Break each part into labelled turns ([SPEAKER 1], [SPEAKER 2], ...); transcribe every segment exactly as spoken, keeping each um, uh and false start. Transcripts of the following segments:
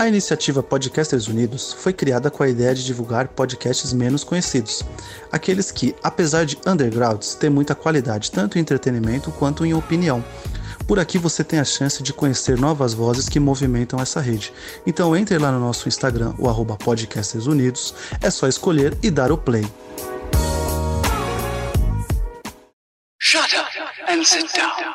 [SPEAKER 1] A iniciativa Podcasters Unidos foi criada com a ideia de divulgar podcasts menos conhecidos, aqueles que, apesar de undergrounds, têm muita qualidade tanto em entretenimento quanto em opinião. Por aqui você tem a chance de conhecer novas vozes que movimentam essa rede. Então entre lá no nosso Instagram, o arroba Podcasters Unidos, é só escolher e dar o play.
[SPEAKER 2] Shut up and sit down.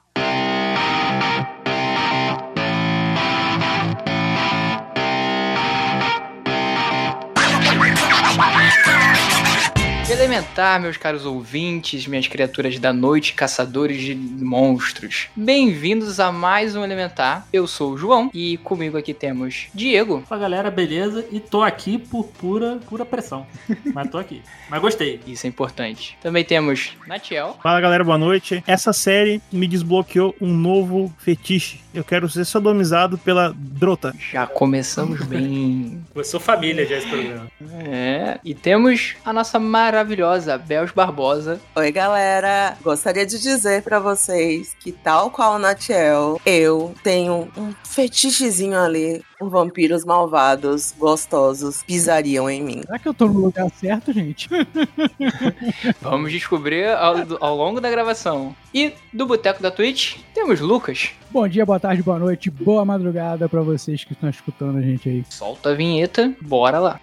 [SPEAKER 3] Elementar, meus caros ouvintes, minhas criaturas da noite, caçadores de monstros. Bem-vindos a mais um Elementar. Eu sou o João e comigo aqui temos Diego.
[SPEAKER 4] Fala galera, beleza? E tô aqui por pura, pura pressão. Mas tô aqui. Mas gostei.
[SPEAKER 3] Isso é importante. Também temos Natiel.
[SPEAKER 5] Fala galera, boa noite. Essa série me desbloqueou um novo fetiche. Eu quero ser sodomizado pela Drota.
[SPEAKER 3] Já começamos bem.
[SPEAKER 4] Começou família já esse programa.
[SPEAKER 3] É. E temos a nossa maravilhosa Bels Barbosa.
[SPEAKER 6] Oi galera, gostaria de dizer pra vocês que tal qual o Natiel, eu tenho um fetichezinho ali. Vampiros malvados, gostosos, pisariam em mim.
[SPEAKER 7] Será que eu tô no lugar certo, gente?
[SPEAKER 3] Vamos descobrir ao, ao longo da gravação. E do Boteco da Twitch, temos Lucas.
[SPEAKER 7] Bom dia, boa tarde, boa noite, boa madrugada pra vocês que estão escutando a gente aí.
[SPEAKER 3] Solta a vinheta, bora lá.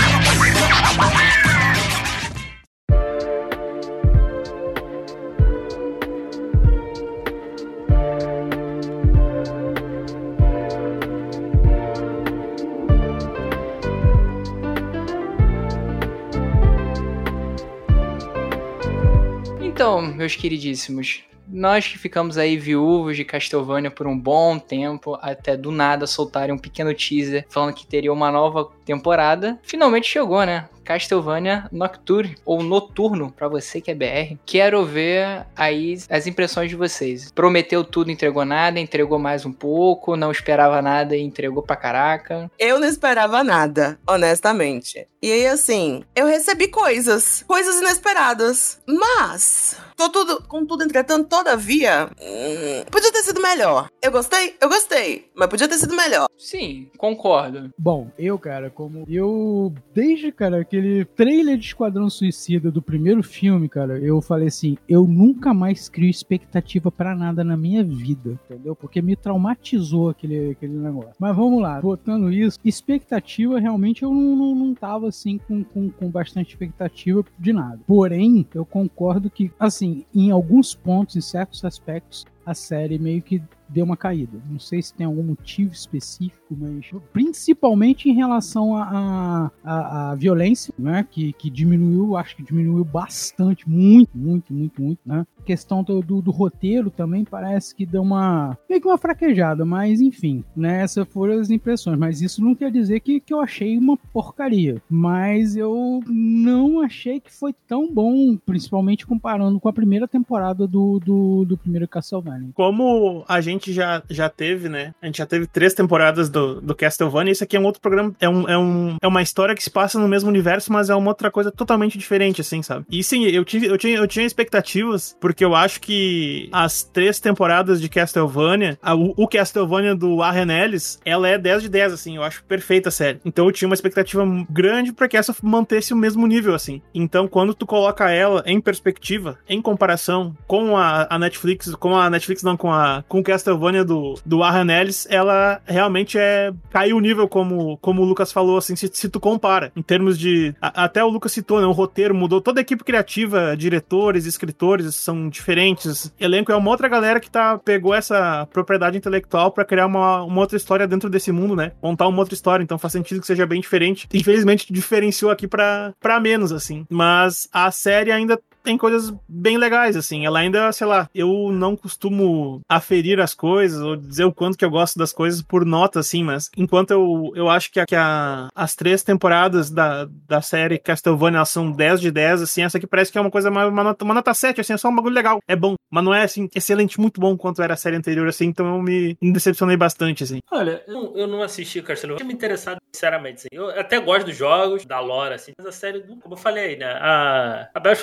[SPEAKER 3] Então, meus queridíssimos, nós que ficamos aí viúvos de Castlevania por um bom tempo, até do nada soltarem um pequeno teaser falando que teria uma nova temporada, finalmente chegou, né? Castlevania Nocturne, ou Noturno, pra você que é B R. Quero ver aí as impressões de vocês. Prometeu tudo, entregou nada, entregou mais um pouco, não esperava nada e entregou pra caraca.
[SPEAKER 6] Eu não esperava nada, honestamente. E aí, assim, eu recebi coisas, coisas inesperadas. Mas, tô tudo, com tudo entretanto, todavia, hum, podia ter sido melhor. Eu gostei? Eu gostei, mas podia ter sido melhor.
[SPEAKER 3] Sim, concordo.
[SPEAKER 7] Bom, eu, cara, como eu, desde, cara, aquele trailer de Esquadrão Suicida do primeiro filme, cara, eu falei assim, eu nunca mais crio expectativa pra nada na minha vida, entendeu? Porque me traumatizou aquele, aquele negócio. Mas vamos lá, botando isso, expectativa, realmente eu não, não, não tava, assim, com, com, com bastante expectativa de nada. Porém, eu concordo que, assim, em alguns pontos, em certos aspectos, a série meio que deu uma caída. Não sei se tem algum motivo específico, mas principalmente em relação à a, a, a violência, né? Que, que diminuiu, acho que diminuiu bastante, muito, muito, muito, muito, né? A questão do, do, do roteiro também parece que deu uma meio que uma fraquejada, mas enfim, né? Essas foram as impressões, mas isso não quer dizer que, que eu achei uma porcaria, mas eu não achei que foi tão bom, principalmente comparando com a primeira temporada do, do, do primeiro Castlevania.
[SPEAKER 5] Como a gente já, já teve, né? A gente já teve três temporadas do, do Castlevania. Isso aqui é um outro programa. É, um, é, um, é uma história que se passa no mesmo universo, mas é uma outra coisa totalmente diferente, assim, sabe? E sim, eu, tive, eu, tinha, eu tinha expectativas, porque eu acho que as três temporadas de Castlevania, a, o, o Castlevania do Warren Ellis, ela é dez de dez, assim. Eu acho perfeita a série. Então eu tinha uma expectativa grande pra que essa mantesse o mesmo nível, assim. Então quando tu coloca ela em perspectiva, em comparação com a, a Netflix, com a Netflix não, com a com o Castlevania do, do Warren Ellis, ela realmente é caiu o nível, como, como o Lucas falou, assim, se, se tu compara, em termos de, a, até o Lucas citou, né, o roteiro mudou, toda a equipe criativa, diretores, escritores são diferentes, elenco é uma outra galera que tá, pegou essa propriedade intelectual pra criar uma, uma outra história dentro desse mundo, né, montar uma outra história, então faz sentido que seja bem diferente. Infelizmente diferenciou aqui pra, pra menos, assim, mas a série ainda tem coisas bem legais, assim. Ela ainda, sei lá, eu não costumo aferir as coisas ou dizer o quanto que eu gosto das coisas por nota, assim, mas enquanto eu, eu acho que, a, que a, as três temporadas da, da série Castlevania, elas são dez de dez, assim, essa aqui parece que é uma coisa, uma, uma, nota, uma nota sete, assim, é só um bagulho legal, é bom, mas não é, assim, excelente, muito bom quanto era a série anterior, assim, então eu me, me decepcionei bastante, assim.
[SPEAKER 4] Olha, eu, eu não assisti Castlevania, eu tinha me interessado, sinceramente, assim. Eu até gosto dos jogos, da lore, assim, mas a série, como eu falei, né, a, a Bel falou, assiste,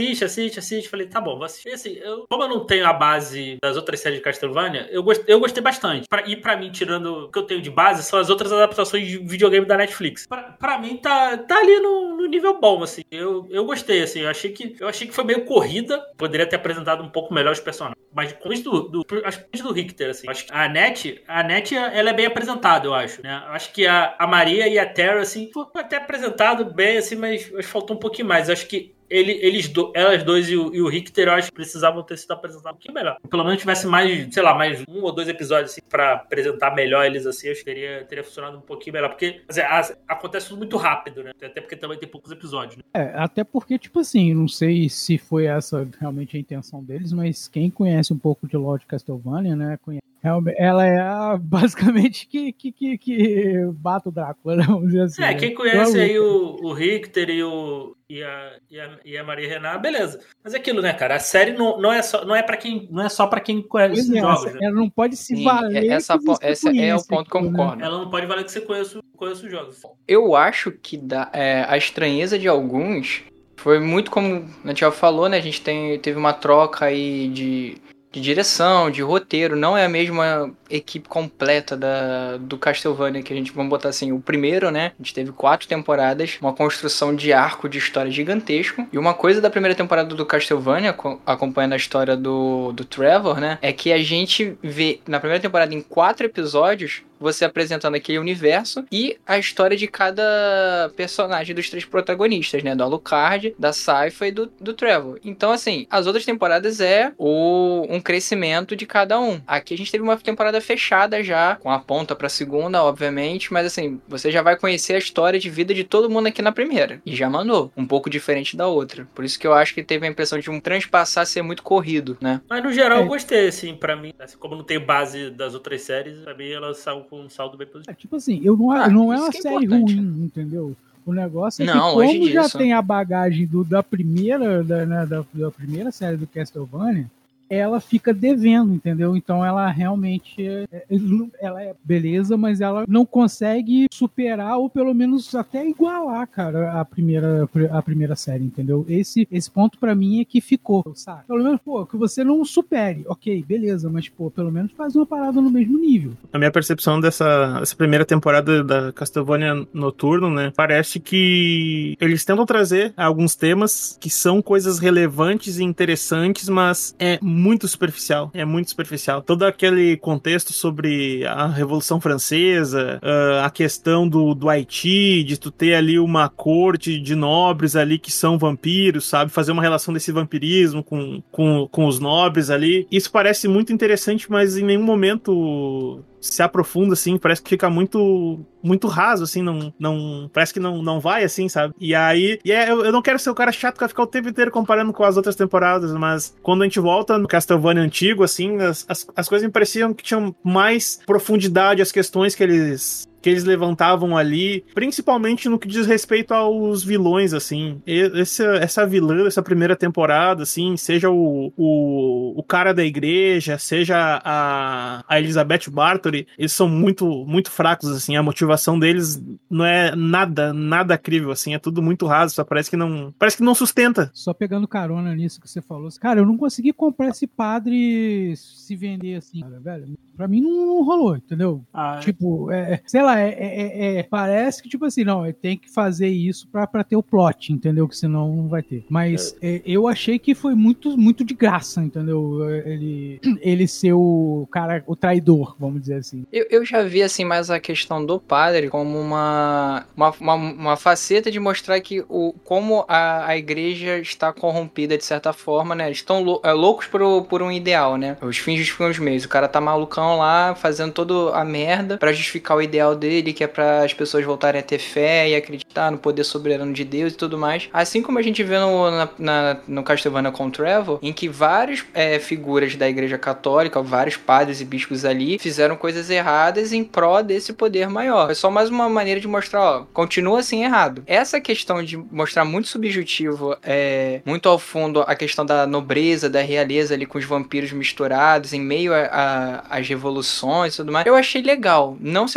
[SPEAKER 4] assiste, assiste, assiste. Falei, tá bom, vou assistir. E assim, eu, como eu não tenho a base das outras séries de Castlevania, eu gostei, eu gostei bastante. Pra, e pra mim, tirando o que eu tenho de base, são as outras adaptações de videogame da Netflix. Pra, pra mim, tá, tá ali no, no nível bom, assim. Eu, eu gostei, assim. Eu achei, que, eu achei que foi meio corrida. Poderia ter apresentado um pouco melhor os personagens. Mas com isso do, do, acho que do Richter, assim. Acho que a Net, a Net, ela é bem apresentada, eu acho, né? Eu acho que a, a Maria e a Terra, assim, foi até apresentado bem, assim, mas, mas faltou um pouquinho mais. Eu acho que Ele, eles do, elas dois e o, e o Richter, eu acho que precisavam ter sido apresentados um pouquinho melhor. Pelo menos tivesse mais, sei lá, mais um ou dois episódios assim, pra apresentar melhor eles assim, acho que teria, teria funcionado um pouquinho melhor. Porque assim, a, acontece tudo muito rápido, né? Até porque também tem poucos episódios, né?
[SPEAKER 7] É, até porque, tipo assim, não sei se foi essa realmente a intenção deles, mas quem conhece um pouco de Lord Castlevania, né, conhece. Ela é a, basicamente que, que, que, que bata o Drácula, né? Vamos dizer assim.
[SPEAKER 4] É,
[SPEAKER 7] né?
[SPEAKER 4] quem conhece então, aí o, o Richter e, o, e, a, e, a, e a Maria Renata, beleza. Mas é aquilo, né, cara? A série não, não, é, só, não, é, pra quem, não é só pra quem conhece os é, jogos.
[SPEAKER 7] Essa,
[SPEAKER 4] né?
[SPEAKER 7] Ela não pode se
[SPEAKER 3] Sim,
[SPEAKER 7] valer.
[SPEAKER 3] Essa,
[SPEAKER 7] que
[SPEAKER 3] essa é o ponto que eu concordo.
[SPEAKER 4] Né? Ela não pode valer que você conheça, conheça os jogos.
[SPEAKER 3] Eu acho que da, é, a estranheza de alguns foi muito como a gente já falou, né? A gente tem, teve uma troca aí de... de direção, de roteiro, não é a mesma equipe completa da, do Castlevania que a gente, vamos botar assim, o primeiro, né? A gente teve quatro temporadas, uma construção de arco de história gigantesco, e uma coisa da primeira temporada do Castlevania, acompanhando a história do, do Trevor, né? É que a gente vê, na primeira temporada, em quatro episódios, você apresentando aquele universo e a história de cada personagem dos três protagonistas, né? Do Alucard, da Sypha e do, do Trevor. Então, assim, as outras temporadas é o, um crescimento de cada um. Aqui a gente teve uma temporada fechada já, com a ponta pra segunda, obviamente, mas assim, você já vai conhecer a história de vida de todo mundo aqui na primeira. E já mandou. Um pouco diferente da outra. Por isso que eu acho que teve a impressão de um transpassar ser muito corrido, né?
[SPEAKER 4] Mas no geral
[SPEAKER 7] é.
[SPEAKER 4] eu gostei, assim, pra mim. Assim, como não tem base das outras séries, pra mim ela saiu com um saldo bem positivo.
[SPEAKER 7] É, tipo assim, eu não,
[SPEAKER 3] Ah,
[SPEAKER 7] não é uma
[SPEAKER 3] é
[SPEAKER 7] série
[SPEAKER 3] importante.
[SPEAKER 7] ruim, entendeu? O negócio é
[SPEAKER 3] Não,
[SPEAKER 7] que
[SPEAKER 3] longe
[SPEAKER 7] como já
[SPEAKER 3] disso.
[SPEAKER 7] tem a bagagem do, da, primeira, da, né, da, da primeira série do Castlevania, ela fica devendo, entendeu? Então ela realmente é, ela é beleza, mas ela não consegue superar ou pelo menos até igualar, cara, a primeira, a primeira série, entendeu? Esse, esse ponto pra mim é que ficou, sabe? Pelo menos, pô, que você não supere, ok, beleza, mas pô, pelo menos faz uma parada no mesmo nível.
[SPEAKER 5] A minha percepção dessa, dessa primeira temporada da Castlevania Noturno, né, parece que eles tentam trazer alguns temas que são coisas relevantes e interessantes, mas é muito superficial, é muito superficial. Todo aquele contexto sobre a Revolução Francesa, uh, a questão do, do Haiti, de tu ter ali uma corte de nobres ali que são vampiros, sabe? Fazer uma relação desse vampirismo com, com, com os nobres ali. Isso parece muito interessante, mas em nenhum momento se aprofunda, assim, parece que fica muito muito raso, assim, não, não parece que não, não vai, assim, sabe? E aí, e é, eu, eu não quero ser o cara chato que vai ficar o tempo inteiro comparando com as outras temporadas, mas quando a gente volta no Castlevania antigo, assim, as, as, as coisas me pareciam que tinham mais profundidade, as questões que eles que eles levantavam ali, principalmente no que diz respeito aos vilões, assim. Esse, essa vilã dessa primeira temporada, assim, seja o, o, o cara da igreja, seja a, a Elizabeth Bathory, eles são muito, muito fracos, assim. A motivação deles não é nada, nada crível, assim. É tudo muito raso, só parece que não, parece que não sustenta.
[SPEAKER 7] Só pegando carona nisso que você falou. Cara, eu não consegui comprar esse padre se vender assim, cara, velho. Pra mim não rolou, entendeu?
[SPEAKER 4] Ah,
[SPEAKER 7] tipo, é, sei lá, é, é, é, parece que, tipo assim, não, tem que fazer isso pra, pra ter o plot, entendeu? Que senão não vai ter. Mas é, eu achei que foi muito, muito de graça, entendeu? Ele, ele ser o cara, o traidor, vamos dizer assim.
[SPEAKER 3] Eu, eu já vi, assim, mais a questão do padre como uma, uma, uma, uma faceta de mostrar que o, como a, a igreja está corrompida de certa forma, né? Eles estão lou- é, loucos por, por um ideal, né? Os fins justificam os meios. O cara tá malucão lá, fazendo toda a merda pra justificar o ideal dele, que é pra as pessoas voltarem a ter fé e acreditar no poder soberano de Deus e tudo mais. Assim como a gente vê no, na, na, no Castlevania com Trevor, em que várias é, figuras da igreja católica, vários padres e bispos ali, fizeram coisas erradas em pró desse poder maior. É só mais uma maneira de mostrar, ó, continua assim errado. Essa questão de mostrar muito subjetivo, é, muito ao fundo, a questão da nobreza, da realeza ali com os vampiros misturados, em meio às revoluções e tudo mais, eu achei legal. Não se aprofundar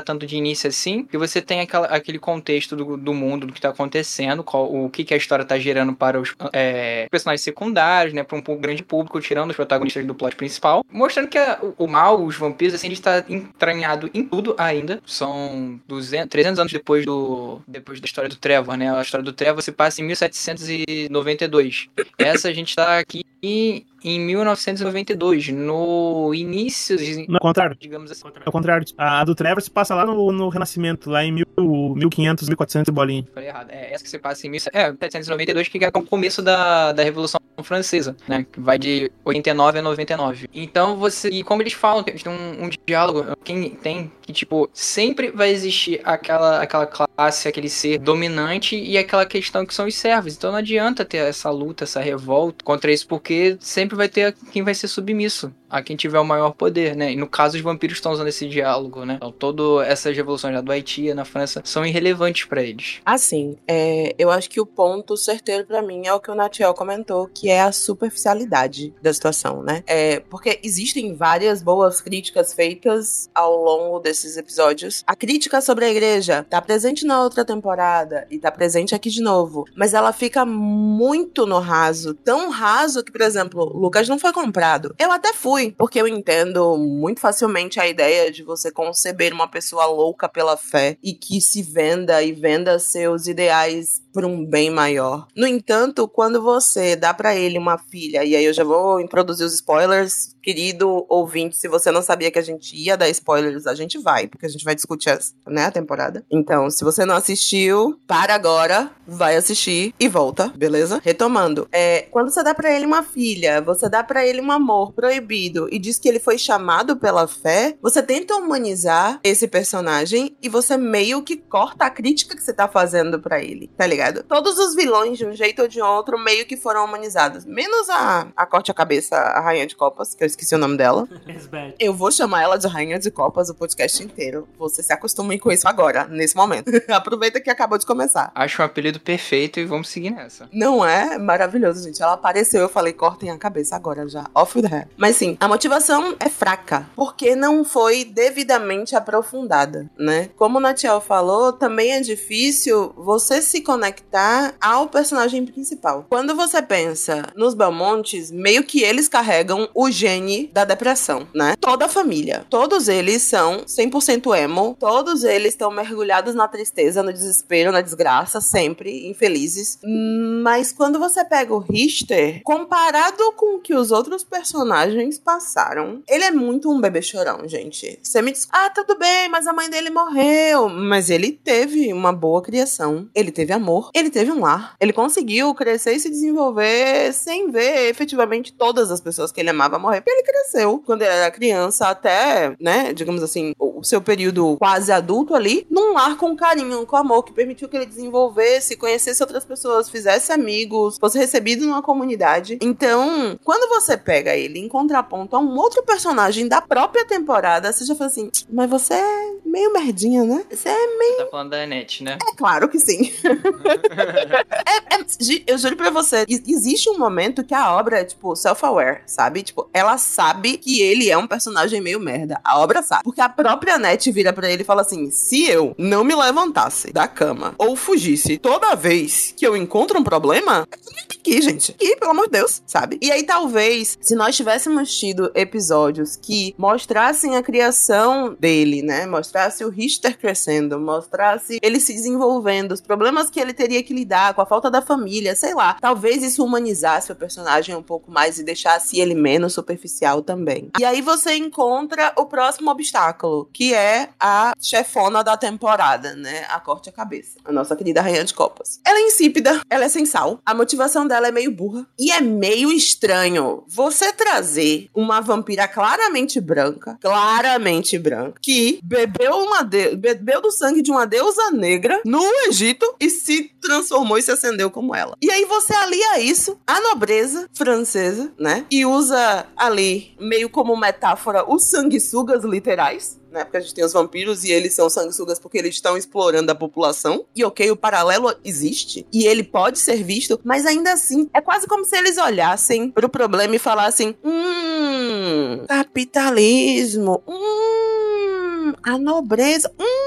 [SPEAKER 3] tratando de início assim, que você tem aquela, aquele contexto do, do mundo, do que tá acontecendo, qual, o que, que a história tá gerando para os é, personagens secundários, né, para um, um grande público, tirando os protagonistas do plot principal, mostrando que a, o, o mal, os vampiros, assim, ele está entranhado em tudo ainda. São duzentos, trezentos anos depois do depois da história do Trevor, né? A história do Trevor se passa em mil setecentos e noventa e dois. Essa a gente tá aqui em mil novecentos e noventa e dois, no início...
[SPEAKER 5] Não, é o contrário.
[SPEAKER 3] Digamos assim.
[SPEAKER 5] É o contrário. A do Trevor se passa lá no, no Renascimento, lá em mil, mil e quinhentos, mil e quatrocentos e bolinha.
[SPEAKER 3] Falei errado. É, essa que se passa em mil setecentos e noventa e dois, que é o começo da, da Revolução Francesa, né? Que vai de oitenta e nove a noventa e nove. Então você... E como eles falam, eles têm um, um diálogo, quem tem, que tipo, sempre vai existir aquela, aquela classe, aquele ser dominante e aquela questão que são os servos. Então não adianta ter essa luta, essa revolta contra isso, porque sempre vai ter quem vai ser submisso a quem tiver o maior poder, né? E no caso, os vampiros estão usando esse diálogo, né? Então, todas essas revoluções lá do Haiti, na França, são irrelevantes pra eles.
[SPEAKER 6] Assim, é, eu acho que o ponto certeiro pra mim é o que o Natiel comentou, que é a superficialidade da situação, né? É, porque existem várias boas críticas feitas ao longo desses episódios. A crítica sobre a igreja tá presente na outra temporada e tá presente aqui de novo, mas ela fica muito no raso, tão raso que, por exemplo, Lucas não foi comprado. Eu até fui, porque eu entendo muito facilmente a ideia de você conceber uma pessoa louca pela fé e que se venda e venda seus ideais por um bem maior. No entanto, quando você dá pra ele uma filha, e aí eu já vou introduzir os spoilers, querido ouvinte, se você não sabia que a gente ia dar spoilers, a gente vai, porque a gente vai discutir essa, né, a temporada. Então, se você não assistiu, para agora, vai assistir e volta, beleza? Retomando, é, quando você dá pra ele uma filha, você dá pra ele um amor proibido e diz que ele foi chamado pela fé, você tenta humanizar esse personagem e você meio que corta a crítica que você tá fazendo pra ele, tá ligado? Todos os vilões, de um jeito ou de outro, meio que foram humanizados. Menos a, a corte a cabeça, a Rainha de Copas, que eu esqueci o nome dela. Eu vou chamar ela de Rainha de Copas o podcast inteiro. Você se acostumem com isso agora, nesse momento. Aproveita que acabou de começar.
[SPEAKER 3] Acho um apelido perfeito e vamos seguir nessa.
[SPEAKER 6] Não é? Maravilhoso, gente. Ela apareceu, eu falei, cortem a cabeça agora já. Off the hair. Mas sim, a motivação é fraca, porque não foi devidamente aprofundada, né? Como o Natiel falou, também é difícil você se conectar ao personagem principal. Quando você pensa nos Belmontes, meio que eles carregam o gene da depressão, né? Toda a família. Todos eles são cem por cento emo, todos eles estão mergulhados na tristeza, no desespero, na desgraça, sempre infelizes. Mas quando você pega o Richter, comparado com o que os outros personagens passaram, ele é muito um bebê chorão, gente. Você me diz, ah, tudo bem, mas a mãe dele morreu. Mas ele teve uma boa criação, ele teve amor, ele teve um lar, ele conseguiu crescer e se desenvolver sem ver efetivamente todas as pessoas que ele amava morrer, porque ele cresceu quando ele era criança até, né, digamos assim, o seu período quase adulto ali, num lar com carinho, com amor, que permitiu que ele desenvolvesse, conhecesse outras pessoas, fizesse amigos, fosse recebido numa comunidade. Então, quando você pega ele em contraponto a um outro personagem da própria temporada, você já fala assim, mas você é meio merdinha, né? Você é meio...
[SPEAKER 3] Você tá falando da Annette, né?
[SPEAKER 6] É claro que sim. é, é, eu juro pra você, existe um momento que a obra é, tipo, self-aware, sabe? Tipo, ela sabe que ele é um personagem meio merda. A obra sabe. Porque a própria Annette vira pra ele e fala assim, se eu não me levantasse da cama ou fugisse toda vez que eu encontro um problema, aqui, gente. E, pelo amor de Deus, sabe? E aí, talvez, se nós tivéssemos tido episódios que mostrassem a criação dele, né? Mostrasse o Richter crescendo, mostrasse ele se desenvolvendo, os problemas que ele teria que lidar com a falta da família, sei lá. Talvez isso humanizasse o personagem um pouco mais e deixasse ele menos superficial também. E aí você encontra o próximo obstáculo, que é a chefona da temporada, né? A corte a cabeça. A nossa querida Rainha de Copas. Ela é insípida, ela é sem sal, a motivação dela é meio burra e é meio estranho você trazer uma vampira claramente branca, claramente branca, que bebeu, uma de... bebeu do sangue de uma deusa negra no Egito e se transformou e se acendeu como ela. E aí você alia isso à nobreza francesa, né? E usa ali, meio como metáfora, os sanguessugas literais, né? Porque a gente tem os vampiros e eles são sanguessugas porque eles estão explorando a população. E ok, o paralelo existe e ele pode ser visto, mas ainda assim, é quase como se eles olhassem pro problema e falassem, hum, capitalismo, hum, a nobreza, hum,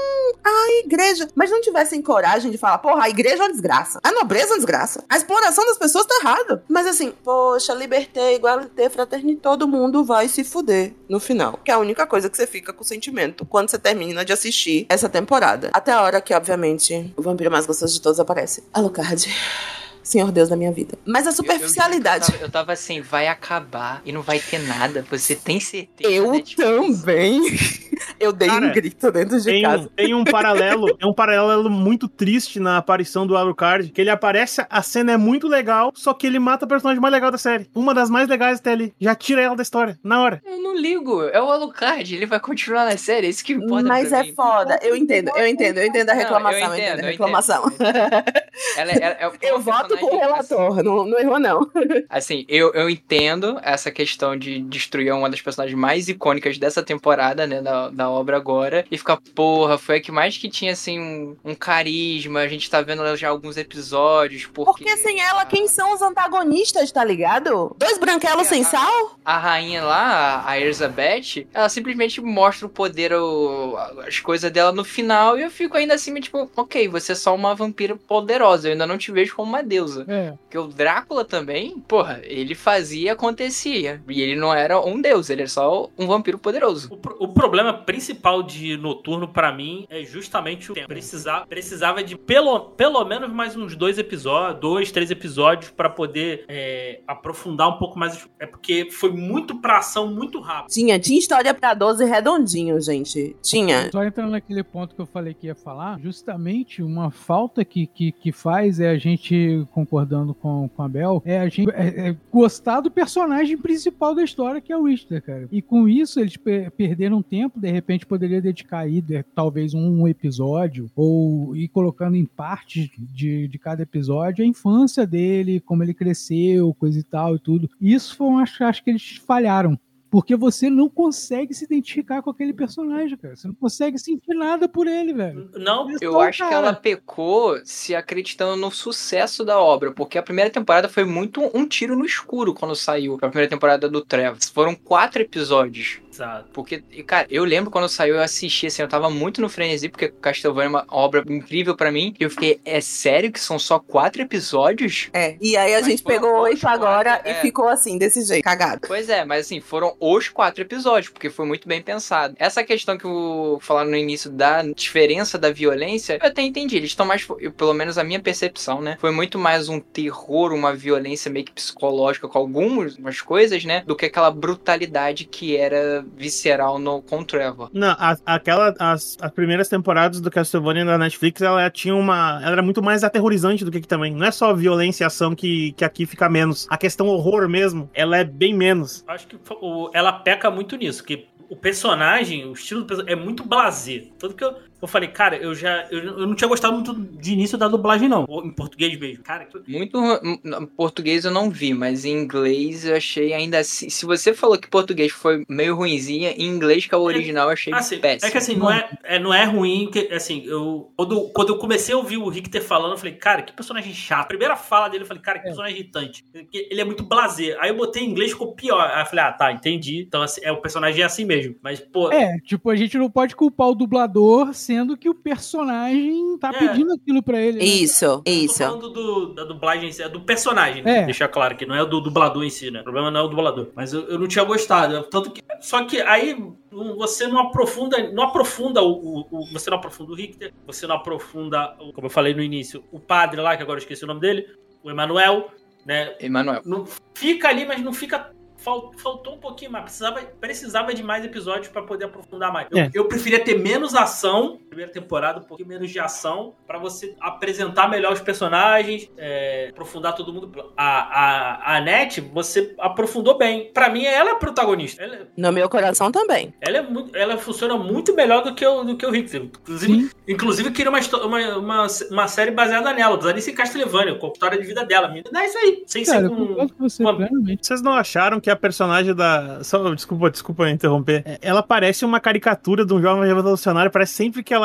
[SPEAKER 6] a igreja. Mas não tivessem coragem de falar, porra, a igreja é uma desgraça. A nobreza é uma desgraça. A exploração das pessoas tá errado. Mas assim, poxa, liberté, igualité, fraternité, todo mundo vai se fuder no final. Que é a única coisa que você fica com o sentimento quando você termina de assistir essa temporada. Até a hora que, obviamente, o vampiro mais gostoso de todos aparece. Alucard. Senhor Deus da minha vida. Mas a superficialidade...
[SPEAKER 3] Eu, eu, eu, tava, eu tava assim, vai acabar e não vai ter nada. Você tem certeza?
[SPEAKER 6] Eu
[SPEAKER 3] né? tipo,
[SPEAKER 6] também. Eu dei
[SPEAKER 5] Cara,
[SPEAKER 6] um grito dentro de
[SPEAKER 5] tem
[SPEAKER 6] casa.
[SPEAKER 5] Um, tem um paralelo, é um paralelo muito triste na aparição do Alucard, que ele aparece, a cena é muito legal, só que ele mata a personagem mais legal da série. Uma das mais legais até ali. Já tira ela da história, na hora.
[SPEAKER 3] Eu não ligo, é o Alucard, ele vai continuar na série, é isso que importa.
[SPEAKER 6] Mas
[SPEAKER 3] pra
[SPEAKER 6] é
[SPEAKER 3] mim.
[SPEAKER 6] foda, eu entendo, eu entendo, eu entendo a reclamação,
[SPEAKER 3] não, eu entendo,
[SPEAKER 6] eu entendo a
[SPEAKER 3] eu
[SPEAKER 6] reclamação.
[SPEAKER 3] entendo, eu entendo. Ela, ela, ela,
[SPEAKER 6] eu voto com o relator, não, não errou não.
[SPEAKER 3] Assim, eu, eu entendo essa questão de destruir uma das personagens mais icônicas dessa temporada, né, da, da obra agora, e ficar, porra, foi a que mais que tinha, assim, um, um carisma, a gente tá vendo ela já alguns episódios, porque...
[SPEAKER 6] Porque sem ela, quem são os antagonistas, tá ligado? Dois branquelos sem sal?
[SPEAKER 3] A rainha lá, a Elizabeth, ela simplesmente mostra o poder, o, as coisas dela no final, e eu fico ainda assim, tipo, ok, você é só uma vampira poderosa, eu ainda não te vejo como uma deusa.
[SPEAKER 7] É.
[SPEAKER 3] Porque o Drácula também, porra, ele fazia e acontecia. E ele não era um deus, ele era só um vampiro poderoso.
[SPEAKER 4] O, pro- o problema principal de Noturno, pra mim, é justamente o tempo. Precisava, precisava de pelo, pelo menos mais uns dois episódios, dois, três episódios, pra poder é, aprofundar um pouco mais. É porque foi muito pra ação, muito rápido.
[SPEAKER 6] Tinha, tinha história pra doze redondinho, gente. Tinha.
[SPEAKER 7] Só entrando naquele ponto que eu falei que ia falar, justamente uma falta que, que, que faz é a gente, concordando com, com a Bel, é a gente é, é gostar do personagem principal da história, que é o Richter, cara. E com isso, eles per- perderam tempo, de repente poderia dedicar aí, de, talvez um episódio, ou ir colocando em partes de, de cada episódio a infância dele, como ele cresceu, coisa e tal e tudo. Isso foi, um, acho, acho que eles falharam. Porque você não consegue se identificar com aquele personagem, cara. Você não consegue sentir nada por ele, velho.
[SPEAKER 4] Não,
[SPEAKER 7] Ele é
[SPEAKER 3] Eu
[SPEAKER 7] só um
[SPEAKER 3] acho que
[SPEAKER 7] cara.
[SPEAKER 3] ela pecou se acreditando no sucesso da obra, porque a primeira temporada foi muito um tiro no escuro quando saiu a primeira temporada do Trevor. Foram quatro episódios.
[SPEAKER 4] exato.
[SPEAKER 3] Porque, e, cara, eu lembro quando saiu, eu assisti, assim, eu tava muito no frenesi, porque Castlevania é uma obra incrível pra mim. E eu fiquei, é sério que são só quatro episódios?
[SPEAKER 6] É. E aí a
[SPEAKER 3] Mas
[SPEAKER 6] gente
[SPEAKER 3] foram
[SPEAKER 6] pegou
[SPEAKER 3] os
[SPEAKER 6] oito agora
[SPEAKER 3] quatro,
[SPEAKER 6] e
[SPEAKER 3] é.
[SPEAKER 6] ficou assim, desse jeito, cagado.
[SPEAKER 3] Pois é, mas assim, foram os quatro episódios, porque foi muito bem pensado. Essa questão que eu falaram no início da diferença da violência, eu até entendi. Eles estão mais, eu, pelo menos a minha percepção, né? Foi muito mais um terror, uma violência meio que psicológica com algumas coisas, né? Do que aquela brutalidade que era visceral no, com o Trevor.
[SPEAKER 5] Não, a, aquela, as, as primeiras temporadas do Castlevania da Netflix, ela tinha uma... Ela era muito mais aterrorizante do que aqui também. Não é só violência e ação que, que aqui fica menos. A questão horror mesmo, ela é bem menos.
[SPEAKER 4] Acho que o- ela peca muito nisso, que o personagem, o estilo do personagem é muito blasé. Tanto que eu, eu falei, cara, eu já eu, eu não tinha gostado muito de início da dublagem, não. Ou em português mesmo. Cara, que-
[SPEAKER 3] Muito ru- em português eu não vi, mas em inglês eu achei ainda assim. Se você falou que português foi meio ruinzinha, em inglês, que é o original, eu achei
[SPEAKER 4] assim,
[SPEAKER 3] péssimo.
[SPEAKER 4] é que assim, não é, é, não é ruim, que, assim, eu quando, quando eu comecei a ouvir o Richter falando, eu falei, cara, que personagem chato. A primeira fala dele, eu falei, cara, que personagem irritante. Ele é muito blasé. Aí eu botei em inglês, ficou pior. Aí eu falei, ah, tá, entendi. Então, assim, é, o personagem é assim mesmo. Mas, pô,
[SPEAKER 7] É, tipo, a gente não pode culpar o dublador, sendo que o personagem tá
[SPEAKER 4] É.
[SPEAKER 7] pedindo aquilo pra ele. Né?
[SPEAKER 6] Isso,
[SPEAKER 4] eu tô
[SPEAKER 6] isso.
[SPEAKER 4] falando do, da dublagem em si, é do personagem, né?
[SPEAKER 7] É.
[SPEAKER 4] Deixar claro que não é do dublador em si, né? O problema não é o dublador. Mas eu, eu não tinha gostado. Tanto que, só que aí um, você não aprofunda, não aprofunda o, o, o- você não aprofunda o Richter, você não aprofunda, o- como eu falei no início, o padre lá, que agora eu esqueci o nome dele, o Emanuel, né?
[SPEAKER 3] Emanuel.
[SPEAKER 4] Não fica ali, mas não fica. fal- Faltou um pouquinho mais. Precisava, precisava de mais episódios pra poder aprofundar mais. Eu,
[SPEAKER 5] É.
[SPEAKER 4] eu preferia ter menos ação, primeira temporada, um pouquinho menos de ação, pra você apresentar melhor os personagens, é, aprofundar todo mundo. A, a, a Annette, você aprofundou bem. Pra mim, ela é a protagonista. Ela, é-
[SPEAKER 6] No meu coração também.
[SPEAKER 4] ela, é muito, ela funciona muito melhor do que o, do que o Richter. Inclusive,
[SPEAKER 7] Sim.
[SPEAKER 4] inclusive queria uma, histó- uma, uma, uma série baseada nela, dos Alice em Castlevania, com a história de vida dela. É isso aí. Sem
[SPEAKER 7] Cara,
[SPEAKER 4] ser
[SPEAKER 7] eu
[SPEAKER 4] com.
[SPEAKER 7] concordo com você
[SPEAKER 4] uma-
[SPEAKER 7] plenamente.
[SPEAKER 5] Vocês não acharam que a personagem da... Só, desculpa, desculpa interromper. É, ela parece uma caricatura de um jovem revolucionário. Parece sempre que ela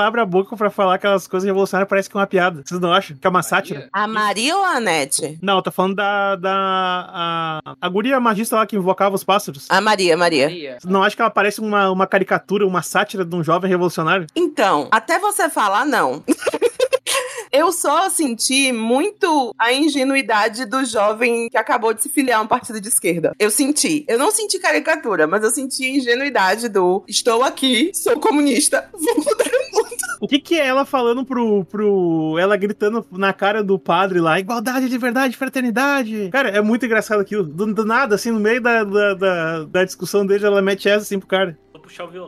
[SPEAKER 5] ela abre a boca pra falar aquelas coisas revolucionárias, parece que é uma piada. Vocês não acham? Que é uma sátira?
[SPEAKER 6] A Maria ou a Anete?
[SPEAKER 5] Não, eu tô falando da... da a, a guria magista lá que invocava os pássaros.
[SPEAKER 6] A Maria, Maria.
[SPEAKER 3] Maria.
[SPEAKER 5] Não acha que ela parece uma, uma caricatura, uma sátira de um jovem revolucionário?
[SPEAKER 6] Então, até você falar, não. Eu só senti muito a ingenuidade do jovem que acabou de se filiar a um partido de esquerda. Eu senti. Eu não senti caricatura, mas eu senti a ingenuidade do estou aqui, sou comunista, vou mudar o mundo.
[SPEAKER 5] O que que é ela falando pro, pro... Ela gritando na cara do padre lá, igualdade, liberdade, fraternidade. Cara, é muito engraçado aquilo. Do, do nada, assim, no meio da, da, da, da discussão dele, ela mete essa assim pro cara.
[SPEAKER 4] Vou puxar o violão.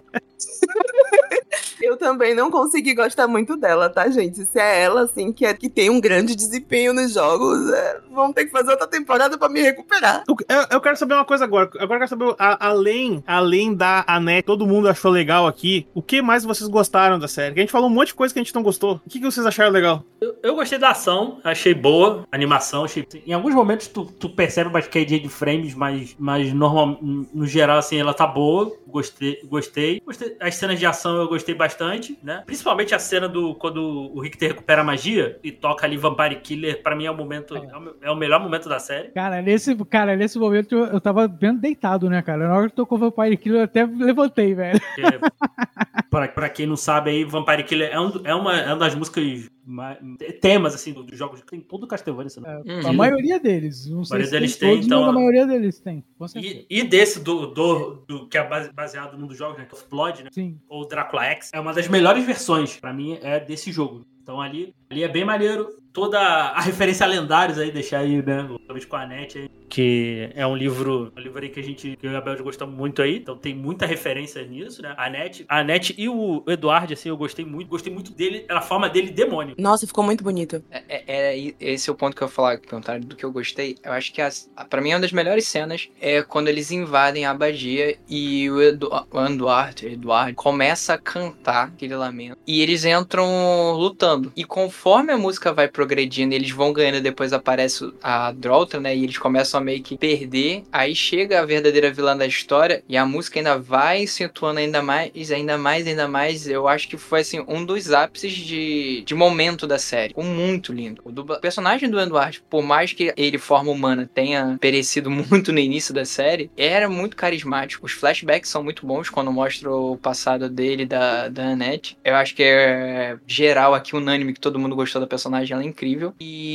[SPEAKER 6] Eu também não consegui gostar muito dela, tá, gente? Se é ela, assim, que, é, que tem um grande desempenho nos jogos, é, vamos ter que fazer outra temporada pra me recuperar.
[SPEAKER 5] Eu, eu, eu quero saber uma coisa agora. Agora eu quero saber, a, além, além da Anete, todo mundo achou legal aqui, o que mais vocês gostaram da série? Que a gente falou um monte de coisa que a gente não gostou. O que, que vocês acharam legal?
[SPEAKER 4] Eu, eu gostei da ação, achei boa, a animação, achei... Em alguns momentos tu, tu percebe mais quedinha de frames, mas, mas normal, no geral, assim, ela tá boa. Gostei, gostei. Gostei. As cenas de ação eu gostei bastante, né? Principalmente a cena do quando o Richter recupera a magia e toca ali Vampire Killer, pra mim é o momento, é, é, o, é o melhor momento da série.
[SPEAKER 7] Cara, nesse, cara, nesse momento eu, eu tava vendo deitado, né, cara? Na hora que tocou Vampire Killer eu até levantei, velho.
[SPEAKER 4] Porque, pra, pra quem não sabe aí, Vampire Killer é, um, é, uma, é uma das músicas, mais, temas, assim, dos do jogos que tem todo o Castlevania.
[SPEAKER 7] É, uhum. A maioria deles. Não sei
[SPEAKER 4] a maioria
[SPEAKER 7] se
[SPEAKER 4] deles
[SPEAKER 7] tem,
[SPEAKER 4] tem,
[SPEAKER 7] todos,
[SPEAKER 4] então...
[SPEAKER 7] mas a maioria deles tem, com certeza.
[SPEAKER 4] E, e desse, do, do, do, que é baseado num dos jogos, né, que é o Blood, né?
[SPEAKER 7] Sim.
[SPEAKER 4] Ou Dracula X, é uma das melhores versões, pra mim, é desse jogo. Então ali, ali é bem maneiro. Toda a referência a lendários aí, deixar aí, né? Talvez com a Anete aí. Que é um livro, um livro aí que a gente, que eu e a Bel gostamos muito aí. Então tem muita referência nisso, né? A Anete, a Anete e o Eduardo, assim, eu gostei muito. Gostei muito dele, a forma dele demônio.
[SPEAKER 6] Nossa, ficou muito bonito.
[SPEAKER 3] É, é, é, esse é o ponto que eu ia falar, perguntar do que eu gostei. Eu acho que, as, pra mim, uma das melhores cenas é quando eles invadem a abadia e o, Edu, o Eduardo, Eduardo começa a cantar aquele lamento. E eles entram lutando. E conforme a música vai progredindo, eles vão ganhando, depois aparece a Drolta, né? E eles começam a meio que perder. Aí chega a verdadeira vilã da história e a música ainda vai acentuando ainda mais, ainda mais, ainda mais. Eu acho que foi, assim, um dos ápices de, de momento da série. Ficou muito lindo. O, dubla, o personagem do Eduardo, por mais que ele, forma humana, tenha perecido muito no início da série, era muito carismático. Os flashbacks são muito bons quando mostra o passado dele, da, da Anete. Eu acho que é geral aqui, unânime, que todo mundo gostou da personagem. Ela é incrível.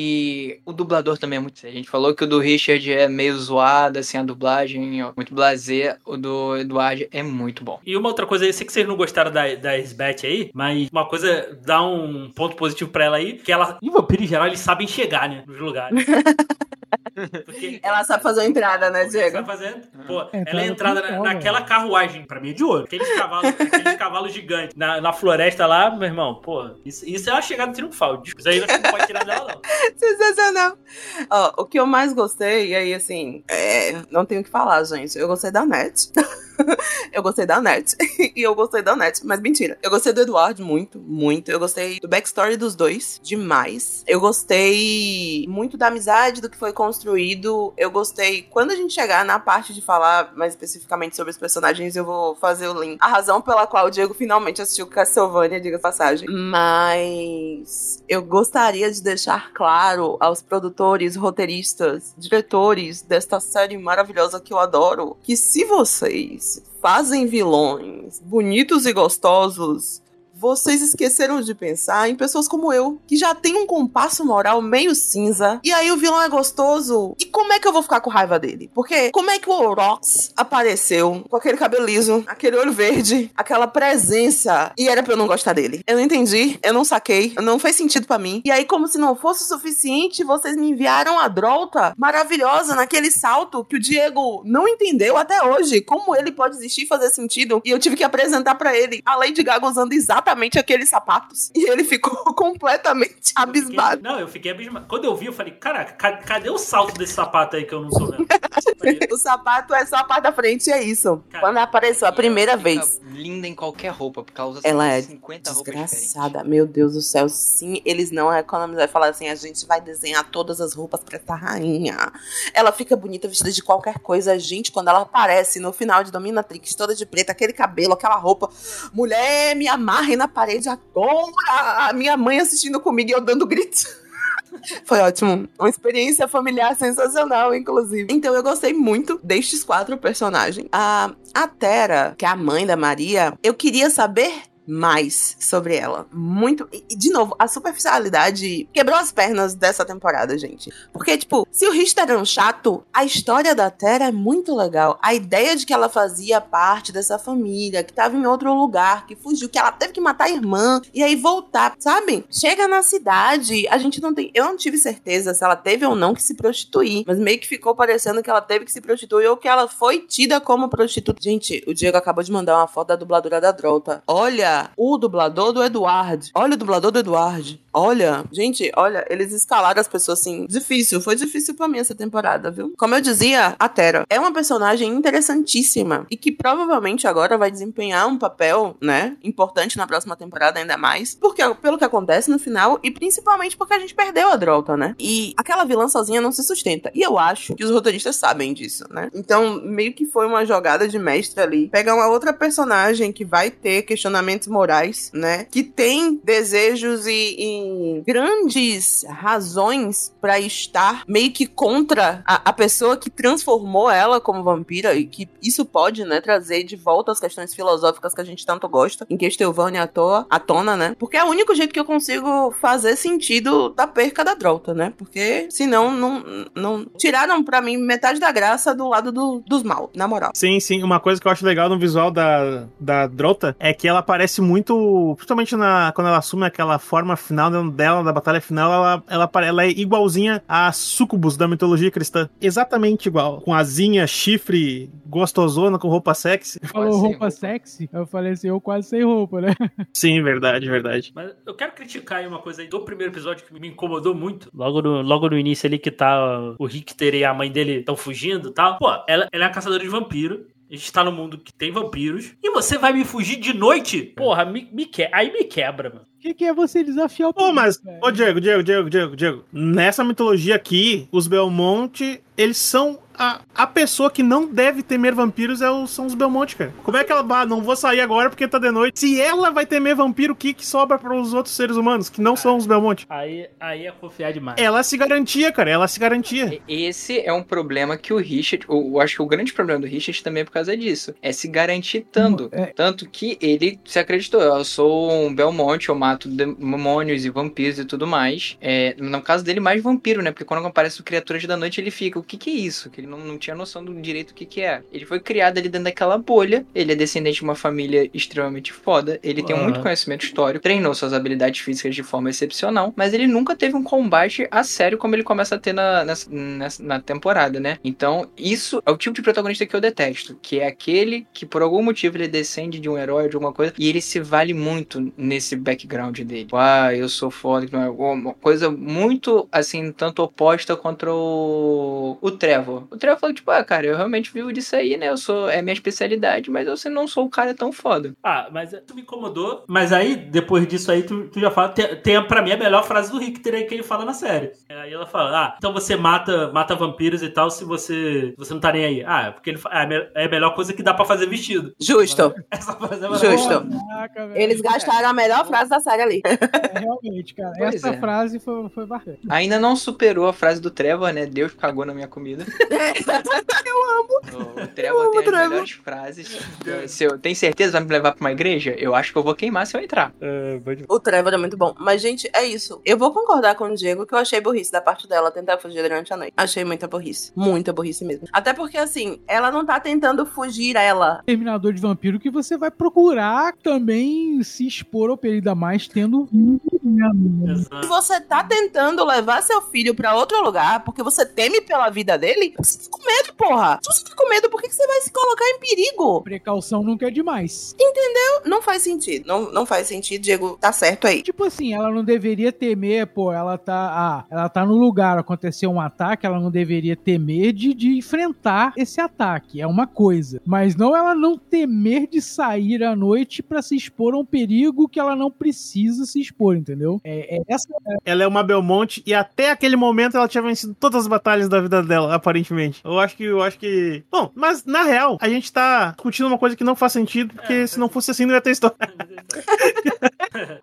[SPEAKER 3] E o dublador também é muito... A gente falou que o do Richard é meio zoado, assim, a dublagem, ó, muito blasé. O do Eduardo é muito bom.
[SPEAKER 4] E uma outra coisa, eu sei que vocês não gostaram da, da Sbeth aí, mas uma coisa, dá um ponto positivo pra ela aí, que ela, em Vampiro em geral, eles sabem chegar, né, nos lugares. Porque
[SPEAKER 6] ela sabe fazer uma entrada, né, Diego?
[SPEAKER 4] Sabe fazer? Pô,
[SPEAKER 7] É,
[SPEAKER 4] ela é entrada na,
[SPEAKER 7] legal,
[SPEAKER 4] naquela
[SPEAKER 7] velho.
[SPEAKER 4] carruagem, pra mim é de ouro. Aqueles cavalos, aqueles cavalos gigantes na, na floresta lá, meu irmão, pô, isso, isso é uma chegada triunfal. Isso aí não pode tirar dela, não.
[SPEAKER 6] Sensacional. Ó, o que eu mais gostei, e aí, assim, é, não tenho o que falar, gente. Eu gostei da Net. Eu gostei da Net. E eu gostei da Net. Mas mentira. Eu gostei do Eduardo muito, muito. Eu gostei do backstory dos dois. Demais. Eu gostei muito da amizade, do que foi construído. Eu gostei. Quando a gente chegar na parte de falar mais especificamente sobre os personagens, eu vou fazer o link. A razão pela qual o Diego finalmente assistiu Castlevania, diga passagem. Mas eu gostaria de deixar claro aos produtores, roteiristas, diretores desta série maravilhosa que eu adoro, que se vocês fazem vilões bonitos e gostosos, vocês esqueceram de pensar em pessoas como eu, que já tem um compasso moral meio cinza, e aí o vilão é gostoso, e como é que eu vou ficar com raiva dele? Porque como é que o Orox apareceu com aquele cabelo liso, aquele olho verde, aquela presença, e era pra eu não gostar dele? Eu não entendi, eu não saquei, não fez sentido pra mim. E aí, como se não fosse o suficiente, vocês me enviaram a Drolta maravilhosa naquele salto que o Diego não entendeu até hoje. Como ele pode existir e fazer sentido? E eu tive que apresentar pra ele a Lady Gaga usando exatamente aqueles sapatos. E ele ficou completamente abismado.
[SPEAKER 4] Fiquei, não, eu fiquei abismado. Quando eu vi, eu falei, caraca, cadê, cadê o salto desse sapato aí que eu não tô vendo?
[SPEAKER 6] O sapato é só a parte da frente, é isso.
[SPEAKER 4] Cara,
[SPEAKER 6] quando apareceu a primeira vez.
[SPEAKER 3] Linda em qualquer roupa, porque ela usa
[SPEAKER 6] Ela é
[SPEAKER 3] cinquenta roupas diferentes.
[SPEAKER 6] desgraçada, meu Deus do céu. Sim, eles não economizaram. Falar assim, a gente vai desenhar todas as roupas pra essa rainha. Ela fica bonita vestida de qualquer coisa. Gente, quando ela aparece no final de Dominatrix, toda de preto, aquele cabelo, aquela roupa. Mulher, me amarre na parede agora, a minha mãe assistindo comigo e eu dando gritos. Foi ótimo. Uma experiência familiar sensacional, inclusive. Então eu gostei muito destes quatro personagens. A, a Tera, que é a mãe da Maria, eu queria saber mais sobre ela. Muito. E, de novo, a superficialidade quebrou as pernas dessa temporada, gente. Porque, tipo, se o Richter era um chato, a história da Tera é muito legal. A ideia de que ela fazia parte dessa família, que tava em outro lugar, que fugiu, que ela teve que matar a irmã e aí voltar, sabe? Chega na cidade, a gente não tem... Eu não tive certeza se ela teve ou não que se prostituir, mas meio que ficou parecendo que ela teve que se prostituir ou que ela foi tida como prostituta. Gente, o Diego acabou de mandar uma foto da dubladora da Drolta. Olha o dublador do Eduard. Olha o dublador do Eduard. Olha, gente, olha, eles escalaram as pessoas assim. Difícil, foi difícil pra mim essa temporada, viu? Como eu dizia, a Tera é uma personagem interessantíssima e que provavelmente agora vai desempenhar um papel, né, importante na próxima temporada ainda mais, porque pelo que acontece no final e principalmente porque a gente perdeu a Drolta, né? E aquela vilã sozinha não se sustenta. E eu acho que os roteiristas sabem disso, né? Então, meio que foi uma jogada de mestre ali. Pegar uma outra personagem que vai ter questionamentos morais, né? Que tem desejos e, e grandes razões pra estar meio que contra a, a pessoa que transformou ela como vampira e que isso pode, né, trazer de volta as questões filosóficas que a gente tanto gosta em Castlevania à toa, à tona, né? Porque é o único jeito que eu consigo fazer sentido da perca da Drolta, né? Porque senão não, não tiraram pra mim metade da graça do lado do, dos mal, na moral.
[SPEAKER 5] Sim, sim. Uma coisa que eu acho legal no visual da, da Drolta é que ela parece muito, principalmente na, quando ela assume aquela forma final dela, da batalha final, ela, ela, ela é igualzinha a Sucubus da mitologia cristã. Exatamente igual. Com asinha, chifre, gostosona, com roupa sexy.
[SPEAKER 7] Falou roupa sexy? Eu falei assim, eu quase sem roupa, né?
[SPEAKER 5] Sim, verdade, verdade.
[SPEAKER 4] Mas eu quero criticar aí uma coisa aí do primeiro episódio que me incomodou muito. Logo no, logo no início ali que tá o Richter e a mãe dele estão fugindo e tal. Pô, ela, ela é uma caçadora de vampiro. A gente tá num mundo que tem vampiros. E você vai me fugir de noite? Porra, me, me que... aí me quebra, mano.
[SPEAKER 7] O que, que é você desafiar o...
[SPEAKER 5] Pô, mas... Ô, Diego, Diego, Diego, Diego, Diego. Nessa mitologia aqui, os Belmonte, eles são... A, a pessoa que não deve temer vampiros é o, são os Belmonte, cara. Como é que ela... Ah, não vou sair agora porque tá de noite. Se ela vai temer vampiro, o que que sobra para os outros seres humanos, que não ah, são os Belmonte?
[SPEAKER 4] Aí, aí é confiar demais.
[SPEAKER 5] Ela se garantia, cara. Ela se garantia.
[SPEAKER 3] Esse é um problema que o Richard... Eu acho que o grande problema do Richard também é por causa disso. É se garantir tanto. É. Tanto que ele se acreditou. Eu sou um Belmonte, eu mato demônios e vampiros e tudo mais. É, no caso dele, mais vampiro, né? Porque quando aparece o Criaturas da Noite, ele fica... O que que é isso? Que ele não, não tinha noção do direito do que que é. Ele foi criado ali dentro daquela bolha. Ele é descendente de uma família extremamente foda. Ele uhum. tem muito conhecimento histórico. Treinou suas habilidades físicas de forma excepcional. Mas ele nunca teve um combate a sério como ele começa a ter na, nessa, nessa, na temporada, né? Então, isso é o tipo de protagonista que eu detesto. Que é aquele que, por algum motivo, ele descende de um herói, de alguma coisa. E ele se vale muito nesse background dele. Ah, eu sou foda. Uma coisa muito, assim, tanto oposta contra o, o Trevor. O Trevor falou, tipo, ah, cara, eu realmente vivo disso aí, né? Eu sou, é minha especialidade, mas eu não sou um cara tão foda.
[SPEAKER 4] Ah, mas tu me incomodou. Mas aí, depois disso aí, tu, tu já fala, tem, tem pra mim a melhor frase do Richter aí que ele fala na série. Aí ela fala, ah, então você mata, mata vampiros e tal se você, você não tá nem aí. Ah, porque ele fala, ah, é a melhor coisa que dá pra fazer vestido.
[SPEAKER 6] Justo.
[SPEAKER 4] Essa frase é
[SPEAKER 6] Justo. Caraca, Eles gastaram a melhor frase da série ali.
[SPEAKER 7] É, realmente, cara. Pois Essa é. frase foi, foi bacana.
[SPEAKER 3] Ainda não superou a frase do Trevor, né? Deus cagou na minha comida.
[SPEAKER 6] Eu amo.
[SPEAKER 3] O Trevor tem as Trevor. melhores frases. Se eu tenho certeza que vai me levar pra uma igreja, eu acho que eu vou queimar se eu entrar.
[SPEAKER 6] É, o Trevor é muito bom. Mas, gente, é isso. Eu vou concordar com o Diego que eu achei burrice da parte dela tentar fugir durante a noite. Achei muita burrice. Muita burrice mesmo. Até porque, assim, ela não tá tentando fugir, ela.
[SPEAKER 7] Terminador de vampiro que você vai procurar também se expor ao perigo a mais tendo...
[SPEAKER 6] Se você tá tentando levar seu filho pra outro lugar porque você teme pela vida dele, você tá com medo, porra. Se você tá com medo, por que você vai se colocar em perigo?
[SPEAKER 7] Precaução nunca é demais.
[SPEAKER 6] Entendeu? Não faz sentido. Não, não faz sentido, Diego. Tá certo aí.
[SPEAKER 7] Tipo assim, ela não deveria temer, pô, ela tá... Ah, ela tá no lugar, aconteceu um ataque, ela não deveria temer de, de enfrentar esse ataque. É uma coisa. Mas não ela não temer de sair à noite pra se expor a um perigo que ela não precisa se expor, entendeu? É, é essa...
[SPEAKER 5] Ela é uma Belmonte e até aquele momento ela tinha vencido todas as batalhas da vida dela, aparentemente. Eu acho que... Eu acho que... Bom, mas na real, a gente tá discutindo uma coisa que não faz sentido, porque é, se não fosse assim não ia ter história.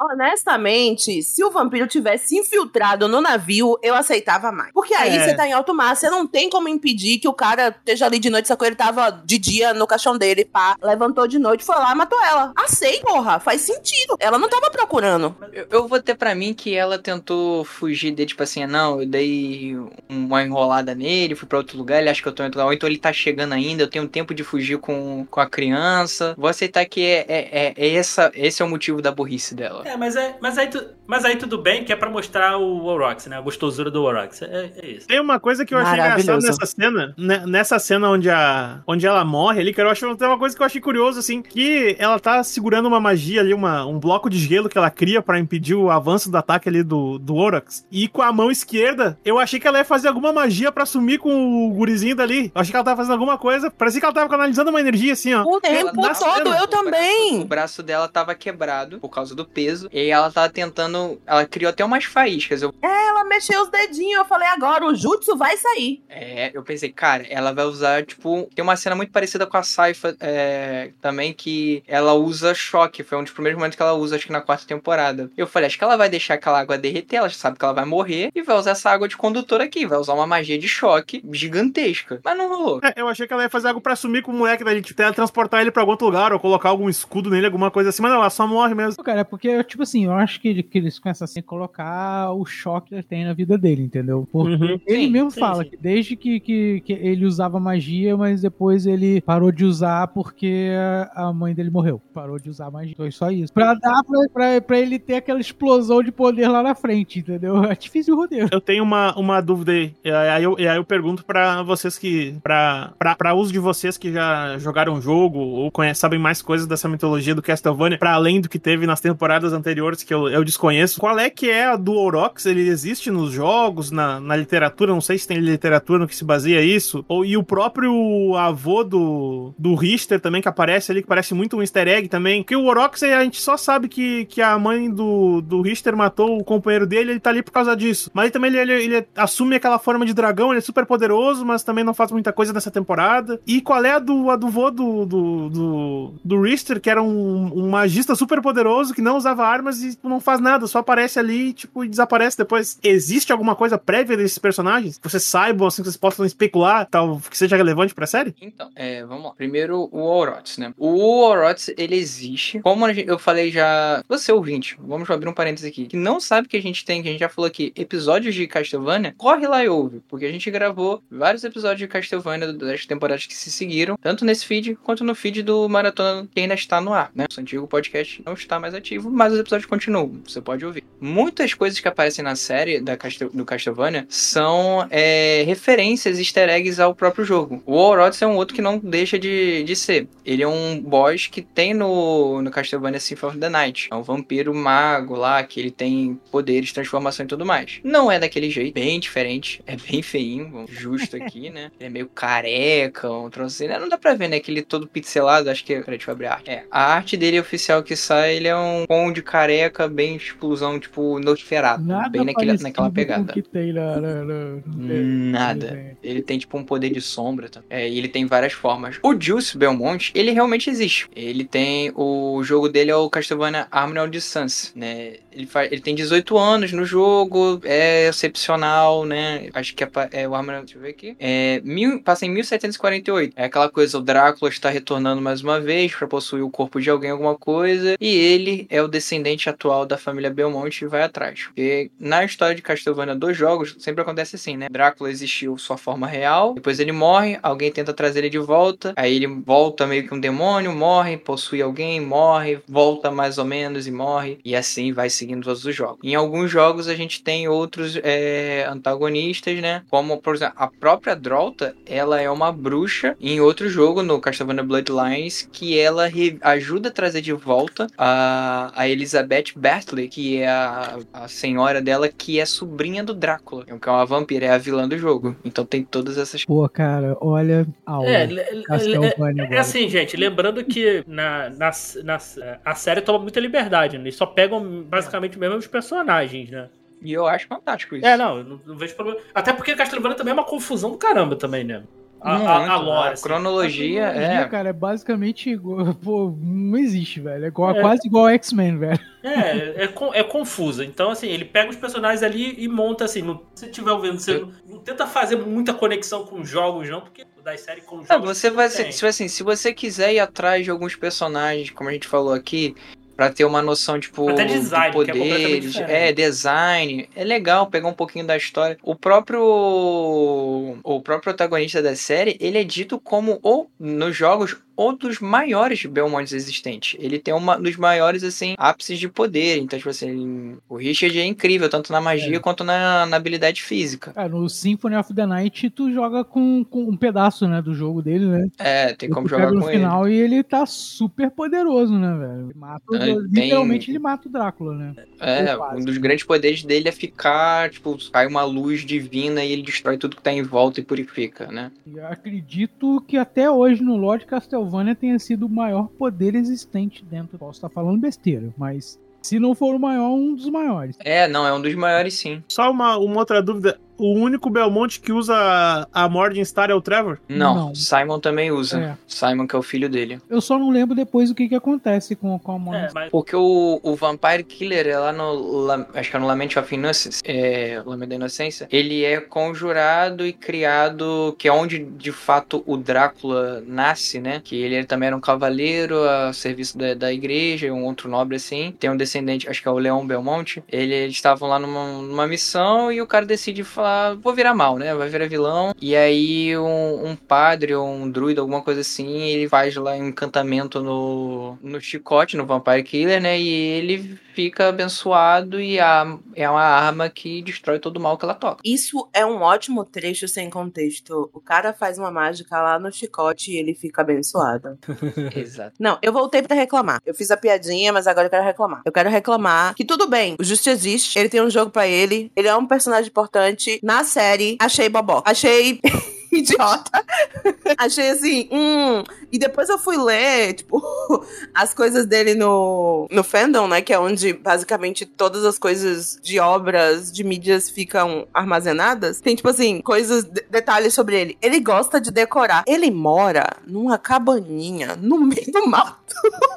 [SPEAKER 6] honestamente, se o vampiro tivesse infiltrado no navio, eu aceitava mais. Porque aí
[SPEAKER 5] É.
[SPEAKER 6] você tá em alto mar, você não tem como impedir que o cara esteja ali de noite, sacou? Ele tava de dia no caixão dele, pá, levantou de noite, foi lá e matou ela. Aceita, porra, faz sentido. Ela não tava procurando.
[SPEAKER 3] Eu, eu vou ter pra mim que ela tentou fugir dele, tipo assim, não, eu dei uma enrolada nele, fui pra outro lugar, ele acha que eu tô em outro lugar, ou então ele tá chegando ainda, eu tenho tempo de fugir com, com a criança. Vou aceitar que é, é, é, é essa, esse é o motivo da burrice dela.
[SPEAKER 4] É, mas, é, mas, aí, tu, mas aí tudo bem, que é pra mostrar o Orox, né? A gostosura do Orox. É, é isso.
[SPEAKER 5] Tem uma coisa que eu achei engraçado
[SPEAKER 6] Maravilhoso.
[SPEAKER 5] nessa cena, né, nessa cena onde, a, onde ela morre ali, que eu acho tem uma coisa que eu achei curioso, assim, que ela tá segurando uma magia ali, uma, um bloco de gelo que ela cria pra impedir o avanço do ataque ali do, do Orox, e com a mão esquerda, eu achei que ela ia fazer alguma magia pra sumir com o gurizinho dali. Eu achei que ela tava fazendo alguma coisa, parecia que ela tava canalizando uma energia, assim, ó.
[SPEAKER 6] O tempo
[SPEAKER 5] na
[SPEAKER 6] todo,
[SPEAKER 5] cena,
[SPEAKER 6] eu
[SPEAKER 3] O
[SPEAKER 6] também.
[SPEAKER 3] braço dela tava quebrado por causa do peso, e aí ela tava tentando, ela criou até umas faíscas. Eu,
[SPEAKER 6] Ela mexeu os dedinhos, eu falei, agora o jutsu vai sair.
[SPEAKER 3] é, eu pensei, cara, ela vai usar, tipo, tem uma cena muito parecida com a Saifa é, também, que ela usa choque, foi um dos primeiros momentos que ela usa, acho que na quarta temporada. Eu falei, acho que ela vai deixar aquela água derreter, ela já sabe que ela vai morrer, e vai usar essa água de condutor aqui, vai usar uma magia de choque gigantesca. Mas não rolou.
[SPEAKER 5] É, eu achei que ela ia fazer algo pra sumir com o moleque dali, tipo, teletransportar ele pra algum outro lugar, ou colocar algum escudo nele, alguma coisa assim, mas não, ela só morre mesmo.
[SPEAKER 7] Pô, cara, é porque, tipo assim, eu acho que, ele- que eles começam assim a colocar o choque que ele tem na vida dele, entendeu? Porque
[SPEAKER 5] Uhum.
[SPEAKER 7] ele
[SPEAKER 4] Sim,
[SPEAKER 7] mesmo
[SPEAKER 4] sim,
[SPEAKER 7] fala
[SPEAKER 4] sim.
[SPEAKER 7] que desde que, que, que ele usava magia, mas depois ele parou de usar porque a mãe dele morreu. Parou de usar magia. Foi só isso. Pra dar pra, pra, pra ele ter aquela explosão de poder lá na frente, entendeu? É difícil o roteiro.
[SPEAKER 5] Eu tenho uma, uma dúvida aí, e aí eu, e aí eu pergunto pra vocês que, pra, pra, pra uso de vocês que já jogaram o jogo, ou conhecem, sabem mais coisas dessa mitologia do Castlevania, pra além do que teve nas temporadas anteriores que eu, eu desconheço, qual é que é a do Orox? Ele existe nos jogos, na, na literatura, não sei se tem literatura no que se baseia isso, ou, e o próprio avô do, do Richter também, que aparece ali, que parece muito um easter egg também, porque o Orox, a gente só sabe que, que a mãe do, do Richter matou o companheiro dele, ele tá ali por causa disso, mas também ele, ele, ele assume aquela forma de dragão, ele é super poderoso, mas também não faz muita coisa nessa temporada. E qual é a do, a do vô do, do, do, do Richter, que era um, um magista super poderoso, que não usava armas e não faz nada, só aparece ali tipo, e desaparece depois. Existe alguma coisa prévia desses personagens? Que vocês saibam, assim, que vocês possam especular, tal, que seja relevante pra série?
[SPEAKER 3] Então, é, vamos lá. Primeiro, o Orots, né? O Orots, ele existe. Como a gente- eu falei já... Você, ouvinte, vamos abrir um parênteses aqui. Que não sabe que a gente tem, que a gente já falou aqui, episódios de Castlevania, corre lá e ouve. Porque a gente gravou vários episódios de Castlevania das temporadas que se seguiram, tanto nesse feed, quanto no feed do Maratona, que ainda está no ar, né? O antigo podcast não está mais ativo, mas os episódios continuam. Você pode ouvir. Muitas coisas que aparecem na série da Castel- do Castlevania são é, referências, easter eggs ao próprio jogo. O Orots é um outro que não deixa de, de ser. Ele é um boss que tem no, no Castlevania Symphony of the Night. É um vampiro mago lá, que ele tem poderes, transformação e tudo mais. Não é daquele jeito, bem diferente. É bem feinho, justo aqui, né? Ele é meio careca, um troço assim, né? Não dá pra ver, né? Aquele todo pixelado, acho que... Peraí, deixa eu abrir a arte. É, a arte dele oficial que sai, ele é um conde careca, bem explosão, tipo, Nosferatu.
[SPEAKER 7] Nada
[SPEAKER 3] bem naquele,
[SPEAKER 7] parecido
[SPEAKER 3] naquela
[SPEAKER 7] com
[SPEAKER 3] pegada.
[SPEAKER 7] o que tem na... na, na-
[SPEAKER 3] Nada. Ele tem tipo um poder de sombra também. É, e ele tem várias formas. O Juice Belmont, ele realmente existe. Ele tem... O jogo dele é o Castlevania Harmony of the Suns, né? Ele, faz, ele tem dezoito anos no jogo, é excepcional, né? Acho que é, é o Harmony... Deixa eu ver aqui. É, mil, passa em mil setecentos e quarenta e oito. É aquela coisa, o Drácula está retornando mais uma vez pra possuir o corpo de alguém, alguma coisa. E ele é o descendente atual da família Belmont e vai atrás. Porque na história de Castlevania dos jogos, sempre acontece assim, né? Drácula existiu sua forma real, depois ele morre, alguém tenta trazer ele de volta, aí ele volta meio que um demônio, morre, possui alguém, morre, volta mais ou menos e morre, e assim vai seguindo todos os jogos. Em alguns jogos a gente tem outros é, antagonistas, né? Como, por exemplo, a própria Drolta, ela é uma bruxa em outro jogo, no Castlevania Bloodlines, que ela re- ajuda a trazer de volta a, a Elizabeth Bathory, que é a, a senhora dela, que é sobrinha do Drácula, que é uma vampira, é a vilã do jogo. Então tem todas essas...
[SPEAKER 7] Pô, cara, olha a aula.
[SPEAKER 4] É, le- le-
[SPEAKER 7] Castlevania
[SPEAKER 4] é, é
[SPEAKER 7] agora.
[SPEAKER 4] assim, gente, lembrando que na, na, na, a série toma muita liberdade, né? Eles só pegam basicamente mesmo os personagens, né?
[SPEAKER 3] E eu acho fantástico isso.
[SPEAKER 4] É, não, eu não, não vejo problema. Até porque Castlevania também é uma confusão do caramba também, né? a,
[SPEAKER 3] Muito,
[SPEAKER 4] a, a lore.
[SPEAKER 3] a
[SPEAKER 4] assim.
[SPEAKER 3] cronologia,
[SPEAKER 7] A
[SPEAKER 3] é...
[SPEAKER 7] cara, é basicamente igual, pô, não existe, velho. É, igual,
[SPEAKER 4] É.
[SPEAKER 7] quase igual ao X-Men, velho.
[SPEAKER 4] É, é, con- é confusa. Então, assim, ele pega os personagens ali e monta assim. Não, se estiver ouvindo, você não, não tenta fazer muita conexão com jogos, não, porque das séries com jogos.
[SPEAKER 3] É, você vai
[SPEAKER 4] não
[SPEAKER 3] se,
[SPEAKER 4] tem.
[SPEAKER 3] se, assim, se você quiser ir atrás de alguns personagens, como a gente falou aqui, pra ter uma noção, tipo,
[SPEAKER 4] Até design,
[SPEAKER 3] de
[SPEAKER 4] que é completamente
[SPEAKER 3] poderes,
[SPEAKER 4] diferente.
[SPEAKER 3] é, design, é legal pegar um pouquinho da história. O próprio o próprio protagonista da série, ele é dito como, ou nos jogos, um dos maiores Belmonts existentes. Ele tem uma dos maiores, assim, ápices de poder. Então, tipo assim, o Richard é incrível, tanto na magia
[SPEAKER 7] É.
[SPEAKER 3] quanto na, na habilidade física.
[SPEAKER 7] Cara, no Symphony of the Night, tu joga com, com um pedaço, né, do jogo dele, né?
[SPEAKER 3] É, tem
[SPEAKER 7] E
[SPEAKER 3] como
[SPEAKER 7] tu
[SPEAKER 3] jogar
[SPEAKER 7] pega no
[SPEAKER 3] com ele.
[SPEAKER 7] final e ele tá super poderoso, né, velho? Ele mata, o-
[SPEAKER 3] Ele tem-
[SPEAKER 7] literalmente ele mata o Drácula, né?
[SPEAKER 3] É,
[SPEAKER 7] Ou quase.
[SPEAKER 3] um dos grandes poderes dele é ficar, tipo, cai uma luz divina e ele destrói tudo que tá em volta e purifica, né?
[SPEAKER 7] E acredito que até hoje no Lord Castlevania tenha sido o maior poder existente dentro. Posso estar falando besteira, mas se não for o maior, um dos maiores.
[SPEAKER 3] É, não, é um dos maiores, sim.
[SPEAKER 5] Só uma, uma outra dúvida. O único Belmont que usa a Morning Star é o Trevor?
[SPEAKER 3] Não,
[SPEAKER 7] Não.
[SPEAKER 3] Simon também usa.
[SPEAKER 7] É.
[SPEAKER 3] Simon, que é o filho dele.
[SPEAKER 7] Eu só não lembro depois o que, que acontece com, com a Morning
[SPEAKER 4] É, mas
[SPEAKER 3] Porque o, o Vampire Killer, é lá no... La- acho que é no Lament of Innocence, é, Lament da Inocência, ele é conjurado e criado, que é onde, de fato, o Drácula nasce, né? Que ele também era um cavaleiro a serviço da, da igreja, um outro nobre, assim. Tem um descendente, acho que é o Leão Belmonte. Ele, eles estavam lá numa, numa missão e o cara decide falar, vou virar mal, né? Vai virar vilão. E aí um, um padre ou um druida, alguma coisa assim, ele faz lá um encantamento no, no chicote, no Vampire Killer, né? E ele fica abençoado e a, é uma arma que destrói todo o mal que ela toca.
[SPEAKER 6] Isso é um ótimo trecho sem contexto. O cara faz uma mágica lá no chicote e ele fica abençoado.
[SPEAKER 3] Exato.
[SPEAKER 6] Não, eu voltei pra reclamar. Eu fiz a piadinha, mas agora eu quero reclamar. Eu quero reclamar que tudo bem, o Just existe, ele tem um jogo pra ele, ele é um personagem importante. Na série, achei bobó. Achei idiota. Achei assim, hum... E depois eu fui ler, tipo, as coisas dele no, no fandom, né? Que é onde, basicamente, todas as coisas de obras, de mídias ficam armazenadas. Tem, tipo assim, coisas, de- detalhes sobre ele. Ele gosta de decorar. Ele mora numa cabaninha no meio do mato.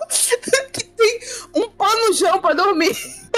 [SPEAKER 6] Que tem um pano no chão pra dormir.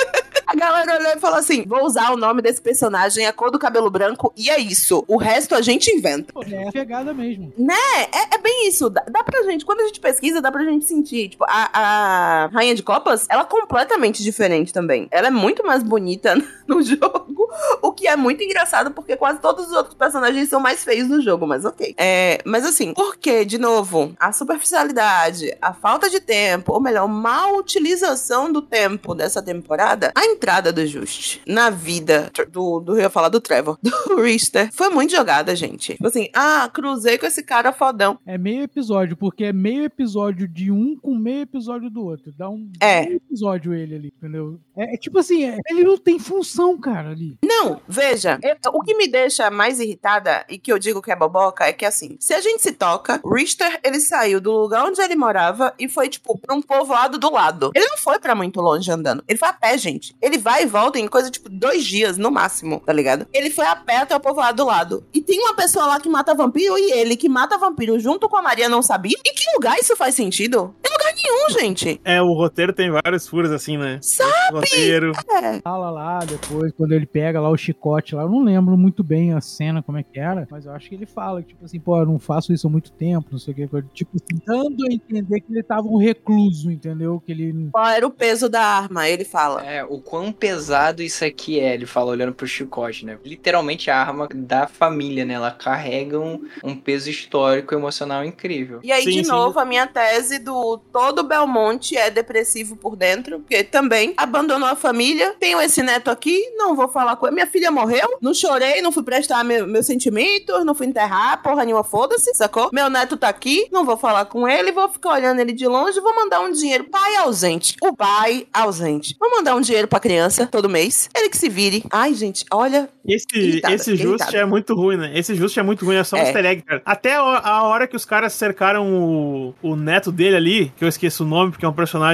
[SPEAKER 6] A galera olhou e falou assim, vou usar o nome desse personagem, a cor do cabelo branco, e é isso. O resto a gente inventa.
[SPEAKER 7] Pô, é a pegada mesmo.
[SPEAKER 6] É, é, é bem isso. Dá, dá pra gente, quando a gente pesquisa, dá pra gente sentir. Tipo, a, a Rainha de Copas, ela é completamente diferente também. Ela é muito mais bonita no jogo, o que é muito engraçado, porque quase todos os outros personagens são mais feios no jogo, mas ok. É, mas assim, porque, de novo, a superficialidade, a falta de tempo, ou melhor, má utilização do tempo dessa temporada, a entrada do Just na vida do, do eu ia falar do Trevor, do Richter, foi muito jogada, gente. Tipo assim, ah, cruzei com esse cara fodão.
[SPEAKER 7] É meio episódio, porque é meio episódio de um com meio episódio do outro. Dá um
[SPEAKER 6] É.
[SPEAKER 7] meio episódio ele ali, entendeu? É, é tipo assim, é- ele não tem função, cara, ali.
[SPEAKER 6] Não, veja, eu- o que me deixa mais irritada e que eu digo que é boboca é que assim, se a gente se toca, Richter, ele saiu do lugar onde ele morava e foi, tipo, pra um povoado do lado. Ele não foi pra muito longe andando. Ele foi a pé, gente. Ele vai e volta em coisa, tipo, dois dias, no máximo, tá ligado? Ele foi a pé até o povoado do lado. E tem uma pessoa lá que mata vampiro e ele que mata vampiro junto com a Maria não sabia? Em que lugar isso faz sentido? Em lugar nenhum, gente.
[SPEAKER 5] É, o roteiro tem vários furos assim, né?
[SPEAKER 6] Sabe?
[SPEAKER 5] O roteiro.
[SPEAKER 6] É.
[SPEAKER 7] Fala lá depois, quando ele pega lá o chicote lá. Eu não lembro muito bem a cena, como é que era, mas eu acho que ele fala, tipo assim, pô, eu não faço isso há muito tempo, não sei o que. Tipo assim, dando a entender que ele tava um recluso, entendeu? Que ele.
[SPEAKER 6] Qual era o peso da arma? Ele fala.
[SPEAKER 3] É, o quão pesado isso aqui é, ele fala olhando pro chicote, né? Literalmente a arma da família, né? Ela carrega um, um peso histórico e emocional incrível.
[SPEAKER 6] E aí,
[SPEAKER 5] Sim,
[SPEAKER 6] de
[SPEAKER 5] sim.
[SPEAKER 6] novo, a minha tese do todo Belmonte é depressivo por dentro, porque também abandonou a família. Tenho esse neto aqui, não vou falar com ele. Minha filha morreu, não chorei, não fui prestar meu, meus sentimentos, não fui enterrar, porra nenhuma, foda-se, sacou? Meu neto tá aqui, não vou falar com ele, vou ficar olhando ele de longe, vou mandar um dinheiro. Pai ausente. O pai ausente. Vou mandar um dinheiro pra criança todo mês. Ele que se vire. Ai, gente, olha.
[SPEAKER 5] Esse,
[SPEAKER 6] Irritada,
[SPEAKER 5] esse
[SPEAKER 6] fiquei
[SPEAKER 5] Just
[SPEAKER 6] irritada.
[SPEAKER 5] é muito ruim, né? Esse Just é muito ruim, é só um
[SPEAKER 6] É.
[SPEAKER 5] easter egg, cara. Até a a hora que os caras cercaram o, o neto dele ali, que eu esqueço o nome, porque é um personagem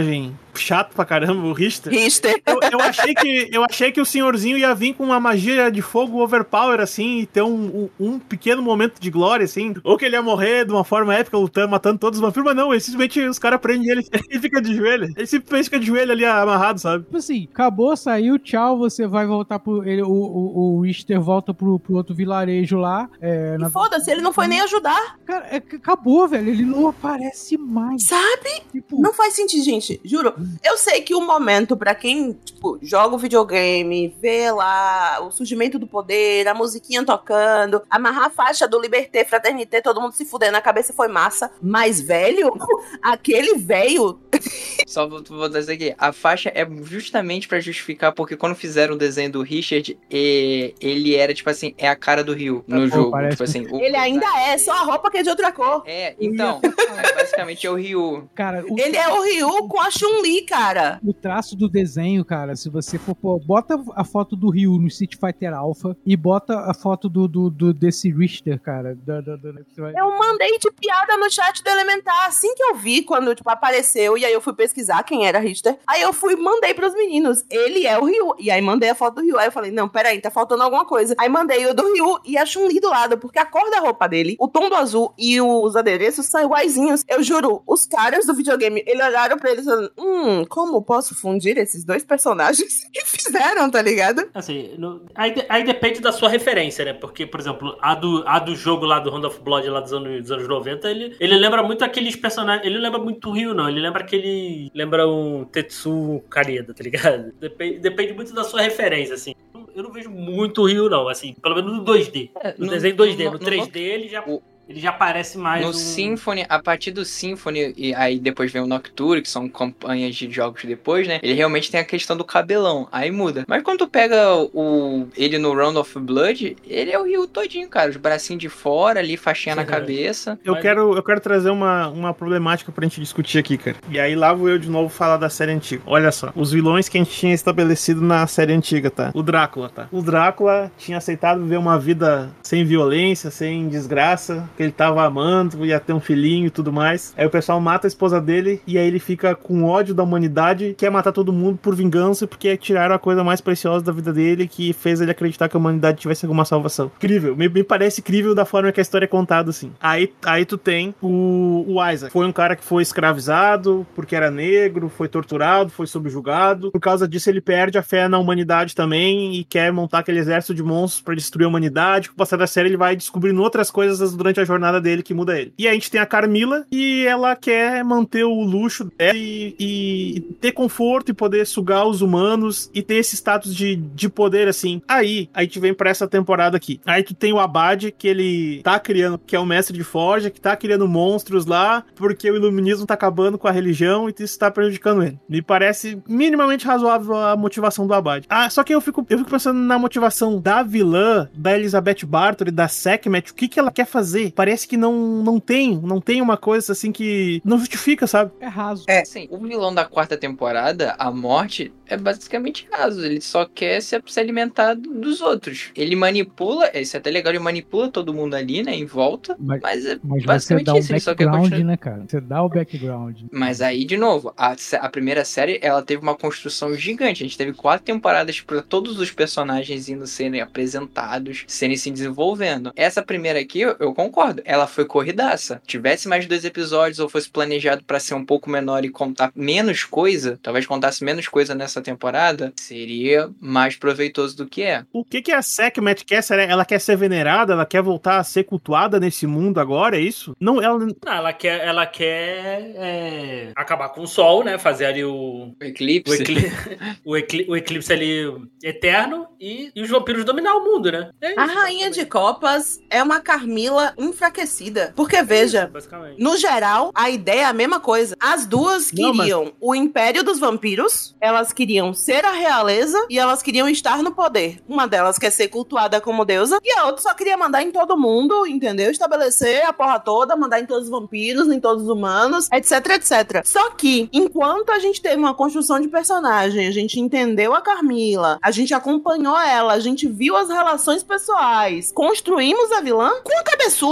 [SPEAKER 5] chato pra caramba, o Richter.
[SPEAKER 6] Richter.
[SPEAKER 5] Eu, eu, achei que, eu achei que o senhorzinho ia vir com uma magia de fogo overpower, assim, e ter um, um, um pequeno momento de glória, assim. Ou que ele ia morrer de uma forma épica, lutando, matando todos os vampiros, mas não, ele, simplesmente os caras prendem ele e fica de joelho. Ele simplesmente fica de joelho ali amarrado, sabe?
[SPEAKER 7] Tipo assim, acabou, saiu, tchau, você vai voltar pro... Ele, o, o, o Richter volta pro, pro outro vilarejo lá. É, na...
[SPEAKER 6] Foda-se, ele não foi nem ajudar.
[SPEAKER 7] Cara, é, acabou, velho, ele não aparece mais.
[SPEAKER 6] Sabe?
[SPEAKER 7] Tipo...
[SPEAKER 6] Não faz sentido, gente, juro. Eu sei que o momento pra quem, tipo, joga o videogame, vê lá o surgimento do poder, a musiquinha tocando, amarrar a faixa do Liberté, Fraternité, todo mundo se fudendo na cabeça, foi massa. Mas, velho, aquele velho...
[SPEAKER 3] Só vou, vou dizer aqui, a faixa é justamente pra justificar, porque quando fizeram o desenho do Richard, e, ele era, tipo assim, é a cara do Ryu no
[SPEAKER 7] Pô,
[SPEAKER 3] jogo.
[SPEAKER 7] parece
[SPEAKER 3] Tipo assim, o-
[SPEAKER 6] Ele ainda é, só a roupa que é de outra cor.
[SPEAKER 3] É, então, é, basicamente é o Ryu.
[SPEAKER 7] Cara, o,
[SPEAKER 6] Ele é o Ryu com a Chun-Li, cara.
[SPEAKER 7] o traço do desenho, cara, se você for pô, bota a foto do Ryu no Street Fighter Alpha e bota a foto do, do, do desse Richter, cara. Da, da, da, você vai-
[SPEAKER 6] Eu mandei de piada no chat do Elementar, assim que eu vi, quando, tipo, apareceu, e aí eu fui pesquisar quem era Richter. Aí eu fui, mandei pros meninos, ele é o Ryu. E aí mandei a foto do Ryu. Aí eu falei, não, peraí, tá faltando alguma coisa. Aí mandei o do Ryu e a Chun-Li do lado, porque a cor da roupa dele, o tom do azul e os adereços são iguaizinhos. Eu juro, os caras do videogame, eles olharam pra eles falando, hum, como posso fundir esses dois personagens? E fizeram, tá ligado?
[SPEAKER 4] Assim, no- aí, de- aí depende da sua referência, né? Porque, por exemplo, a do, a do jogo lá do Round of Blood, lá dos anos, dos anos noventa, ele, ele lembra muito aqueles personagens. Ele não lembra muito o Ryu, não. Ele lembra aquele. Lembra um Tetsu Kaneda, tá ligado? Depende, depende muito da sua referência, assim. Eu não vejo muito o Ryu, não, assim, pelo menos no dois D.
[SPEAKER 3] É,
[SPEAKER 4] No,
[SPEAKER 3] no-
[SPEAKER 4] desenho dois D.
[SPEAKER 3] no-
[SPEAKER 4] No,
[SPEAKER 3] no-
[SPEAKER 4] três D ele já,
[SPEAKER 3] o-
[SPEAKER 4] ele já parece mais
[SPEAKER 3] No
[SPEAKER 4] um...
[SPEAKER 3] Symphony, a partir do Symphony, e aí depois vem o Nocturne, que são campanhas de jogos depois, né? Ele realmente tem a questão do cabelão, aí muda. Mas quando tu pega o, ele no Round of Blood, ele é o Ryu todinho, cara. Os bracinhos de fora ali, faixinha na
[SPEAKER 4] Sim.
[SPEAKER 3] cabeça.
[SPEAKER 5] Eu
[SPEAKER 4] Mas-
[SPEAKER 5] quero, eu quero trazer uma, uma problemática pra gente discutir aqui, cara. E aí lá vou eu de novo falar da série antiga. Olha só, os vilões que a gente tinha estabelecido na série antiga, tá? O Drácula, tá? O Drácula tinha aceitado viver uma vida sem violência, sem desgraça, que ele tava amando, ia ter um filhinho e tudo mais. Aí o pessoal mata a esposa dele e aí ele fica com ódio da humanidade, quer matar todo mundo por vingança, porque tiraram a coisa mais preciosa da vida dele, que fez ele acreditar que a humanidade tivesse alguma salvação. Incrível, me, me parece incrível da forma que a história é contada, assim. Aí, aí tu tem o, o Isaac. Foi um cara que foi escravizado porque era negro, foi torturado, foi subjugado. Por causa disso ele perde a fé na humanidade também e quer montar aquele exército de monstros pra destruir a humanidade. Com o passar da série ele vai descobrindo outras coisas durante a jornada dele que muda ele. E aí a gente tem a Carmilla e ela quer manter o luxo dela e, e ter conforto e poder sugar os humanos e ter esse status de, de poder, assim. Aí, a gente vem pra essa temporada aqui. Aí tu tem o Abad, que ele tá criando, que é o mestre de forja, que tá criando monstros lá, porque o iluminismo tá acabando com a religião e isso tá prejudicando ele. Me parece minimamente razoável a motivação do Abad. Ah, só que eu fico, eu fico pensando na motivação da vilã, da Elizabeth Bathory, da Sekhmet, o que que ela quer fazer? Parece que não, não tem, não tem uma coisa assim que não justifica, sabe?
[SPEAKER 7] É raso.
[SPEAKER 6] É.
[SPEAKER 3] Assim, o vilão da quarta temporada, a Morte, é basicamente raso. Ele só quer se, se alimentar dos outros. Ele manipula, isso é até legal, ele manipula todo mundo ali, né, em volta.
[SPEAKER 7] Mas,
[SPEAKER 3] Mas é
[SPEAKER 7] mas você
[SPEAKER 3] basicamente
[SPEAKER 7] dá um
[SPEAKER 3] isso, ele só quer
[SPEAKER 7] background,
[SPEAKER 3] continuar.
[SPEAKER 7] né, cara? Você dá o background.
[SPEAKER 3] Mas aí, de novo, a, sé- a primeira série, ela teve uma construção gigante. A gente teve quatro temporadas para todos os personagens indo serem apresentados, serem se desenvolvendo. Essa primeira aqui, eu, eu concordo, ela foi corridaça. Tivesse mais dois episódios ou fosse planejado para ser um pouco menor e contar menos coisa, talvez contasse menos coisa nessa temporada, seria mais proveitoso do que é.
[SPEAKER 5] O que que a Sekhmet quer? Será- Ela quer ser venerada? Ela quer voltar a ser cultuada nesse mundo agora? É isso? Não, ela...
[SPEAKER 4] Não, ela quer, ela quer é, acabar com o sol, né? Fazer ali o,
[SPEAKER 3] O Eclipse.
[SPEAKER 4] o, ecli- o, ecli- o eclipse ali eterno e, e os vampiros dominar o mundo, né? É isso,
[SPEAKER 6] A Rainha de
[SPEAKER 4] basicamente.
[SPEAKER 6] Copas é uma Carmilla enfraquecida. Porque, veja,
[SPEAKER 4] Basicamente.
[SPEAKER 6] no geral, a ideia é a mesma coisa. As duas
[SPEAKER 5] Não,
[SPEAKER 6] queriam o Império dos Vampiros, elas queriam ser a realeza e elas queriam estar no poder. Uma delas quer ser cultuada como deusa e a outra só queria mandar em todo mundo, entendeu? Estabelecer a porra toda, mandar em todos os vampiros, em todos os humanos, etc, etcétera. Só que, enquanto a gente teve uma construção de personagem, a gente entendeu a Carmilla, a gente acompanhou ela, a gente viu as relações pessoais, construímos a vilã com o cabeçudo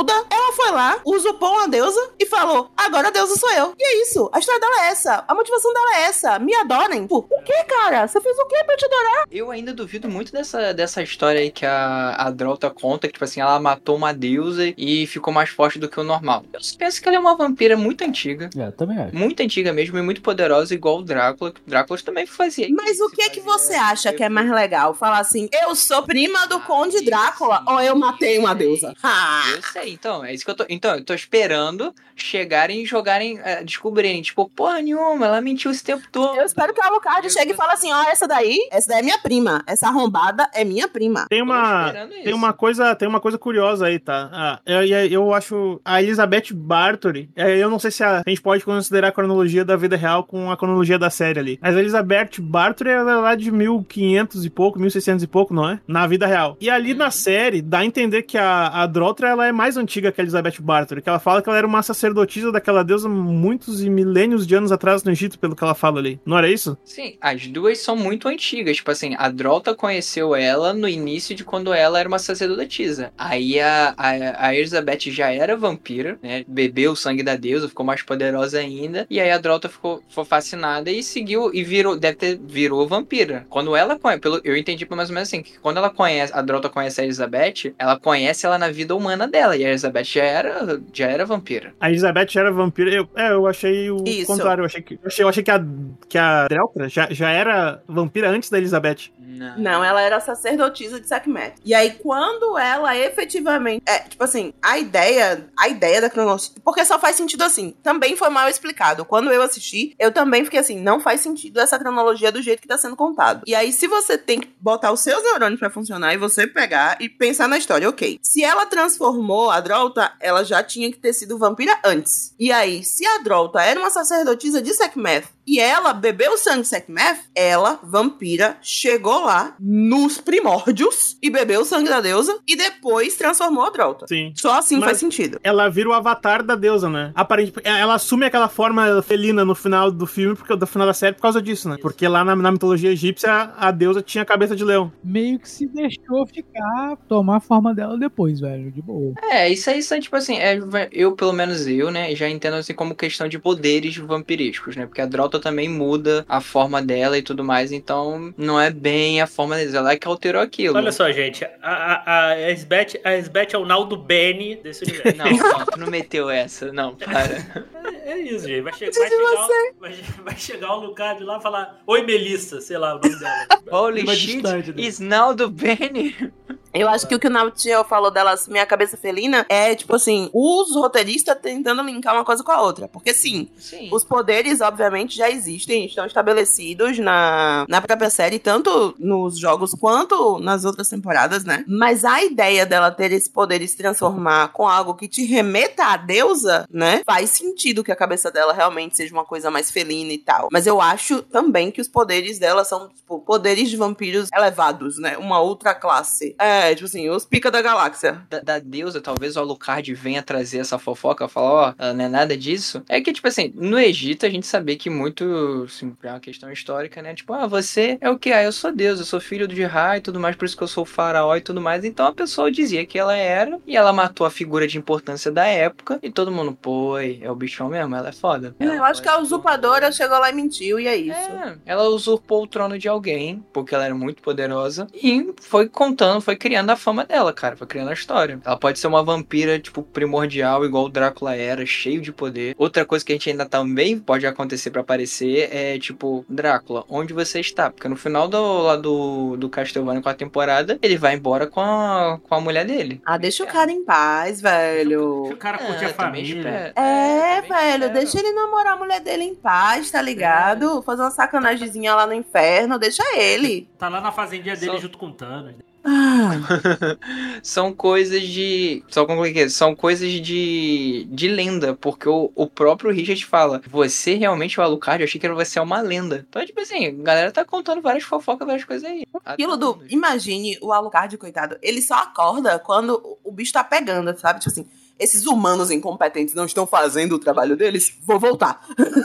[SPEAKER 6] Duda, ela foi lá, usurpou uma deusa e falou, agora a deusa sou eu. E é isso, a história dela é essa, a motivação dela é essa, me adorem. Pô, o que, cara? Você fez o que pra te adorar?
[SPEAKER 3] Eu ainda duvido muito dessa, dessa história aí que a, a Drolta conta, que tipo assim, ela matou uma deusa e ficou mais forte do que o normal. Eu penso que ela é uma vampira muito antiga.
[SPEAKER 7] É, também acho.
[SPEAKER 3] Muito antiga mesmo e muito poderosa, igual o Drácula. O Drácula também fazia.
[SPEAKER 6] Mas o que é que você acha que é mais legal? Falar assim, eu sou prima do Conde Drácula ou eu matei uma deusa? Ah.
[SPEAKER 3] Eu sei, então, é isso que eu tô. Então, eu tô esperando chegarem e jogarem, é, descobrirem, tipo, porra nenhuma, ela mentiu esse tempo todo.
[SPEAKER 6] Eu espero que o Alucard chegue e fale assim, ó, essa daí, essa daí é minha prima. Essa arrombada é minha prima.
[SPEAKER 5] Tem uma, tem uma coisa, tem uma coisa curiosa aí, tá? Ah, eu, eu acho a Elizabeth Bathory, eu não sei se a, a gente pode considerar a cronologia da vida real com a cronologia da série ali. Mas a Elizabeth Bathory ela é lá de mil e quinhentos e pouco, mil e seiscentos e pouco, não é? Na vida real. E ali na série, dá a entender que a, a Droltra, ela é mais antiga que a Elizabeth Bathory, que ela fala que ela era uma sacerdotisa daquela deusa muitos e milênios de anos atrás no Egito, pelo que ela fala ali. Não era isso?
[SPEAKER 3] Sim, as duas são muito antigas. Tipo assim, a Drolta conheceu ela no início de quando ela era uma sacerdotisa. Aí a, a, a Elizabeth já era vampira, né? Bebeu o sangue da deusa, ficou mais poderosa ainda. E aí a Drolta ficou, ficou fascinada e seguiu e virou, deve ter, virou vampira. Quando ela conhece, pelo, eu entendi mais ou menos assim, que quando ela conhece, a Drolta conhece a Elizabeth, ela conhece ela na vida humana dela. E a Elizabeth já era, já era vampira.
[SPEAKER 5] A Elizabeth era vampira. Eu, é, eu achei o
[SPEAKER 6] Isso.
[SPEAKER 5] contrário. Eu achei que, eu achei, eu achei que a, que a Dreltra já, já era vampira antes da Elizabeth.
[SPEAKER 3] Não.
[SPEAKER 6] Não, ela era sacerdotisa de Sekhmet. E aí, quando ela efetivamente... É, tipo assim, a ideia... A ideia da cronologia... Porque só faz sentido assim. Também foi mal explicado. Quando eu assisti, eu também fiquei assim, não faz sentido essa cronologia do jeito que tá sendo contado. E aí, se você tem que botar os seus neurônios pra funcionar e você pegar e pensar na história, ok. Se ela transformou a Drolta, ela já tinha que ter sido vampira antes. E aí, se a Drolta era uma sacerdotisa de Sekhmet e ela bebeu o sangue de Sekhmet, ela, vampira, chegou lá nos primórdios e bebeu o sangue da deusa e depois transformou a Drolta.
[SPEAKER 5] Sim.
[SPEAKER 6] Só assim
[SPEAKER 5] Mas
[SPEAKER 6] faz sentido.
[SPEAKER 5] Ela vira o avatar da deusa, né? Aparentemente, ela assume aquela forma felina no final do filme, porque do final da série, por causa disso, né? Porque lá na, na mitologia egípcia, a deusa tinha a cabeça de leão.
[SPEAKER 7] Meio que se deixou ficar, tomar a forma dela depois, velho, de boa.
[SPEAKER 3] É, isso aí são, tipo assim, é, eu, pelo menos eu, né, já entendo assim como questão de poderes vampirísticos, né? Porque a Drolta também muda a forma dela e tudo mais, então não é bem a forma deles, ela é que alterou aquilo.
[SPEAKER 4] Olha só, gente, a, a, a Esbeth a Esbeth é o Naldo Benny desse universo.
[SPEAKER 3] Não, não, tu não meteu essa, não, para.
[SPEAKER 4] É, é isso, gente. Vai, che vai, chegar, vai, vai chegar o Lucas lá e falar, oi, Melissa, sei lá o nome dela.
[SPEAKER 3] Holy
[SPEAKER 4] Uma
[SPEAKER 3] shit,
[SPEAKER 4] distante, né?
[SPEAKER 3] is now do Benny.
[SPEAKER 6] Eu acho que o que o Nautiel falou delas, minha cabeça felina, é tipo assim, os roteiristas tentando linkar uma coisa com a outra. Porque sim,
[SPEAKER 3] Sim.
[SPEAKER 6] os poderes, obviamente, já existem, estão estabelecidos na, na própria série, tanto nos jogos quanto nas outras temporadas, né? Mas a ideia dela ter esse poder e se transformar com algo que te remeta à deusa, né? Faz sentido que a cabeça dela realmente seja uma coisa mais felina e tal. Mas eu acho também que os poderes dela são, tipo, poderes de vampiros elevados, né? Uma outra classe. É, tipo assim, os pica da galáxia.
[SPEAKER 3] Da, da deusa, talvez o Alucard venha trazer essa fofoca, falar, ó, oh, não é nada disso. É que, tipo assim, no Egito a gente sabia que muito, assim, é uma questão histórica, né? Tipo, ah, você é o que? Ah, eu sou Deus, eu sou filho de Ra e tudo mais, por isso que eu sou o faraó e tudo mais. Então a pessoa dizia que ela era, e ela matou a figura de importância da época, e todo mundo, pô, é o bichão mesmo, ela é foda.
[SPEAKER 6] Ela eu acho que a usurpadora chegou lá e mentiu, e é isso.
[SPEAKER 3] É, ela usurpou o trono de alguém, porque ela era muito poderosa, e foi contando, foi criando a fama dela, cara, foi criando a história. Ela pode ser uma vampira, tipo, primordial, igual o Drácula era, cheio de poder. Outra coisa que a gente ainda também pode acontecer pra aparecer é, tipo, Drácula, onde você está? Porque no final do, lá do, do Castlevania com a temporada, ele vai embora com a, com a mulher dele.
[SPEAKER 6] Ah, deixa o cara em paz, velho.
[SPEAKER 4] Deixa o cara curtir
[SPEAKER 3] É,
[SPEAKER 4] a família.
[SPEAKER 6] É,
[SPEAKER 3] É,
[SPEAKER 6] velho,
[SPEAKER 3] espero.
[SPEAKER 6] deixa ele namorar a mulher dele em paz, tá ligado? Fazer uma sacanagemzinha lá no inferno, deixa ele.
[SPEAKER 4] Tá lá na fazendinha dele
[SPEAKER 3] Só-
[SPEAKER 4] junto com o Thanos.
[SPEAKER 6] Ah,
[SPEAKER 3] São coisas de... Só concluir aqui. São coisas de... De lenda. Porque o, o próprio Richard fala, você realmente é o Alucard? Eu achei que você é uma lenda. Então, tipo assim, a galera tá contando várias fofocas, várias coisas aí.
[SPEAKER 6] aquilo do...
[SPEAKER 3] Até-
[SPEAKER 6] Imagine o Alucard, coitado, ele só acorda quando o- o bicho tá pegando, sabe? Tipo assim, esses humanos incompetentes não estão fazendo o trabalho deles, vou voltar.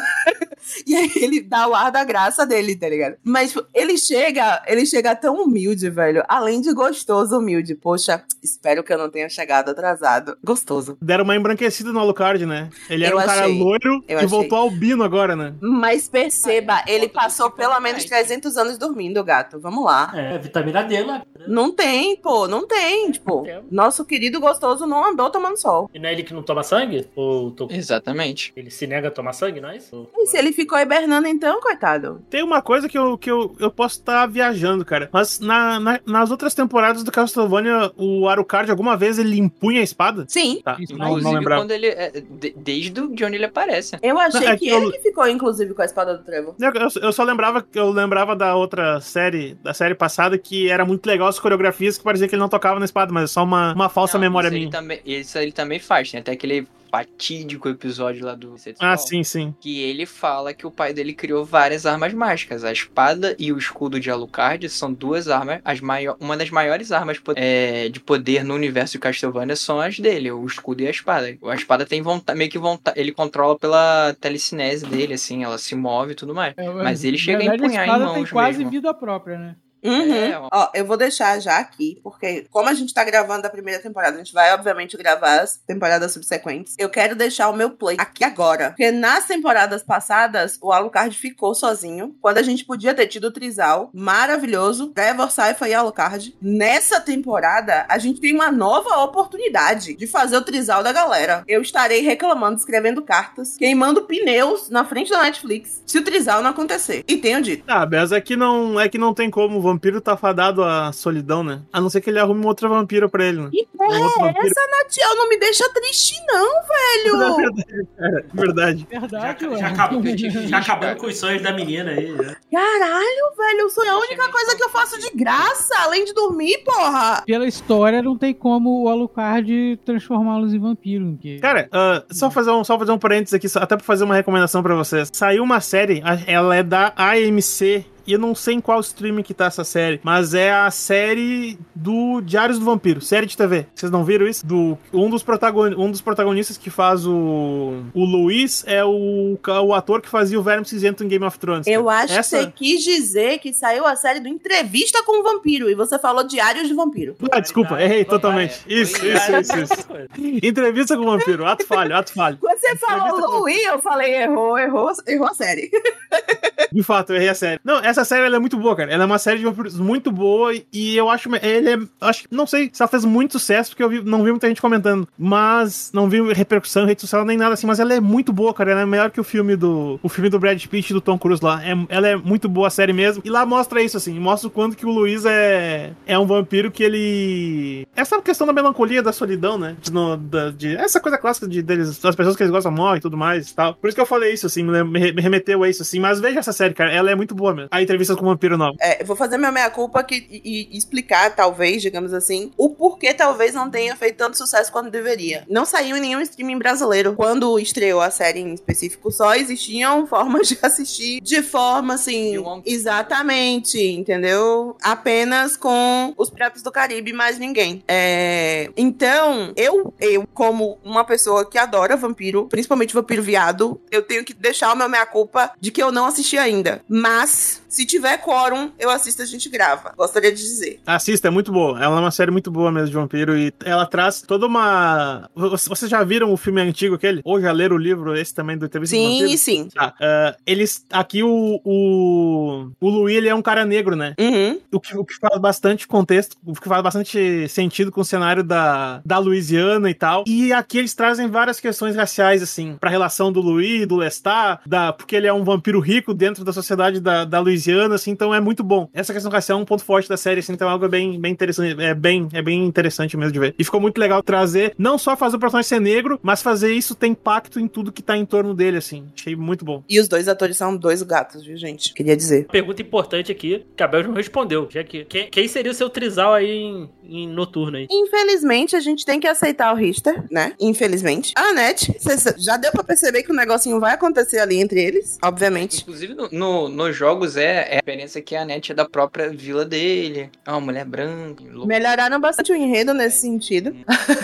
[SPEAKER 6] E aí ele dá o ar da graça dele, tá ligado? Mas tipo, ele chega, ele chega tão humilde, velho. Além de gostoso, humilde. Poxa, espero que eu não tenha chegado atrasado. Gostoso.
[SPEAKER 5] Deram uma embranquecida no Alucard, né? Ele era
[SPEAKER 6] Eu
[SPEAKER 5] um cara
[SPEAKER 6] achei.
[SPEAKER 5] loiro
[SPEAKER 6] Eu
[SPEAKER 5] que
[SPEAKER 6] achei.
[SPEAKER 5] voltou albino agora, né?
[SPEAKER 6] Mas perceba,
[SPEAKER 3] Ah, é,
[SPEAKER 6] ele
[SPEAKER 3] falta
[SPEAKER 6] passou
[SPEAKER 3] de
[SPEAKER 6] pelo menos
[SPEAKER 3] vitamina D.
[SPEAKER 6] trezentos anos dormindo, gato. Vamos lá.
[SPEAKER 4] É, vitamina D lá.
[SPEAKER 6] Não tem, pô, não tem. Tipo,
[SPEAKER 4] É.
[SPEAKER 6] nosso querido gostoso não andou tomando sol.
[SPEAKER 4] E não é ele que não toma sangue? Ou tô-
[SPEAKER 3] Exatamente.
[SPEAKER 4] ele se nega a tomar sangue, não é isso?
[SPEAKER 6] E se ele ficou hibernando então, coitado?
[SPEAKER 5] Tem uma coisa que eu, que eu, eu posso estar viajando, cara. Mas na, na- nas outras temporadas do Castlevania, o Alucard, alguma vez, ele impunha a espada?
[SPEAKER 6] Sim.
[SPEAKER 5] Tá,
[SPEAKER 7] Isso,
[SPEAKER 5] não, não
[SPEAKER 3] Inclusive,
[SPEAKER 5] lembrava.
[SPEAKER 3] quando ele. é, de- desde o- de onde ele aparece.
[SPEAKER 6] Eu achei
[SPEAKER 5] Não, é
[SPEAKER 6] que
[SPEAKER 5] que
[SPEAKER 6] ele
[SPEAKER 5] eu-
[SPEAKER 6] que ficou, inclusive, com a espada do Trevor.
[SPEAKER 5] Eu, eu- eu só lembrava, eu lembrava da outra série, da série passada, que era muito legal as coreografias, que parecia que ele não tocava na espada, mas é só uma, uma falsa
[SPEAKER 3] Não,
[SPEAKER 5] memória
[SPEAKER 3] isso
[SPEAKER 5] minha.
[SPEAKER 3] Ele também, isso ele também faz. Tem até aquele fatídico episódio lá do Sexual,
[SPEAKER 5] Ah, sim, sim.
[SPEAKER 3] que ele fala que o pai dele criou várias armas mágicas. A espada e o escudo de Alucard são duas armas, as maior, uma das maiores armas po- é, de poder no universo de Castlevania são as dele, o escudo e a espada. A espada tem vontade, meio que vontade, ele controla pela telecinese dele, assim, ela se move e tudo mais.
[SPEAKER 7] É,
[SPEAKER 3] Mas ele
[SPEAKER 7] na
[SPEAKER 3] chega a
[SPEAKER 7] verdade,
[SPEAKER 3] empunhar em
[SPEAKER 7] espada tem
[SPEAKER 3] mãos
[SPEAKER 7] quase
[SPEAKER 3] mesmo.
[SPEAKER 7] vida própria, né?
[SPEAKER 6] Uhum.
[SPEAKER 3] É, ó.
[SPEAKER 6] Ó, eu vou deixar já aqui, porque como a gente tá gravando a primeira temporada, a gente vai, obviamente, gravar as temporadas subsequentes. Eu quero deixar o meu play aqui agora. Porque nas temporadas passadas, o Alucard ficou sozinho, quando a gente podia ter tido o trisal maravilhoso, Trevor, Sypha e Alucard. Nessa temporada, a gente tem uma nova oportunidade de fazer o trisal da galera. Eu estarei reclamando, escrevendo cartas, queimando pneus na frente da Netflix, se o trisal não acontecer. E tenho dito.
[SPEAKER 5] Ah, mas é que não, é que não tem como, o vampiro tá fadado à solidão, né? A não ser que ele arrume uma outra vampira pra ele, né?
[SPEAKER 6] Que porra
[SPEAKER 5] Um outro
[SPEAKER 6] é
[SPEAKER 5] vampiro.
[SPEAKER 6] essa, Natiel? Não me deixa triste, não, velho.
[SPEAKER 5] É verdade.
[SPEAKER 7] Verdade,
[SPEAKER 4] Já,
[SPEAKER 7] ué.
[SPEAKER 4] já, acabou,
[SPEAKER 3] Eu tive
[SPEAKER 4] já
[SPEAKER 3] visto,
[SPEAKER 4] acabando
[SPEAKER 3] cara.
[SPEAKER 4] com os sonhos da menina aí. Né?
[SPEAKER 6] Caralho, velho. Eu sou a
[SPEAKER 3] Eu
[SPEAKER 6] única
[SPEAKER 3] achei
[SPEAKER 6] coisa
[SPEAKER 3] meio
[SPEAKER 6] que eu faço de graça, além de dormir, porra.
[SPEAKER 7] Pela história, não tem como o Alucard transformá-los em vampiro. Porque...
[SPEAKER 5] Cara, ah, só, fazer um, só fazer um parênteses aqui, só- até pra fazer uma recomendação pra vocês. Saiu uma série, a- ela é da A M C, e eu não sei em qual streaming que tá essa série, mas é a série do Diários do Vampiro, série de T V. Vocês não viram isso? Do, um, dos protagoni- um dos protagonistas que faz o, o Luiz é o, ca- o ator que fazia o Verme Cinzento em Game of Thrones.
[SPEAKER 6] Eu
[SPEAKER 5] cara.
[SPEAKER 6] acho
[SPEAKER 5] Essa...
[SPEAKER 6] que você quis dizer que saiu a série do Entrevista com o Vampiro e você falou Diários de Vampiro.
[SPEAKER 5] Ah, desculpa, errei totalmente.
[SPEAKER 3] É,
[SPEAKER 5] Isso,
[SPEAKER 3] foi
[SPEAKER 5] isso, isso, isso. Entrevista com o vampiro, ato falho, ato falho.
[SPEAKER 6] Quando você
[SPEAKER 5] Entrevista
[SPEAKER 6] falou
[SPEAKER 5] com-
[SPEAKER 6] Louis, eu falei errou, errou, errou a série.
[SPEAKER 5] De fato, eu errei a série. Não, essa série ela é muito boa, cara. Ela é uma série de vampiros muito boa e eu acho ele é, acho, não sei se ela fez muito sucesso porque eu vi- não vi muita gente comentando, mas não vi repercussão em rede social nem nada assim, mas ela é muito boa, cara. Ela é melhor que o filme do o filme do Brad Pitt e do Tom Cruise lá. É, ela é muito boa a série mesmo. E lá mostra isso assim, mostra o quanto que o Luiz é é um vampiro que ele essa questão da melancolia, da solidão, né? De, no, da- de- essa coisa clássica de deles, das pessoas que eles gostam morrem e tudo mais e tal. Por isso que eu falei isso assim, me, lem- me remeteu a isso assim, mas veja essa série, cara. Ela é muito boa mesmo. A entrevista com o vampiro nova.
[SPEAKER 6] É, eu vou fazer minha meia-culpa aqui e, e explicar, talvez, digamos assim, o porquê talvez não tenha feito tanto sucesso quanto deveria. Não saiu em nenhum streaming brasileiro. Quando estreou a série em específico, só existiam formas de assistir de forma, assim,
[SPEAKER 3] De um-
[SPEAKER 6] exatamente, entendeu? Apenas com os Piratas do Caribe, mais ninguém. É, então, eu, eu, como uma pessoa que adora vampiro, principalmente vampiro viado, eu tenho que deixar o meu meia-culpa de que eu não assisti ainda. Mas, se tiver quórum, eu assisto e a gente grava. Gostaria de dizer.
[SPEAKER 5] Assista, é muito boa. Ela é uma série muito boa mesmo de vampiro e ela traz toda uma... Vocês já viram o filme antigo aquele? Ou já leram o livro esse também do Entrevista com o
[SPEAKER 6] Sim,
[SPEAKER 5] Vampiro?
[SPEAKER 6] e sim.
[SPEAKER 5] Tá, ah, eles... Aqui o... O, o Louis, ele é um cara negro, né?
[SPEAKER 6] Uhum.
[SPEAKER 5] O que, o que faz bastante contexto, o que faz bastante sentido com o cenário da, da Louisiana e tal. E aqui eles trazem várias questões raciais, assim, pra relação do Louis, do Lestat, da, porque ele é um vampiro rico dentro da sociedade da, da Louisiana, assim, então é muito bom. Essa questão racial é um ponto forte da série, assim, então é algo bem, bem interessante, é bem, é bem interessante mesmo de ver. E ficou muito legal trazer, não só fazer o personagem ser negro, mas fazer isso ter impacto em tudo que tá em torno dele, assim. Achei muito bom.
[SPEAKER 6] E os dois atores são dois gatos, viu, gente? Queria dizer.
[SPEAKER 4] Pergunta importante aqui, que a Bel não respondeu. Já que, quem, quem seria o seu trisal aí em, em noturno aí?
[SPEAKER 6] Infelizmente, a gente tem que aceitar o Richter, né? Infelizmente. A Anete, cê- cê- já deu pra perceber que o negocinho vai acontecer ali entre eles, obviamente.
[SPEAKER 3] Inclusive, no, no, nos jogos é, é a diferença que a Annette é da própria vila dele. É uma mulher branca. Louca.
[SPEAKER 6] Melhoraram bastante o enredo nesse sentido.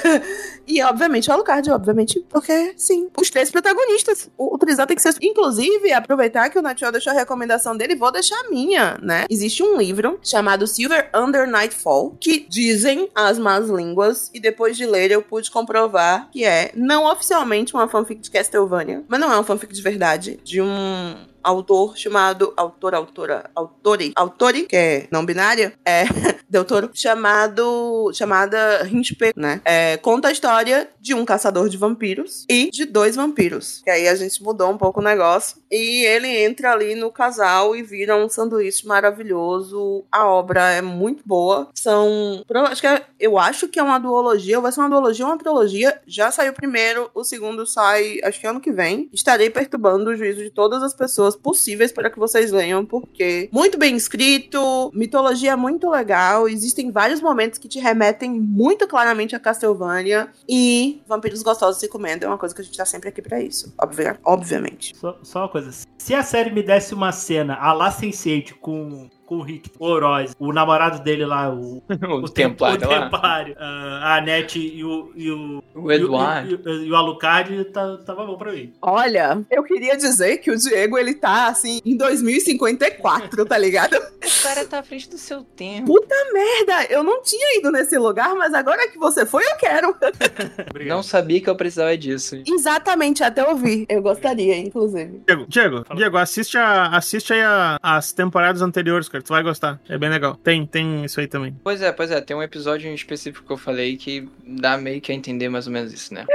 [SPEAKER 6] E, obviamente, o Alucard, obviamente, porque, sim, os três protagonistas. O, o Trisal tem que ser... Inclusive, aproveitar que o Natiel deixou a recomendação dele, vou deixar a minha, né? Existe um livro chamado Silver Under Nightfall, que dizem as más línguas, e depois de ler eu pude comprovar que é, não oficialmente uma fanfic de Castlevania, mas não é uma fanfic de verdade, de um... autor chamado... Autor, autora... Autori... Autori, que é não binária, é... de autor chamado... Chamada Rinchpe, né? É, conta a história de um caçador de vampiros e de dois vampiros. Que aí a gente mudou um pouco o negócio. E ele entra ali no casal e vira um sanduíche maravilhoso. A obra é muito boa. São... Acho que é, eu acho que é uma duologia. Ou vai ser uma duologia ou uma trilogia. Já saiu o primeiro. O segundo sai, acho que ano que vem. Estarei perturbando o juízo de todas as pessoas possíveis para que vocês leiam, porque muito bem escrito, mitologia muito legal, existem vários momentos que te remetem muito claramente a Castlevania, e vampiros gostosos se comendo é uma coisa que a gente tá sempre aqui pra isso, obvia- obviamente.
[SPEAKER 4] Só, só uma coisa, se a série me desse uma cena a la sense eight com... com o Rick, o Oroz, o namorado dele lá, o,
[SPEAKER 3] O,
[SPEAKER 4] o
[SPEAKER 3] Templário
[SPEAKER 4] o
[SPEAKER 3] lá.
[SPEAKER 4] Templário, uh, a Annette e o, e o,
[SPEAKER 3] O Eduardo.
[SPEAKER 4] E o, e o, e o Alucard, tá, tava bom pra mim.
[SPEAKER 6] Olha, eu queria dizer que o Diego, ele tá, assim, em dois mil e cinquenta e quatro, tá ligado?
[SPEAKER 3] O cara tá à frente do seu tempo.
[SPEAKER 6] Puta merda, eu não tinha ido nesse lugar, mas agora que você foi, eu quero.
[SPEAKER 4] Obrigado.
[SPEAKER 3] Não sabia que eu precisava disso.
[SPEAKER 6] Exatamente, até ouvir. Eu gostaria, inclusive.
[SPEAKER 5] Diego, Diego, Diego, assiste, a, assiste aí a- as temporadas anteriores, cara. Tu vai gostar. É bem legal. Tem, tem isso aí também.
[SPEAKER 3] Pois é, pois é, tem um episódio em específico que eu falei que dá meio que a entender mais ou menos isso, né?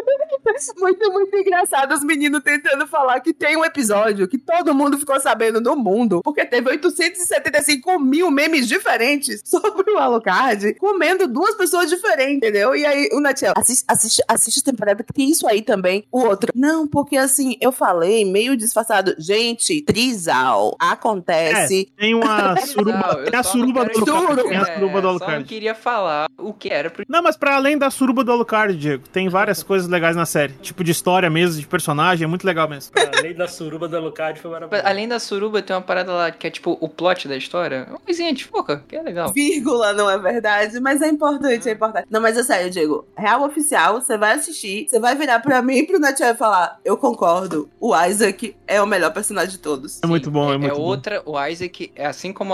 [SPEAKER 6] Muito, muito engraçado os meninos tentando falar que tem um episódio que todo mundo ficou sabendo no mundo, porque teve oitocentos e setenta e cinco mil memes diferentes sobre o Alucard comendo duas pessoas diferentes, entendeu? E aí o Natiel, assiste, assiste, assiste a temporada que tem isso aí também. O outro, não, porque assim, eu falei meio disfarçado. Gente, Trisal, acontece...
[SPEAKER 5] É, tem uma suruba,
[SPEAKER 3] eu
[SPEAKER 5] tem a
[SPEAKER 3] só
[SPEAKER 5] suruba
[SPEAKER 3] não
[SPEAKER 5] do
[SPEAKER 3] quero-
[SPEAKER 5] Alucard. Tem a
[SPEAKER 3] É,
[SPEAKER 5] suruba do
[SPEAKER 3] Só não
[SPEAKER 5] Alucard.
[SPEAKER 3] queria falar o que era. Porque...
[SPEAKER 5] Não, mas pra além da suruba do Alucard, Diego, tem várias coisas legais na série. Tipo de história mesmo, de personagem, é muito legal mesmo.
[SPEAKER 4] Além da suruba do Alucard, foi maravilhoso.
[SPEAKER 3] Além da suruba, tem uma parada lá que é tipo o plot da história. Uma coisinha de foca, que é legal.
[SPEAKER 6] Vírgula, não é verdade? Mas é importante, é importante. Não, mas é sério, Diego. Real oficial, você vai assistir, você vai virar pra mim e pro Natiel e falar: eu concordo, o Isaac é o melhor personagem de todos.
[SPEAKER 5] É muito bom, é muito
[SPEAKER 3] é
[SPEAKER 5] bom.
[SPEAKER 3] outra, o Isaac, é assim como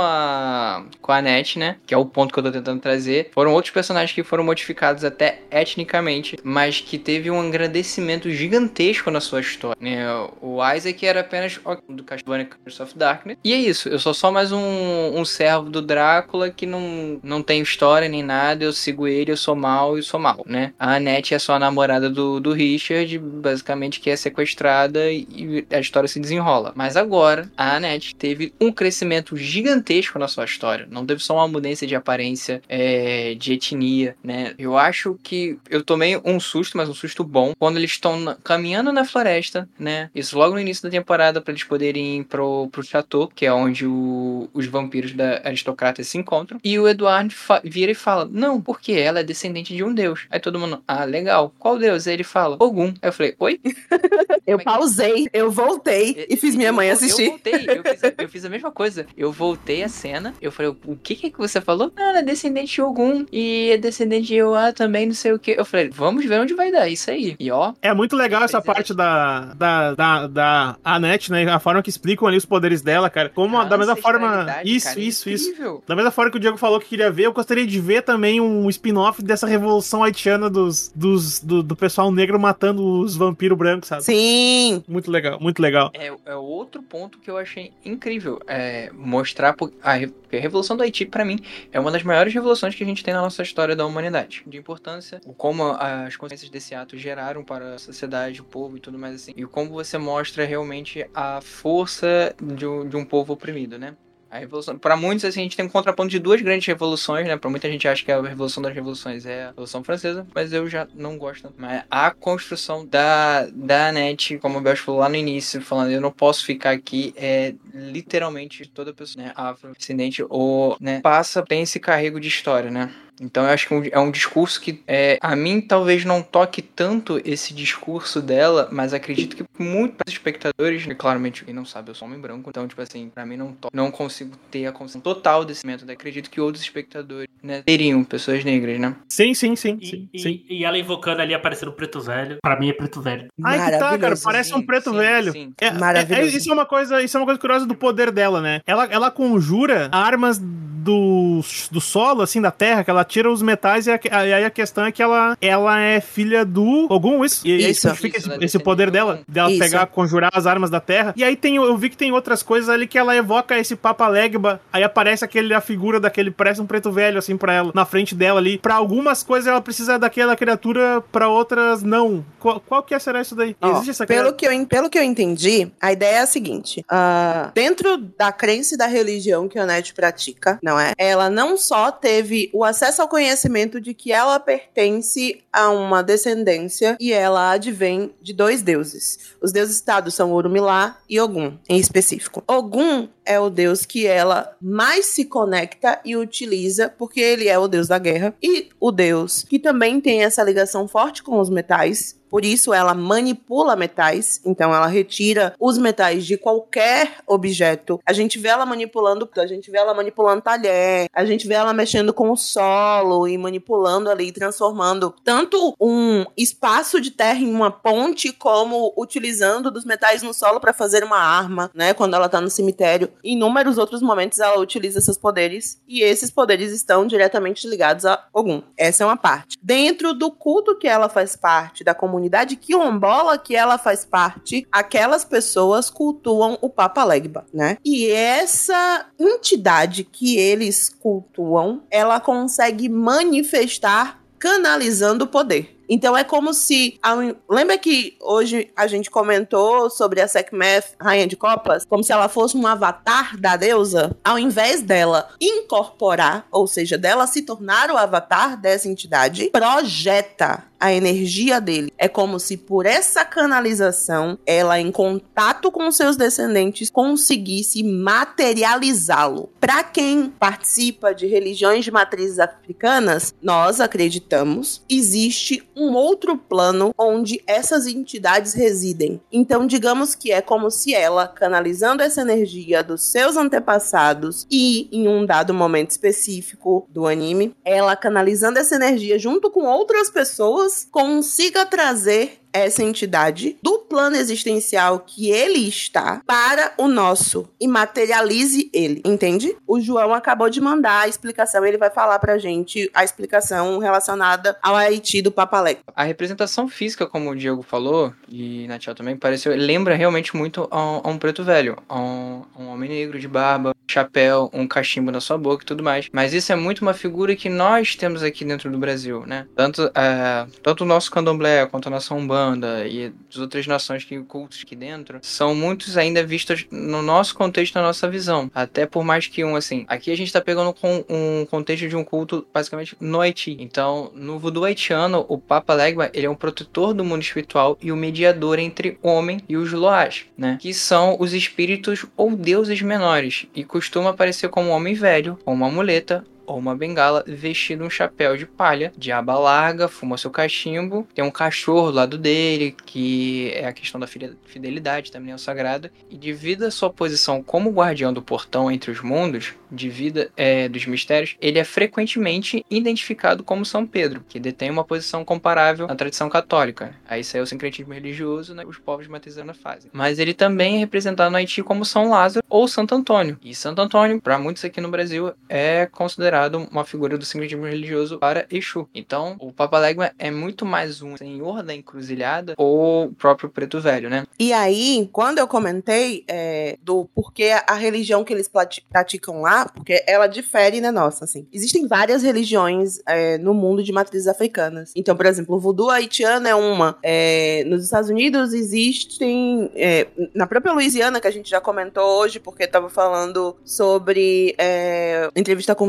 [SPEAKER 3] a com a Annette, né? Que é o ponto que eu tô tentando trazer. Foram outros personagens que foram modificados até etnicamente, mas que teve um engrandecimento gigantesco na sua história, né? O Isaac era apenas do Castlevania Curse of Darkness. E é isso, eu sou só mais um, um servo do Drácula que não, não tem história nem nada, eu sigo ele, eu sou mal e sou mal, né? A Annette é só a namorada do, do Richard, basicamente, que é sequestrada e a história se desenrola. Mas agora, a Annette teve um crescimento gigantesco na sua história. Não teve só uma mudança de aparência, é, de etnia, né? Eu acho que eu tomei um susto, mas um susto bom, quando eles estão na, caminhando na floresta, né? Isso logo no início da temporada, para eles poderem ir pro, pro chateau, que é onde o, os vampiros da aristocrata se encontram. E o Eduardo vira e fala: não, porque ela é descendente de um deus. Aí todo mundo: ah, legal. Qual deus? Aí ele fala: Ogum. Aí eu falei: oi?
[SPEAKER 6] Eu pausei, eu voltei e fiz minha mãe
[SPEAKER 3] eu,
[SPEAKER 6] assistir.
[SPEAKER 3] Eu voltei, eu fiz, a, eu fiz a mesma coisa. Eu voltei a cena, eu falei: o que que você falou? Ah, ela é descendente de Ogum e é descendente de Euá também, não sei o que. Eu falei: vamos ver onde vai dar isso aí. E ó...
[SPEAKER 5] É muito legal essa parte da, da, da, da Annette, né? A forma que explicam ali os poderes dela, cara. Como,
[SPEAKER 3] A
[SPEAKER 5] da mesma forma...
[SPEAKER 3] ancestralidade,
[SPEAKER 5] Isso,
[SPEAKER 3] cara, é
[SPEAKER 5] isso, isso.
[SPEAKER 3] incrível.
[SPEAKER 5] Da mesma forma que o Diego falou que queria ver, eu gostaria de ver também um spin-off dessa revolução haitiana dos, dos, do, do pessoal negro matando os vampiros brancos, sabe?
[SPEAKER 6] Sim.
[SPEAKER 5] Muito legal, muito legal.
[SPEAKER 3] É, é outro ponto que eu achei incrível. É mostrar... por- A, re- a Revolução do Haiti, pra mim, é uma das maiores revoluções que a gente tem na nossa história da humanidade. De importância, o como as consequências desse ato geraram para a sociedade, o povo e tudo mais assim. E como você mostra realmente a força de um, de um povo oprimido, né? A revolução, para muitos, assim, a gente tem um contraponto de duas grandes revoluções, né? Para muita gente acha que a revolução das revoluções é a Revolução Francesa, mas eu já não gosto tanto. Mas a construção da, da Annette, como o Belch falou lá no início, falando: eu não posso ficar aqui, é literalmente toda pessoa, né, afrodescendente ou, né, passa, tem esse carrego de história, né? Então eu acho que é um discurso que, é, a mim, talvez não toque tanto esse discurso dela, mas acredito que muitos espectadores, e claramente quem não sabe, eu sou homem branco, então, tipo assim, pra mim não, to- não consigo ter a consciência total desse método. Acredito que outros espectadores, né, teriam pessoas negras, né?
[SPEAKER 5] Sim, sim, sim.
[SPEAKER 4] E,
[SPEAKER 5] sim,
[SPEAKER 4] e-
[SPEAKER 5] sim.
[SPEAKER 4] e ela invocando ali, aparecendo o preto velho. Pra mim é preto velho.
[SPEAKER 5] Ai, que tá, cara.
[SPEAKER 6] Maravilhoso.
[SPEAKER 5] Parece um
[SPEAKER 3] Sim,
[SPEAKER 5] preto
[SPEAKER 3] sim,
[SPEAKER 5] velho.
[SPEAKER 3] sim.
[SPEAKER 5] É,
[SPEAKER 6] Maravilhoso.
[SPEAKER 5] é- é- isso é uma coisa, isso é uma coisa curiosa do poder dela, né? Ela, ela conjura armas do, do solo, assim, da terra, que ela tira os metais e, a, e aí a questão é que ela, ela é filha do Ogum, isso? E aí
[SPEAKER 6] Isso.
[SPEAKER 5] justifica
[SPEAKER 3] Isso,
[SPEAKER 5] esse,
[SPEAKER 3] ela é
[SPEAKER 5] esse poder
[SPEAKER 3] descendente
[SPEAKER 5] dela,
[SPEAKER 3] do Ogum.
[SPEAKER 5] dela
[SPEAKER 6] Isso.
[SPEAKER 5] pegar, conjurar as armas da terra. E aí tem, eu vi que tem outras coisas ali que ela evoca esse Papa Legba, aí aparece aquele, a figura daquele, parece um preto velho, assim, pra ela, na frente dela ali. Pra algumas coisas ela precisa daquela criatura, pra outras não. Qual, qual que será isso daí?
[SPEAKER 6] Ó,
[SPEAKER 5] Existe essa
[SPEAKER 6] pelo,
[SPEAKER 5] criatura?
[SPEAKER 6] que eu, en- pelo que eu entendi, a ideia é a seguinte: ah, dentro da crença e da religião que a Onete pratica, não é? Ela não só teve o acesso ao conhecimento de que ela pertence a uma descendência e ela advém de dois deuses. Os deuses citados são Orumilá e Ogum, em específico. Ogum é o deus que ela mais se conecta e utiliza, porque ele é o deus da guerra e o deus que também tem essa ligação forte com os metais. Por isso ela manipula metais, então ela retira os metais de qualquer objeto. A gente vê ela manipulando, a gente vê ela manipulando talher, a gente vê ela mexendo com o solo e manipulando ali, transformando tanto um espaço de terra em uma ponte, como utilizando dos metais no solo para fazer uma arma, né? Quando ela tá no cemitério. Em inúmeros outros momentos ela utiliza seus poderes, e esses poderes estão diretamente ligados a Ogum. Essa é uma parte. Dentro do culto que ela faz parte, da comunidade quilombola que ela faz parte, aquelas pessoas cultuam o Papa Legba, né? E essa entidade que eles cultuam, ela consegue manifestar canalizando o poder. Então é como se... Lembra que hoje a gente comentou sobre a Sekhmet, Rainha de Copas? Como se ela fosse um avatar da deusa? Ao invés dela incorporar, ou seja, dela se tornar o avatar dessa entidade, projeta a energia dele. É como se por essa canalização, ela em contato com seus descendentes, conseguisse materializá-lo. Para quem participa de religiões de matrizes africanas, nós acreditamos, existe um outro plano onde essas entidades residem. Então, digamos que é como se ela, canalizando essa energia dos seus antepassados e, em um dado momento específico do anime, ela canalizando essa energia junto com outras pessoas, consiga trazer essa entidade do plano existencial que ele está para o nosso e materialize ele, entende? O João acabou de mandar a explicação, ele vai falar pra gente a explicação relacionada ao Haiti do Papa Legba.
[SPEAKER 3] A representação física, como o Diego falou, e Natia também, pareceu, lembra realmente muito a um, a um preto velho, a um, a um homem negro de barba, chapéu, um cachimbo na sua boca e tudo mais. Mas isso é muito uma figura que nós temos aqui dentro do Brasil, né? Tanto, uh, tanto o nosso candomblé quanto a nossa umbanda e as outras nações que cultos aqui dentro são muitos ainda vistos no nosso contexto, na nossa visão. Até por mais que um, assim, aqui a gente tá pegando com um contexto de um culto basicamente no Haiti. Então, no voodoo haitiano, o Papa Legba, ele é um protetor do mundo espiritual e o mediador entre o homem e os loás, né? Que são os espíritos ou deuses menores e costuma aparecer como um homem velho, ou uma muleta, ou uma bengala, vestido um chapéu de palha, de aba larga, fuma seu cachimbo, tem um cachorro ao lado dele, que é a questão da fidelidade, também é o sagrado, e devido à sua posição como guardião do portão entre os mundos, devido é, dos mistérios, ele é frequentemente identificado como São Pedro, que detém uma posição comparável à tradição católica. Aí isso é o sincretismo religioso, né, os povos matrizana fazem. Mas ele também é representado no Haiti como São Lázaro ou Santo Antônio. E Santo Antônio, para muitos aqui no Brasil, é considerado uma figura do sincretismo religioso para Exu. Então, o Papa Legba é muito mais um senhor da encruzilhada ou o próprio preto velho, né?
[SPEAKER 6] E aí, quando eu comentei é, do porquê a religião que eles praticam lá, porque ela difere, né, nossa, assim. Existem várias religiões é, no mundo de matrizes africanas. Então, por exemplo, o voodoo haitiano é uma. É, nos Estados Unidos existem, é, na própria Louisiana, que a gente já comentou hoje, porque estava falando sobre é, entrevista com o vampiro,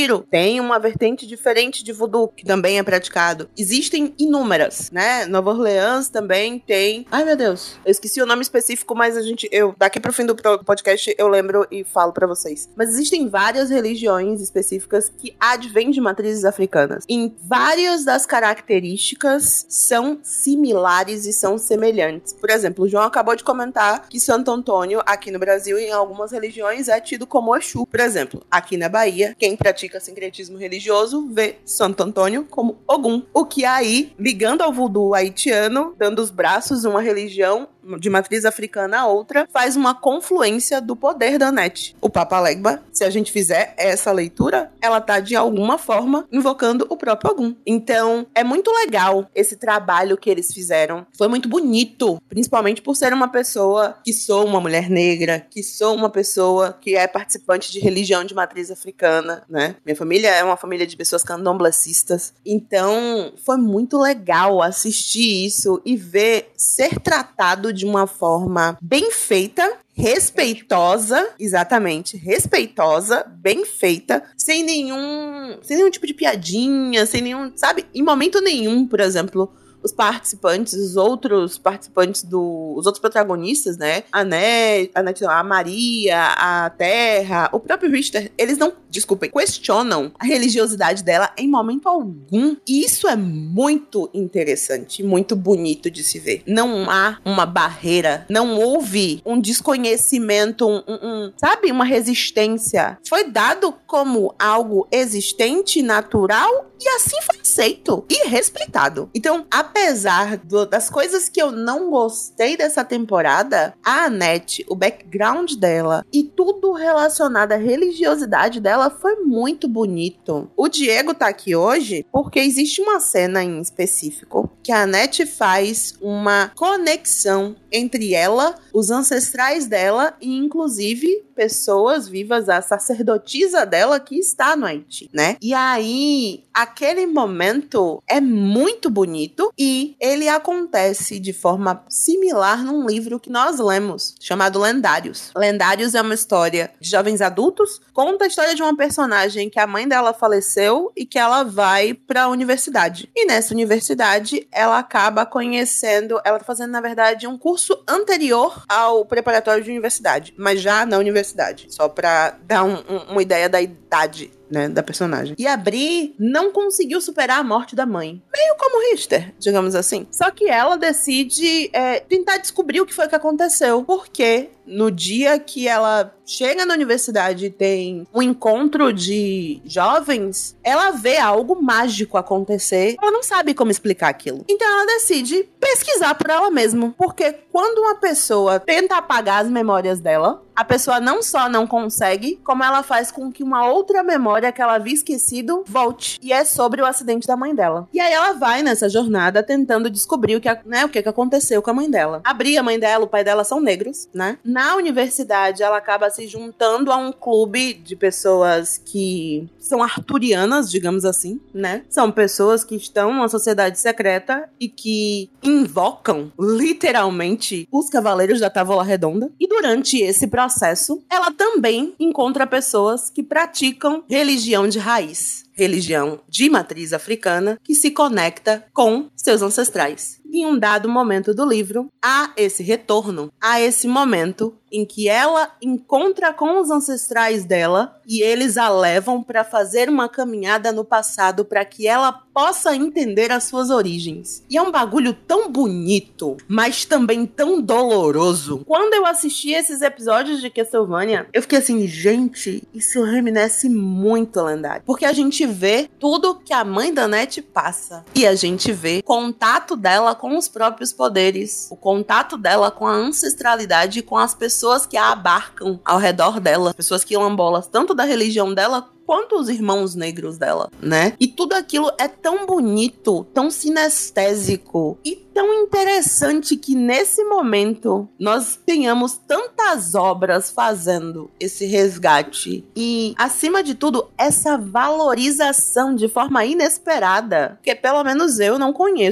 [SPEAKER 6] Casimiro tem uma vertente diferente de voodoo, que também é praticado. Existem inúmeras, né? Nova Orleans também tem... Ai, meu Deus. Eu esqueci o nome específico, mas a gente... Eu, daqui pro fim do podcast, eu lembro e falo pra vocês. Mas existem várias religiões específicas que advêm de matrizes africanas. Em várias das características são similares e são semelhantes. Por exemplo, o João acabou de comentar que Santo Antônio, aqui no Brasil, em algumas religiões, é tido como Exu. Por exemplo, aqui na Bahia, quem pratica sincretismo religioso vê Santo Antônio como Ogum. O que aí, ligando ao voodoo haitiano, dando os braços de uma religião de matriz africana a outra, faz uma confluência do poder da Aneth. O Papa Legba, se a gente fizer essa leitura, ela tá de alguma forma invocando o próprio Ogum. Então, é muito legal esse trabalho que eles fizeram. Foi muito bonito, principalmente por ser uma pessoa que sou uma mulher negra, que sou uma pessoa que é participante de religião de matriz africana, né? Minha família é uma família de pessoas candomblecistas. Então, foi muito legal assistir isso e ver ser tratado de uma forma bem feita, respeitosa, exatamente, respeitosa, bem feita, sem nenhum, sem nenhum tipo de piadinha, sem nenhum, sabe, em momento nenhum, por exemplo, os participantes, os outros participantes do... Os outros protagonistas, né? A Net, a, Net, a Maria, a Terra, o próprio Richter, eles não, desculpem, questionam a religiosidade dela em momento algum. E isso é muito interessante, muito bonito de se ver. Não há uma barreira, não houve um desconhecimento, um, um, um, sabe? Uma resistência. Foi dado como algo existente, natural, e assim foi aceito e respeitado. Então, apesar do, das coisas que eu não gostei dessa temporada, a Aneth, o background dela e tudo relacionado à religiosidade dela foi muito bonito. O Diego tá aqui hoje porque existe uma cena em específico que a Aneth faz uma conexão entre ela, os ancestrais dela e, inclusive, pessoas vivas, a sacerdotisa dela que está no Haiti, né? E aí, aquele momento é muito bonito e ele acontece de forma similar num livro que nós lemos, chamado Lendários. Lendários é uma história de jovens adultos, conta a história de uma personagem que a mãe dela faleceu e que ela vai para a universidade. E nessa universidade, ela acaba conhecendo, ela tá fazendo, na verdade, um curso anterior ao preparatório de universidade, mas já na universidade, só pra dar um, um, uma ideia da idade, né, da personagem. E a Bri não conseguiu superar a morte da mãe. Meio como Richter, digamos assim. Só que ela decide é, tentar descobrir o que foi que aconteceu. Porque no dia que ela chega na universidade e tem um encontro de jovens, ela vê algo mágico acontecer. Ela não sabe como explicar aquilo. Então ela decide pesquisar por ela mesma. Porque quando uma pessoa tenta apagar as memórias dela, a pessoa não só não consegue, como ela faz com que uma outra memória que ela havia esquecido volte. E é sobre o acidente da mãe dela. E aí ela vai nessa jornada tentando descobrir o que, né, o que aconteceu com a mãe dela. A Bri, a mãe dela, o pai dela são negros, né? Na universidade, ela acaba se juntando a um clube de pessoas que são arturianas, digamos assim, né? São pessoas que estão numa sociedade secreta e que invocam, literalmente, os Cavaleiros da Távola Redonda. E durante esse processo, ela também encontra pessoas que praticam religião de raiz, religião de matriz africana, que se conecta com seus ancestrais. Em um dado momento do livro, há esse retorno, há esse momento em que ela encontra com os ancestrais dela e eles a levam para fazer uma caminhada no passado para que ela possa entender as suas origens. E é um bagulho tão bonito, mas também tão doloroso. Quando eu assisti esses episódios de Castlevania, eu fiquei assim, gente, isso reminisce muito a Lendário. Porque a gente vê tudo que a mãe da Aneth passa. E a gente vê o contato dela com os próprios poderes, o contato dela com a ancestralidade e com as pessoas que a abarcam ao redor dela, pessoas quilombolas, tanto da religião dela quanto os irmãos negros dela, né? E tudo aquilo é tão bonito, tão sinestésico e tão interessante que nesse momento nós tenhamos tantas obras fazendo esse resgate e, acima de tudo, essa valorização de forma inesperada, que pelo menos eu não conheço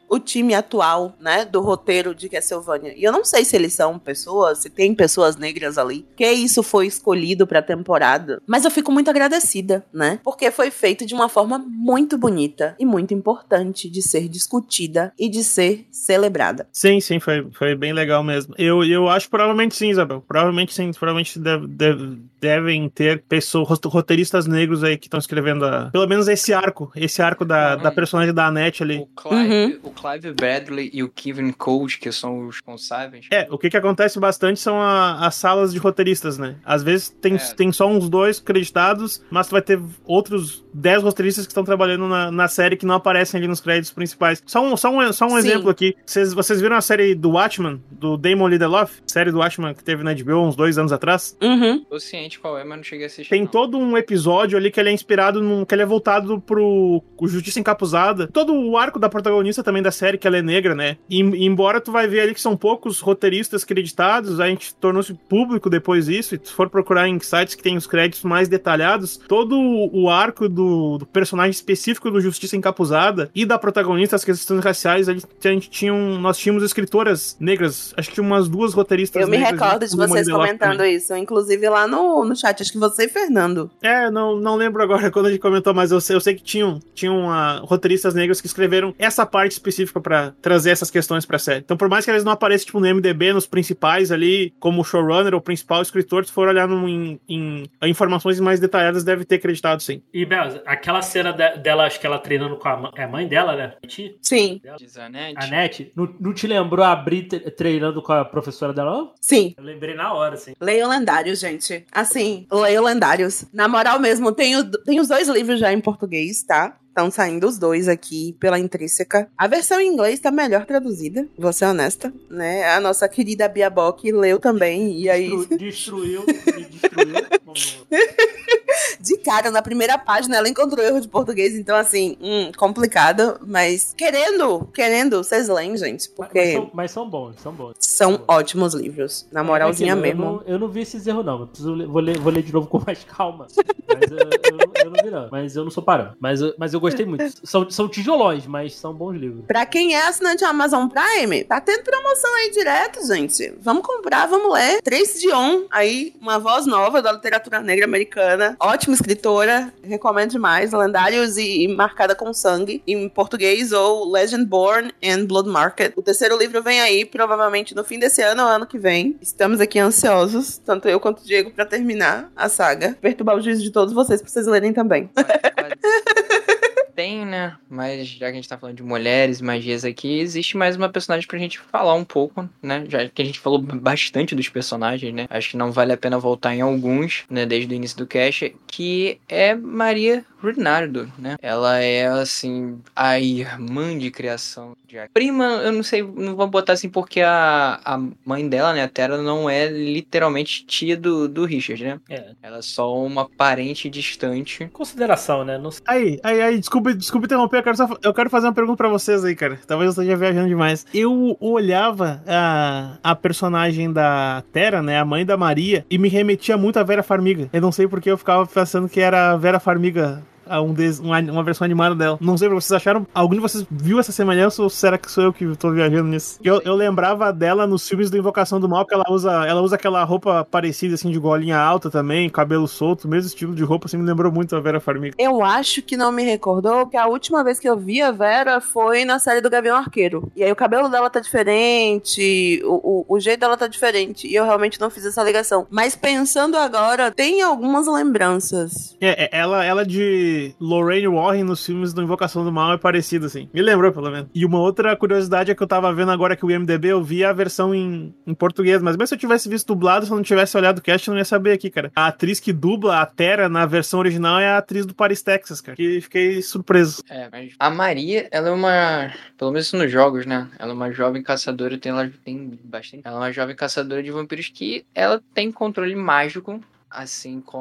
[SPEAKER 6] o time atual, né, do roteiro de Castlevania. E eu não sei se eles são pessoas, se tem pessoas negras ali, que isso foi escolhido pra temporada. Mas eu fico muito agradecida, né? Porque foi feito de uma forma muito bonita e muito importante de ser discutida e de ser celebrada.
[SPEAKER 5] Sim, sim, foi, foi bem legal mesmo. Eu, eu acho provavelmente sim, Isabel. Provavelmente sim, provavelmente deve, deve, devem ter pessoas, roteiristas negros aí que estão escrevendo a, pelo menos esse arco, esse arco da, da personagem da Annette ali.
[SPEAKER 3] O Clive,
[SPEAKER 6] Uhum.
[SPEAKER 3] o Clive Bradley e o Kevin Coates, que são os responsáveis.
[SPEAKER 5] É, o que que acontece bastante são a- as salas de roteiristas, né? Às vezes tem,
[SPEAKER 3] É.
[SPEAKER 5] tem só uns dois creditados, mas tu vai ter outros dez roteiristas que estão trabalhando na, na série que não aparecem ali nos créditos principais. Só um, só um, só um
[SPEAKER 6] Sim.
[SPEAKER 5] exemplo aqui. Vocês, vocês viram a série do Watchmen, do Damon Lindelof? Série do Watchmen que teve na H B O uns dois anos atrás?
[SPEAKER 6] Uhum.
[SPEAKER 3] Tô ciente qual é, mas não cheguei a assistir.
[SPEAKER 5] Tem
[SPEAKER 3] não.
[SPEAKER 5] todo um episódio ali que ele é inspirado num. Que ele é voltado pro o Justiça Encapuzada. Todo o arco da protagonista também da série, que ela é negra, né? E, e embora tu vai ver ali que são poucos roteiristas creditados, a gente tornou-se público depois disso. E se for procurar em sites que tem os créditos mais detalhados, todo o, o arco do, do personagem específico do Justiça Encapuzada e da protagonista, as questões raciais, a gente, a gente tinha um, nós tínhamos escritoras negras. Acho que tinha umas duas roteiristas
[SPEAKER 6] Eu me
[SPEAKER 5] negras.
[SPEAKER 6] recordo de
[SPEAKER 5] junto com
[SPEAKER 6] vocês
[SPEAKER 5] Damon Lindelof
[SPEAKER 6] comentando
[SPEAKER 5] também.
[SPEAKER 6] isso, inclusive lá no, no chat, acho que você e Fernando.
[SPEAKER 5] É, não, não lembro agora quando a gente comentou, mas eu sei, eu sei que tinham, tinham uh, roteiristas negros que escreveram essa parte específica pra trazer essas questões pra série. Então, por mais que eles não apareçam tipo, no M D B, nos principais ali, como showrunner ou principal escritor, se for olhar no, em, em informações mais detalhadas, deve ter acreditado sim.
[SPEAKER 4] E, Bel, aquela cena de- dela, acho que ela treinando com a, ma- é a mãe dela, né?
[SPEAKER 6] Sim,
[SPEAKER 3] Diz a Net.
[SPEAKER 4] A Net, não, não te lembrou a Bri tre- treinando com a professora dela? Ó,
[SPEAKER 6] sim.
[SPEAKER 4] eu lembrei na hora, assim.
[SPEAKER 6] Leiam Lendários, gente. Assim, leiam Lendários. Na moral mesmo, tem, o- tem os dois livros já em português, tá? Estão saindo os dois aqui pela Intrínseca. A versão em inglês tá melhor traduzida, vou ser honesta, né? A nossa querida Bia Bock leu também, e aí...
[SPEAKER 4] Destru- Destruiu, me destruiu. Vamos-
[SPEAKER 6] De cara, na primeira página, ela encontrou erro de português, então assim, hum, complicado, mas querendo, querendo, vocês leem, gente,
[SPEAKER 4] Mas,
[SPEAKER 6] porque
[SPEAKER 4] são, mas são bons, são bons.
[SPEAKER 6] são ótimos livros, na moralzinha
[SPEAKER 4] É aquilo,
[SPEAKER 6] mesmo.
[SPEAKER 4] Eu não, eu não vi esses erros, não. Eu preciso ler- vou, ler, vou ler de novo com mais calma. Mas eu, eu- eu não vi, não. Mas eu não sou parão. Mas, eu- mas eu gostei muito. São, são tijolões, mas são bons livros.
[SPEAKER 6] Pra quem é assinante Amazon Prime, tá tendo promoção aí direto, gente. Vamos comprar, vamos ler. Tracy Dion, aí, uma voz nova da literatura negra americana. Ótima escritora, recomendo demais. Lendários e, e Marcada com Sangue, em português, ou Legendborn and Blood Market. O terceiro livro vem aí, provavelmente no fim desse ano ou ano que vem. Estamos aqui ansiosos, tanto eu quanto o Diego, pra terminar a saga. Perturbar o juízo de todos vocês, pra vocês lerem também.
[SPEAKER 3] Tem, né? Mas já que a gente tá falando de mulheres, magias aqui, existe mais uma personagem pra gente falar um pouco, né? Já que a gente falou bastante dos personagens, né? Acho que não vale a pena voltar em alguns, né? Desde o início do cast, que é Maria Renardo, né? Ela é, assim, a irmã de criação de Jack. Prima, eu não sei, não vou botar assim porque a, a mãe dela, né? A Terra não é literalmente tia do, do Richard, né?
[SPEAKER 4] É.
[SPEAKER 3] Ela é só uma parente distante.
[SPEAKER 4] Consideração, né? Não sei.
[SPEAKER 5] Aí, aí, aí, desculpa, desculpa interromper, eu quero, só, eu quero fazer uma pergunta pra vocês aí, cara. Talvez eu esteja viajando demais. Eu olhava a, a personagem da Terra, né, a mãe da Maria, e me remetia muito a Vera Farmiga. Eu não sei porque eu ficava pensando que era a Vera Farmiga, a um des, uma, uma versão animada dela. Não sei, vocês acharam? Algum de vocês viu essa semelhança ou será que sou eu que tô viajando nisso? Eu, eu lembrava dela nos filmes do Invocação do Mal, que ela usa, ela usa aquela roupa parecida, assim, de golinha alta também, cabelo solto, mesmo estilo de roupa, assim, me lembrou muito a Vera Farmiga.
[SPEAKER 6] Eu acho que não me recordou que a última vez que eu vi a Vera foi na série do Gavião Arqueiro. E aí o cabelo dela tá diferente, o, o, o jeito dela tá diferente. E eu realmente não fiz essa ligação. Mas pensando agora, tem algumas lembranças.
[SPEAKER 5] É, é, ela, ela de Lorraine Warren nos filmes do Invocação do Mal é parecida, assim. Me lembrou, pelo menos. E uma outra curiosidade é que eu tava vendo agora que o I M D B, eu vi a versão em, em português, mas mesmo se eu tivesse visto dublado, se eu não tivesse olhado o cast, eu não ia saber aqui, cara. A atriz que dubla a Terra na versão original é a atriz do Paris, Texas, cara. E fiquei surpreso.
[SPEAKER 3] É, mas a Maria, ela é uma, pelo menos nos jogos, né? Ela é uma jovem caçadora, tem, ela tem bastante. Ela é uma jovem caçadora de vampiros que ela tem controle mágico, assim como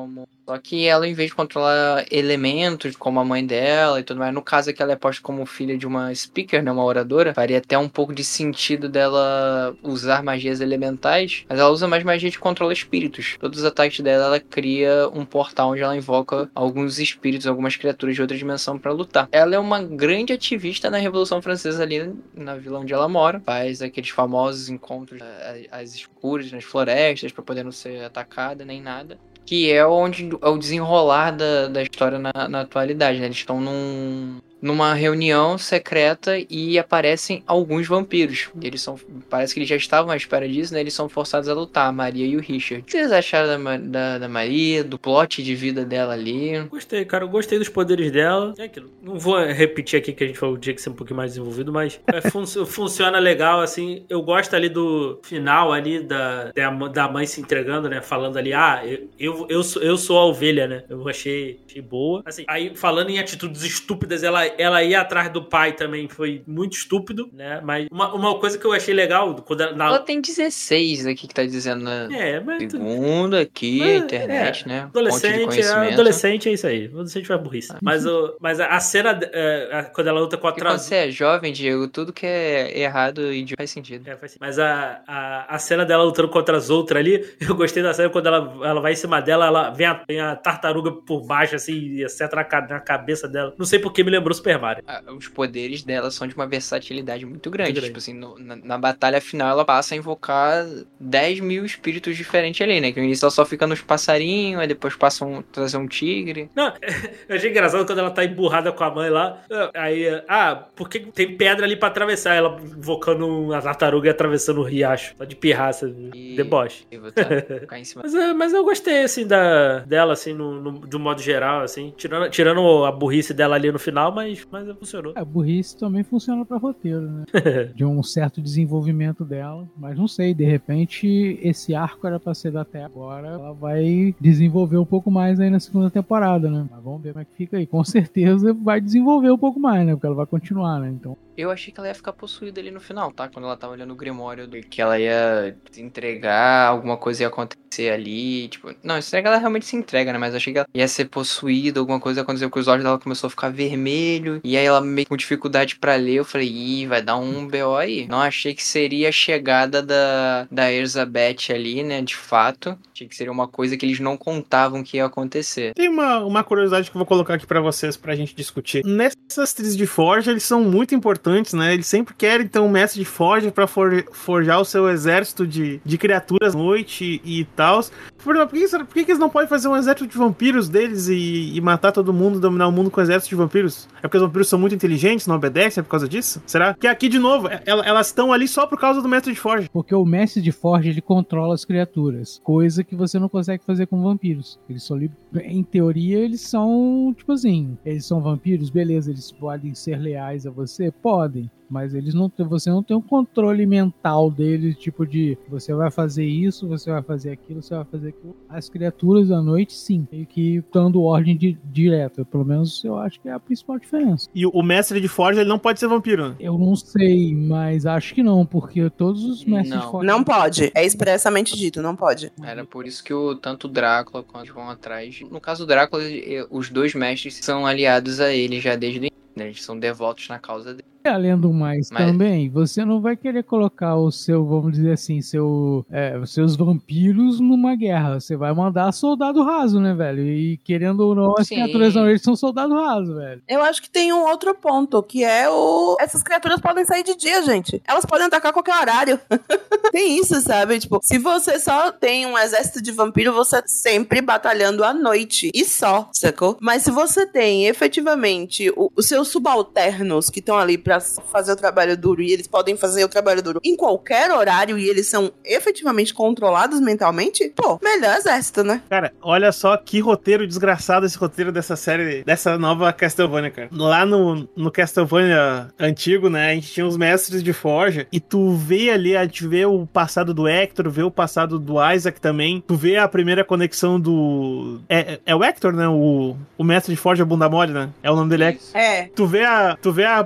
[SPEAKER 3] Só que ela, em vez de controlar elementos, como a mãe dela e tudo mais, no caso aqui ela é posta como filha de uma speaker, né, uma oradora, faria até um pouco de sentido dela usar magias elementais, mas ela usa mais magia de controlar espíritos. Todos os ataques dela, ela cria um portal onde ela invoca alguns espíritos, algumas criaturas de outra dimensão pra lutar. Ela é uma grande ativista na Revolução Francesa ali na vila onde ela mora, faz aqueles famosos encontros às escuras, nas florestas, pra poder não ser atacada nem nada. Que é onde é o desenrolar da, da história na, na atualidade, né? Eles estão num, numa reunião secreta e aparecem alguns vampiros. Eles são, parece que eles já estavam à espera disso, né? Eles são forçados a lutar, a Maria e o Richard. O que vocês acharam da, da, da Maria, do plot de vida dela ali?
[SPEAKER 4] Gostei, cara. Eu gostei dos poderes dela. É aquilo. Não vou repetir aqui que a gente falou que tinha que ser um pouquinho mais desenvolvido, mas é, fun funciona legal, assim. Eu gosto ali do final ali da, da mãe se entregando, né? Falando ali, ah, eu, eu Eu sou, eu sou a ovelha, né? Eu achei, achei boa. Assim, aí, falando em atitudes estúpidas, ela, ela ir atrás do pai também foi muito estúpido, né? Mas uma, uma coisa que eu achei legal... Quando ela, na...
[SPEAKER 3] ela tem dezesseis aqui que tá dizendo, né?
[SPEAKER 4] É, mas...
[SPEAKER 3] Segundo aqui,
[SPEAKER 4] mas,
[SPEAKER 3] internet,
[SPEAKER 4] é,
[SPEAKER 3] né?
[SPEAKER 4] Adolescente, é, adolescente é isso aí. Adolescente vai burrice. Mas, o, mas a, a cena, é, a, quando ela luta contra...
[SPEAKER 3] Quando você é jovem, Diego, tudo que é errado e faz sentido.
[SPEAKER 4] É, faz sentido. Mas a, a, a cena dela lutando contra as outras ali, eu gostei da cena quando ela, ela vai em cima dela, ela vem a, vem a tartaruga por baixo, assim, e acerta na, na cabeça dela. Não sei porque me lembrou Super Mario.
[SPEAKER 3] Ah, os poderes dela são de uma versatilidade muito grande.
[SPEAKER 4] Muito grande.
[SPEAKER 3] Tipo assim, no, na, na batalha final, ela passa a invocar dez mil espíritos diferentes ali, né? Que no início ela só fica nos passarinhos, aí depois passa um, trazer um tigre.
[SPEAKER 4] Não, eu achei engraçado quando ela tá emburrada com a mãe lá. Aí, ah, porque tem pedra ali pra atravessar? Ela invocando uma tartaruga e atravessando o riacho. Só de pirraça, e... deboche.
[SPEAKER 3] E vou tá, ficar em cima.
[SPEAKER 4] mas, mas eu gostei, assim, da, dela, assim, no, no, de um modo geral, assim. Tirando, tirando a burrice dela ali no final, mas, mas funcionou.
[SPEAKER 7] A burrice também funciona pra roteiro, né? De um certo desenvolvimento dela. Mas não sei, de repente, esse arco era pra ser da até agora. Ela vai desenvolver um pouco mais aí na segunda temporada, né? Mas vamos ver como é que fica aí. Com certeza vai desenvolver um pouco mais, né? Porque ela vai continuar, né? Então...
[SPEAKER 3] Eu achei que ela ia ficar possuída ali no final, tá? Quando ela tava olhando o Grimório, que ela ia se entregar, alguma coisa ia acontecer ali, tipo... Não, isso é que ela realmente se entrega, né? Mas eu achei que ela ia ser possuída, alguma coisa ia acontecer, porque os olhos dela começou a ficar vermelho, e aí ela meio com dificuldade pra ler, eu falei, ih, vai dar um B O aí. Não achei que seria a chegada da, da Elizabeth ali, né? De fato. Achei que seria uma coisa que eles não contavam que ia acontecer.
[SPEAKER 5] Tem uma, uma curiosidade que eu vou colocar aqui pra vocês, pra gente discutir. Nessas trilhas de forja, eles são muito importantes, né? Eles sempre querem ter um mestre de forja pra for, forjar o seu exército de, de criaturas à noite e, e tal. Por, por, que, por que eles não podem fazer um exército de vampiros deles e, e matar todo mundo, dominar o mundo com um exército de vampiros? É porque os vampiros são muito inteligentes, não obedecem? É por causa disso? Será? Que aqui, de novo, elas estão ali só por causa do mestre de forja.
[SPEAKER 7] Porque o mestre de forja, ele controla as criaturas. Coisa que você não consegue fazer com vampiros. Eles são, em teoria, eles são, tipo assim, eles são vampiros, beleza, eles podem ser leais a você? Podem. Mas eles não tem, você não tem um controle mental deles, tipo de você vai fazer isso, você vai fazer aquilo, você vai fazer aquilo. As criaturas da noite, sim, meio que dando ordem de, direta. Pelo menos eu acho que é a principal diferença.
[SPEAKER 5] E o mestre de forja, ele não pode ser vampiro, né?
[SPEAKER 7] Eu não sei, mas acho que não, porque todos os mestres
[SPEAKER 3] não.
[SPEAKER 7] de forja...
[SPEAKER 6] Não pode, é expressamente dito, não pode.
[SPEAKER 3] Era por isso que o, tanto o Drácula quanto vão atrás... No caso do Drácula, os dois mestres são aliados a ele já desde o início, né? Eles são devotos na causa dele.
[SPEAKER 7] Além do mais,
[SPEAKER 3] Mas...
[SPEAKER 7] também, você não vai querer colocar o seu, vamos dizer assim, seu, é, os seus vampiros numa guerra. Você vai mandar soldado raso, né, velho? E querendo ou não, as
[SPEAKER 3] Sim.
[SPEAKER 7] criaturas não, eles são soldado raso, velho.
[SPEAKER 6] Eu acho que tem um outro ponto, que é o... Essas criaturas podem sair de dia, gente. Elas podem atacar a qualquer horário. Tem isso, sabe? Tipo, se você só tem um exército de vampiro, você tá sempre batalhando à noite. E só, sacou? Mas se você tem, efetivamente, o, os seus subalternos que estão ali pra fazer o trabalho duro, e eles podem fazer o trabalho duro em qualquer horário, e eles são efetivamente controlados mentalmente, pô, melhor exército, né?
[SPEAKER 5] Cara, olha só que roteiro desgraçado esse roteiro dessa série, dessa nova Castlevania, cara. Lá no, no Castlevania antigo, né, a gente tinha os mestres de forja, e tu vê ali, a gente vê o passado do Hector, vê o passado do Isaac também, tu vê a primeira conexão do... É, é o Hector, né, o, o mestre de forja bunda mole, né? É o nome dele, Hector.
[SPEAKER 6] É.
[SPEAKER 5] Tu vê a, tu vê a, a primeira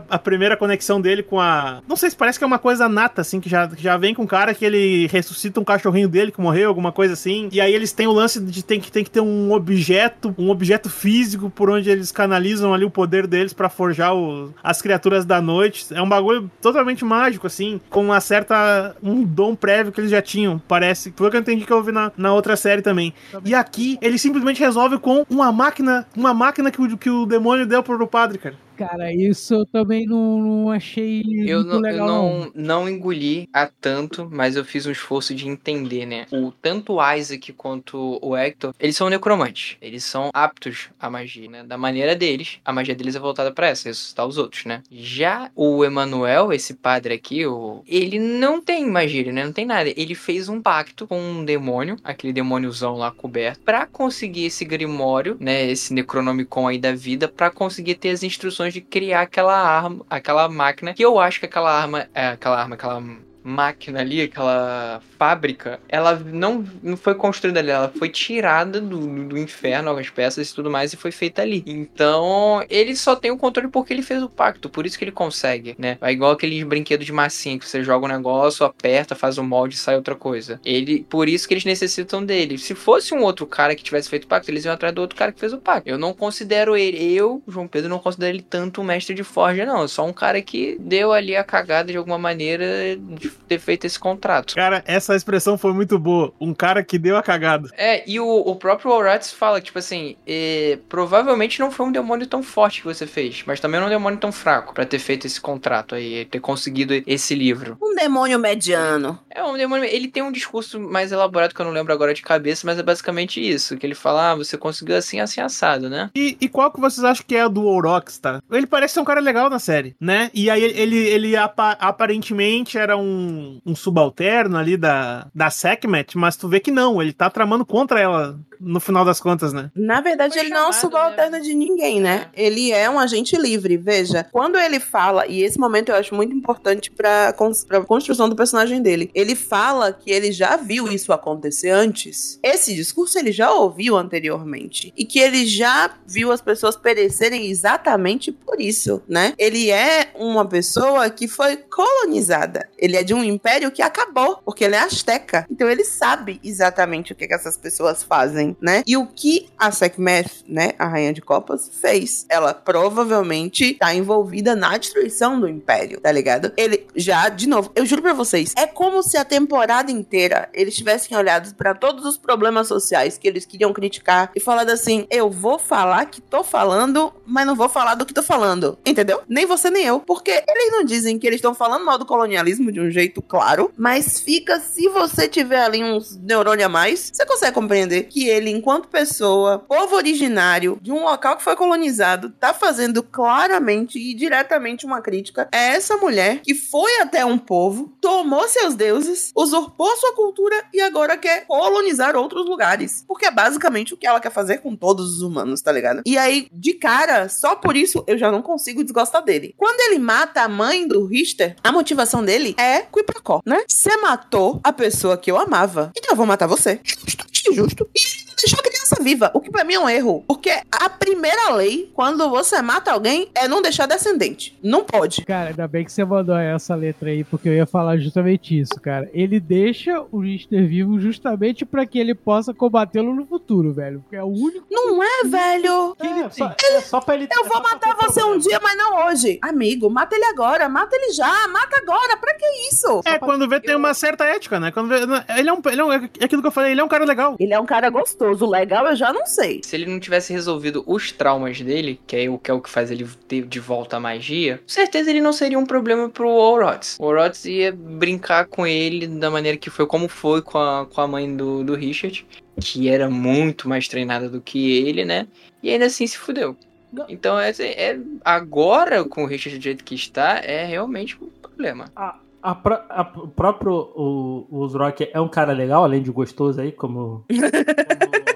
[SPEAKER 5] primeira conexão dele com a... Não sei se parece que é uma coisa nata, assim, que já, que já vem com um cara que ele ressuscita um cachorrinho dele que morreu, alguma coisa assim. E aí eles têm o lance de tem que, tem que ter um objeto, um objeto físico por onde eles canalizam ali o poder deles pra forjar o, as criaturas da noite. É um bagulho totalmente mágico, assim, com uma certa... um dom prévio que eles já tinham, parece. Foi o que eu entendi que eu vi na, na outra série também. E aqui, ele simplesmente resolve com uma máquina, uma máquina que o, que o demônio deu pro padre, cara.
[SPEAKER 7] Cara, isso eu também não, não achei
[SPEAKER 3] Eu,
[SPEAKER 7] muito
[SPEAKER 3] não,
[SPEAKER 7] legal,
[SPEAKER 3] eu
[SPEAKER 7] não.
[SPEAKER 3] não, não engoli a tanto, mas eu fiz um esforço de entender, né? O, tanto o Isaac quanto o Hector, eles são necromantes. Eles são aptos à magia, né? Da maneira deles, a magia deles é voltada pra essa, ressuscitar os outros, né? Já o Emanuel, esse padre aqui, o, ele não tem magia, né? Não tem nada. Ele fez um pacto com um demônio, aquele demôniozão lá coberto, pra conseguir esse grimório, né? Esse Necronomicon aí da vida, pra conseguir ter as instruções de criar aquela arma, aquela máquina, que eu acho que aquela arma, é, aquela arma, aquela máquina ali, aquela fábrica, ela não, não foi construída ali, ela foi tirada do, do inferno, as peças e tudo mais, e foi feita ali. Então, ele só tem o controle porque ele fez o pacto, por isso que ele consegue, né? É igual aqueles brinquedos de massinha, que você joga um negócio, aperta, faz o molde e sai outra coisa. Ele, por isso que eles necessitam dele. Se fosse um outro cara que tivesse feito o pacto, eles iam atrás do outro cara que fez o pacto. Eu não considero ele, eu, João Pedro, não considero ele tanto um mestre de forja, não. É só um cara que deu ali a cagada de alguma maneira de ter feito esse contrato.
[SPEAKER 5] Cara, essa expressão foi muito boa. Um cara que deu a cagada.
[SPEAKER 3] É, e o, o próprio Horatz fala, tipo assim, é, provavelmente não foi um demônio tão forte que você fez, mas também não é um demônio tão fraco pra ter feito esse contrato aí, ter conseguido esse livro.
[SPEAKER 6] Um demônio mediano.
[SPEAKER 3] É um demônio, ele tem um discurso mais elaborado que eu não lembro agora de cabeça, mas é basicamente isso, que ele fala, ah, você conseguiu assim, assim, assado, né?
[SPEAKER 5] E, e qual que vocês acham que é a do Orox, tá? Ele parece ser um cara legal na série, né? E aí ele, ele, ele apa, aparentemente era um, um subalterno ali da, da Sekhmet, mas tu vê que não, ele tá tramando contra ela no final das contas, né?
[SPEAKER 6] Na verdade,
[SPEAKER 3] Foi
[SPEAKER 6] ele não é um
[SPEAKER 3] chamado,
[SPEAKER 6] subalterno
[SPEAKER 3] né?
[SPEAKER 6] de ninguém, né?
[SPEAKER 3] É.
[SPEAKER 6] Ele é um agente livre. Veja, quando ele fala, e esse momento eu acho muito importante pra, cons- pra construção do personagem dele, ele fala que ele já viu isso acontecer antes. Esse discurso ele já ouviu anteriormente. E que ele já viu as pessoas perecerem exatamente por isso, né? Ele é uma pessoa que foi colonizada. Ele é de um império que acabou, porque ele é asteca. Então ele sabe exatamente o que, que essas pessoas fazem, né? E o que a Sekhmet, né, a Rainha de Copas, fez? Ela provavelmente tá envolvida na destruição do Império, tá ligado? Ele já, de novo, eu juro pra vocês, é como se a temporada inteira eles tivessem olhado pra todos os problemas sociais que eles queriam criticar e falado assim, eu vou falar que tô falando, mas não vou falar do que tô falando, entendeu? Nem você nem eu, porque eles não dizem que eles estão falando mal do colonialismo de um jeito claro, mas fica, se você tiver ali uns neurônios a mais, você consegue compreender que ele, enquanto pessoa, povo originário de um local que foi colonizado, tá fazendo claramente e diretamente uma crítica a essa mulher que foi até um povo, tomou seus deuses, usurpou sua cultura e agora quer colonizar outros lugares. Porque é basicamente o que ela quer fazer com todos os humanos, tá ligado? E aí, de cara, só por isso eu já não consigo desgostar dele. Quando ele mata a mãe do Richter, a motivação dele é quiprocó, né? Você matou a pessoa que eu amava, então eu vou matar você. Justo, justo. E deixou a criança viva, o que pra mim é um erro. Porque a primeira lei, quando você mata alguém, é não deixar descendente. Não pode.
[SPEAKER 7] Cara, ainda bem que você mandou essa letra aí, porque eu ia falar justamente isso, cara. Ele deixa o Richter vivo justamente pra que ele possa combatê-lo no futuro, velho. Porque é o único...
[SPEAKER 6] Não é, velho.
[SPEAKER 7] que ele
[SPEAKER 8] É, só,
[SPEAKER 7] tem.
[SPEAKER 8] é só pra ele...
[SPEAKER 6] Eu
[SPEAKER 8] é
[SPEAKER 6] vou
[SPEAKER 8] só pra
[SPEAKER 6] matar
[SPEAKER 8] ter
[SPEAKER 6] você um
[SPEAKER 8] problema.
[SPEAKER 6] dia, mas não hoje. Amigo, mata ele agora, mata ele já, mata agora. Pra que isso?
[SPEAKER 5] É, quando vê tem uma certa ética, né? Quando vê, ele é um, ele é um, é aquilo que eu falei, ele é um cara legal.
[SPEAKER 6] Ele é um cara gostoso, legal eu já não sei.
[SPEAKER 3] Se ele não tivesse resolvido os traumas dele, que é o que, é o que faz ele ter de volta a magia, com certeza ele não seria um problema pro Orots. O Orots ia brincar com ele da maneira que foi, como foi com a, com a mãe do, do Richard, que era muito mais treinada do que ele, né? E ainda assim se fudeu. Então, é, é, agora, com o Richard do jeito que está, é realmente um problema.
[SPEAKER 8] A, a, pró- a- o próprio o, o Zrock é um cara legal, além de gostoso aí, como, como ele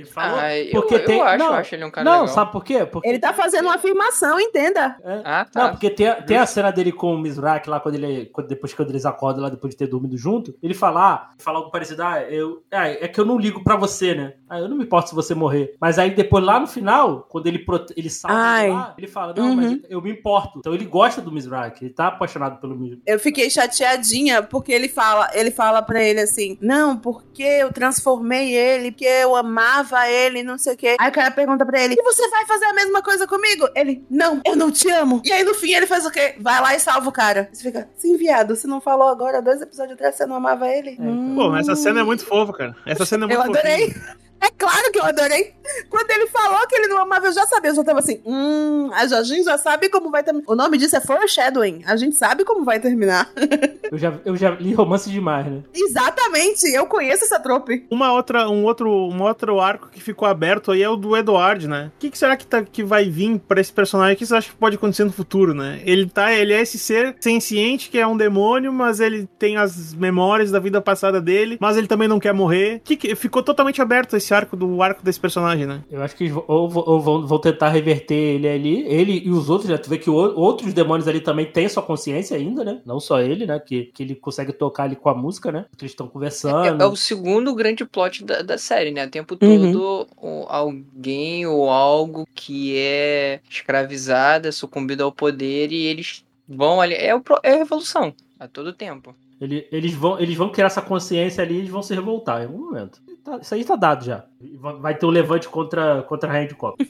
[SPEAKER 4] Ele falou.
[SPEAKER 3] Ah, eu,
[SPEAKER 8] porque
[SPEAKER 3] eu
[SPEAKER 8] tem...
[SPEAKER 3] acho,
[SPEAKER 8] não,
[SPEAKER 3] eu acho ele um cara
[SPEAKER 8] Não,
[SPEAKER 3] legal.
[SPEAKER 8] sabe por quê? Porque
[SPEAKER 6] Ele tá fazendo uma afirmação, entenda.
[SPEAKER 8] É.
[SPEAKER 3] Ah, tá.
[SPEAKER 8] Não, porque tem, tem a cena dele com o Mizrak lá, quando ele, quando, depois que eles acordam lá, depois de ter dormido junto, ele fala, ah, fala algo parecido, ah, eu, é, é que eu não ligo pra você, né? Ah, eu não me importo se você morrer. Mas aí depois, lá no final, quando ele, prote... ele salva
[SPEAKER 6] Ai.
[SPEAKER 8] ele lá, ele fala, não,
[SPEAKER 6] Uhum.
[SPEAKER 8] mas eu me importo. Então ele gosta do Mizrak, ele tá apaixonado pelo Mizrak.
[SPEAKER 6] Eu fiquei chateadinha porque ele fala, ele fala pra ele assim, não, porque eu transformei ele, porque eu amava ele, não sei o quê. Aí o cara pergunta pra ele, e você vai fazer a mesma coisa comigo? Ele, não, eu não te amo. E aí no fim ele faz o quê? Vai lá e salva o cara. Você fica, sim, viado, você não falou agora, dois episódios atrás, você não amava ele?
[SPEAKER 8] É,
[SPEAKER 6] Hum.
[SPEAKER 5] Pô, mas essa cena é muito fofa, cara. Essa cena é muito
[SPEAKER 6] Eu adorei.
[SPEAKER 5] fofinha.
[SPEAKER 6] É claro que eu adorei. Quando ele falou que ele não amava, eu já sabia. Eu já tava assim, hum, a Jorginho já sabe como vai terminar. O nome disso é foreshadowing. A gente sabe como vai terminar.
[SPEAKER 8] Eu já, eu já li romance demais, né?
[SPEAKER 6] Exatamente, eu conheço essa trope.
[SPEAKER 5] Uma outra, um, outro, um outro arco que ficou aberto aí é o do Edward, né? O que, que será que, tá, que vai vir pra esse personagem? O que você acha que pode acontecer no futuro, né? Ele, tá, ele é esse ser senciente que é um demônio, mas ele tem as memórias da vida passada dele, mas ele também não quer morrer. Que, que ficou totalmente aberto esse arco do arco desse personagem, né?
[SPEAKER 8] Eu acho que eles vão- ou, ou vão, vão tentar reverter ele ali, ele e os outros, né? Tu vê que o, outros demônios ali também têm sua consciência ainda, né? Não só ele, né? Que, que ele consegue tocar ali com a música, né? Que eles estão
[SPEAKER 3] É,
[SPEAKER 8] conversando.
[SPEAKER 3] é o segundo grande plot da, da série, né? O tempo
[SPEAKER 6] Uhum.
[SPEAKER 3] todo, o- alguém ou algo que é escravizada, sucumbido ao poder, e eles vão ali. É, o, pro- é a revolução, a todo tempo.
[SPEAKER 8] Ele- eles, vão, eles vão criar essa consciência ali e eles vão se revoltar em algum momento. Tá- isso aí tá dado já. Vai vai ter um levante contra, contra a Rainha de Copa.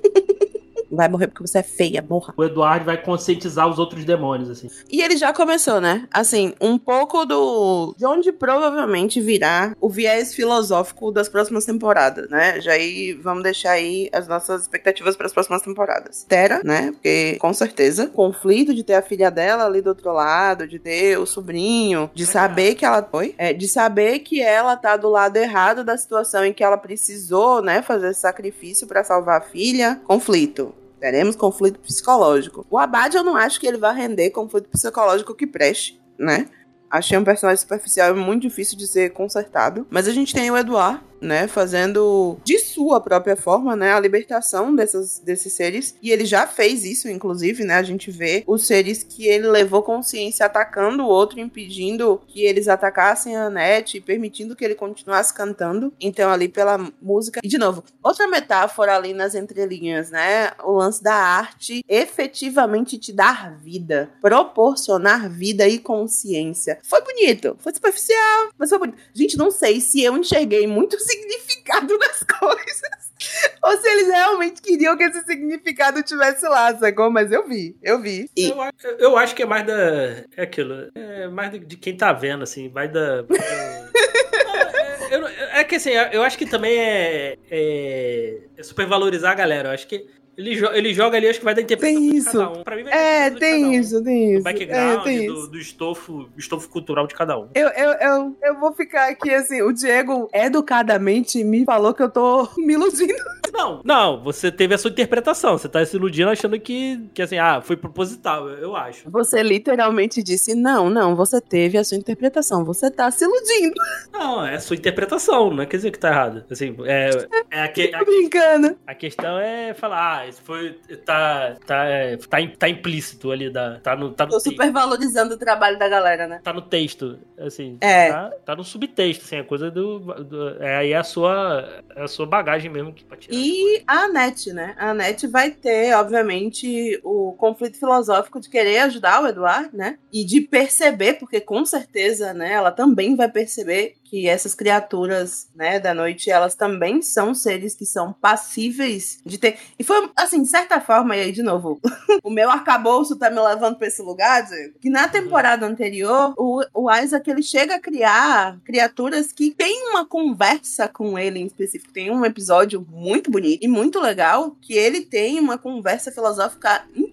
[SPEAKER 6] Vai morrer porque você é feia, morra.
[SPEAKER 8] O Eduardo vai conscientizar os outros demônios, assim.
[SPEAKER 6] E ele já começou, né? Assim, um pouco do... de onde provavelmente virá o viés filosófico das próximas temporadas, né? Já aí, vamos deixar aí as nossas expectativas para as próximas temporadas. Tera, né? Porque, com certeza, conflito de ter a filha dela ali do outro lado, de ter o sobrinho, de saber que ela... Oi? É, de saber que ela tá do lado errado da situação em que ela precisou, né? Fazer esse sacrifício para salvar a filha. Conflito. Teremos conflito psicológico. O Abad, eu não acho que ele vai render conflito psicológico que preste, né? Achei um personagem superficial e muito difícil de ser consertado. Mas a gente tem o Edward, né, fazendo de sua própria forma, né, a libertação dessas, desses seres. E ele já fez isso, inclusive, né, a gente vê os seres que ele levou consciência atacando o outro, impedindo que eles atacassem a Annette, permitindo que ele continuasse cantando. Então, ali pela música. E, de novo, outra metáfora ali nas entrelinhas, né, o lance da arte efetivamente te dar vida, proporcionar vida e consciência. Foi bonito, foi superficial, mas foi bonito. Gente, não sei se eu enxerguei muito significado das coisas, ou se eles realmente queriam que esse significado tivesse lá, sacou? Mas eu vi, eu vi. E
[SPEAKER 4] Eu, acho- eu acho que é mais da. É aquilo. É mais de, de quem tá vendo, assim. Mais da. do- Não, é, eu não- é que assim, eu acho que também é, é, é supervalorizar a galera. Eu acho que ele, jo- ele joga ali, acho que vai da interpretação
[SPEAKER 6] Tem
[SPEAKER 4] de
[SPEAKER 6] isso.
[SPEAKER 4] cada um. Pra mim vai da
[SPEAKER 6] é,
[SPEAKER 4] interpretação de cada
[SPEAKER 6] tem
[SPEAKER 4] um.
[SPEAKER 6] isso, tem
[SPEAKER 4] Do
[SPEAKER 6] isso.
[SPEAKER 4] background,
[SPEAKER 6] É, tem
[SPEAKER 4] do,
[SPEAKER 6] isso.
[SPEAKER 4] do estofo, estofo cultural de cada um.
[SPEAKER 6] Eu, eu, eu, eu vou ficar aqui assim, o Diego educadamente me falou que eu tô me iludindo.
[SPEAKER 4] Não, não, você teve a sua interpretação. Você tá se iludindo achando que, que assim, ah, foi proposital, eu, eu acho.
[SPEAKER 6] Você literalmente disse, não, não, você teve a sua interpretação, você tá se iludindo.
[SPEAKER 4] Não, é a sua interpretação, não quer dizer que tá errado. Assim, é, é a, que- a-
[SPEAKER 6] Tô brincando.
[SPEAKER 4] a questão é falar, ah, isso foi. Tá, tá, é, tá, im- tá implícito ali, da, tá no, tá no
[SPEAKER 6] Tô
[SPEAKER 4] texto.
[SPEAKER 6] super valorizando o trabalho da galera, né?
[SPEAKER 4] Tá no texto, assim.
[SPEAKER 6] É.
[SPEAKER 4] Tá, tá no subtexto, assim, a coisa do. do- é aí a sua, é a sua bagagem mesmo que pra tirar.
[SPEAKER 6] E a Annette, né? A Annette vai ter, obviamente, o conflito filosófico de querer ajudar o Edward, né? E de perceber, porque com certeza, né, ela também vai perceber que essas criaturas, né, da noite, elas também são seres que são passíveis de ter... E foi, assim, de certa forma, e aí, de novo, o meu arcabouço tá me levando pra esse lugar, Diego, que na temporada anterior, o, o Isaac, ele chega a criar criaturas que têm uma conversa com ele em específico. Tem um episódio muito bonito e muito legal, que ele tem uma conversa filosófica incrível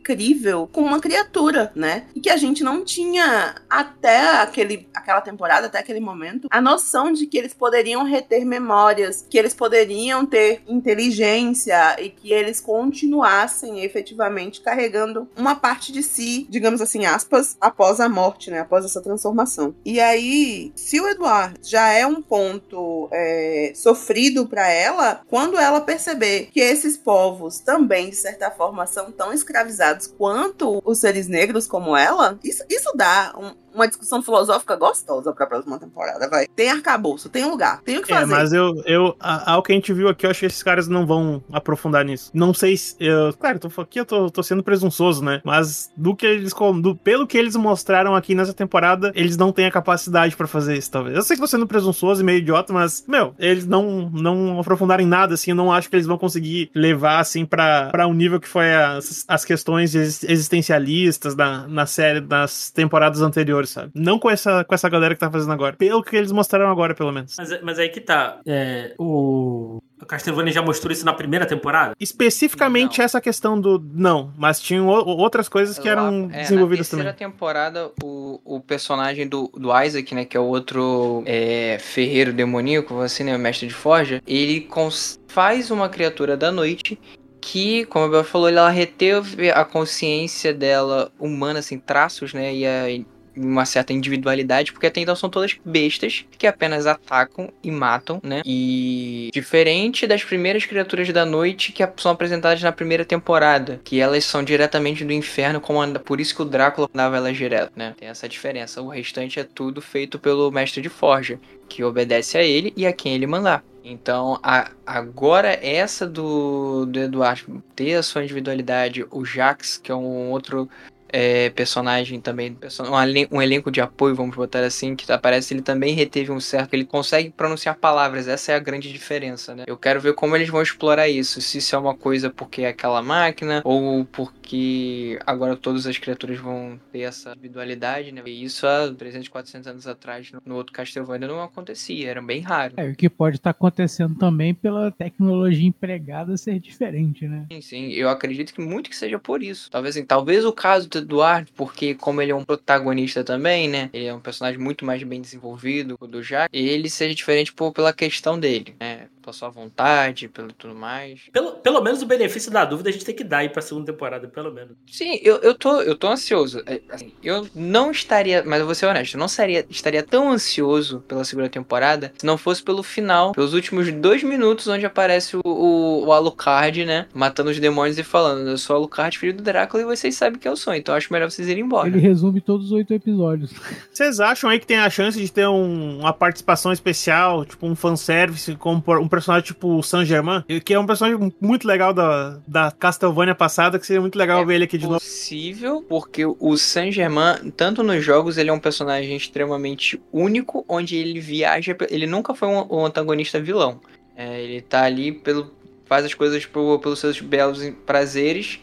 [SPEAKER 6] incrível com uma criatura, né? E que a gente não tinha até aquele, aquela temporada, até aquele momento, a noção de que eles poderiam reter memórias, que eles poderiam ter inteligência e que eles continuassem efetivamente carregando uma parte de si, digamos assim, aspas, após a morte, né? Após essa transformação. E aí, se o Edward já é um ponto é, sofrido para ela, quando ela perceber que esses povos também, de certa forma, são tão escravizados quanto os seres negros como ela, isso, isso dá um, uma discussão filosófica gostosa pra próxima temporada, vai. Tem arcabouço, tem lugar, tem o que
[SPEAKER 5] É,
[SPEAKER 6] fazer.
[SPEAKER 5] mas eu, eu a- ao que a gente viu aqui, eu acho que esses caras não vão aprofundar nisso. Não sei se... Eu, claro, tô, aqui eu tô, tô sendo presunçoso, né? Mas do que eles... Do, pelo que eles mostraram aqui nessa temporada, eles não têm a capacidade pra fazer isso, talvez. Eu sei que tô sendo presunçoso e meio idiota, mas, meu, eles não, não aprofundaram em nada, assim, eu não acho que eles vão conseguir levar, assim, pra, pra um nível que foi as, as questões existencialistas na, na série, nas temporadas anteriores, sabe? Não com essa, com essa galera que tá fazendo agora. Pelo que eles mostraram agora, pelo menos.
[SPEAKER 4] Mas, mas aí que tá. É, o... A Castlevania já mostrou isso na primeira temporada?
[SPEAKER 5] Especificamente
[SPEAKER 3] Não.
[SPEAKER 5] essa questão do... Não, mas tinham o- outras coisas que eram
[SPEAKER 3] É,
[SPEAKER 5] desenvolvidas
[SPEAKER 3] na terceira
[SPEAKER 5] também.
[SPEAKER 3] temporada, o, o personagem do, do Isaac, né, que é o outro é, ferreiro demoníaco, assim, né, o mestre de forja, ele cons- faz uma criatura da noite que, como a Bel falou, ela reteve a consciência dela humana, assim, traços, né, e a... uma certa individualidade, porque até então são todas bestas que apenas atacam e matam, né? E diferente das primeiras criaturas da noite que são apresentadas na primeira temporada, que elas são diretamente do inferno, comanda... por isso que o Drácula dava elas direto, né? Tem essa diferença. O restante é tudo feito pelo mestre de forja, que obedece a ele e a quem ele mandar. Então, a, agora essa do, do Eduardo ter a sua individualidade, o Jax, que é um outro É, personagem também, um, um elenco de apoio, vamos botar assim, que aparece, ele também reteve um certo, ele consegue pronunciar palavras, essa é a grande diferença, né? Eu quero ver como eles vão explorar isso, se isso é uma coisa porque é aquela máquina, ou porque agora todas as criaturas vão ter essa individualidade, né? E isso há trezentos, quatrocentos anos atrás, no, no outro Castlevania não acontecia, era bem raro.
[SPEAKER 7] É, o que pode estar acontecendo também pela tecnologia empregada ser diferente, né?
[SPEAKER 3] Sim, sim, eu acredito que muito que seja por isso. Talvez assim, talvez o caso do Eduardo, porque como ele é um protagonista também, né? Ele é um personagem muito mais bem desenvolvido do Jack, ele seja diferente por, pela questão dele, né? Pela sua vontade, pelo tudo mais.
[SPEAKER 4] Pelo, pelo menos o benefício da dúvida a gente tem que dar aí pra segunda temporada, pelo menos.
[SPEAKER 3] Sim, eu, eu, tô, eu tô ansioso. Assim, eu não estaria, mas eu vou ser honesto, eu não estaria, estaria tão ansioso pela segunda temporada se não fosse pelo final, pelos últimos dois minutos onde aparece o, o, o Alucard, né? Matando os demônios e falando, eu sou o Alucard, filho do Drácula, e vocês sabem que eu sou, então eu acho melhor vocês irem embora.
[SPEAKER 7] Ele resume todos os oito episódios.
[SPEAKER 5] Vocês acham aí que tem a chance de ter um- uma participação especial, tipo um fanservice, como por- um personagem tipo o Saint-Germain, que é um personagem muito legal da, da Castlevania passada, que seria muito legal
[SPEAKER 3] É
[SPEAKER 5] ver ele aqui de novo.
[SPEAKER 3] possível, porque o Saint-Germain, tanto nos jogos, ele é um personagem extremamente único, onde ele viaja, ele nunca foi um, um antagonista vilão. É, ele tá ali, pelo, faz as coisas por, pelos seus belos prazeres,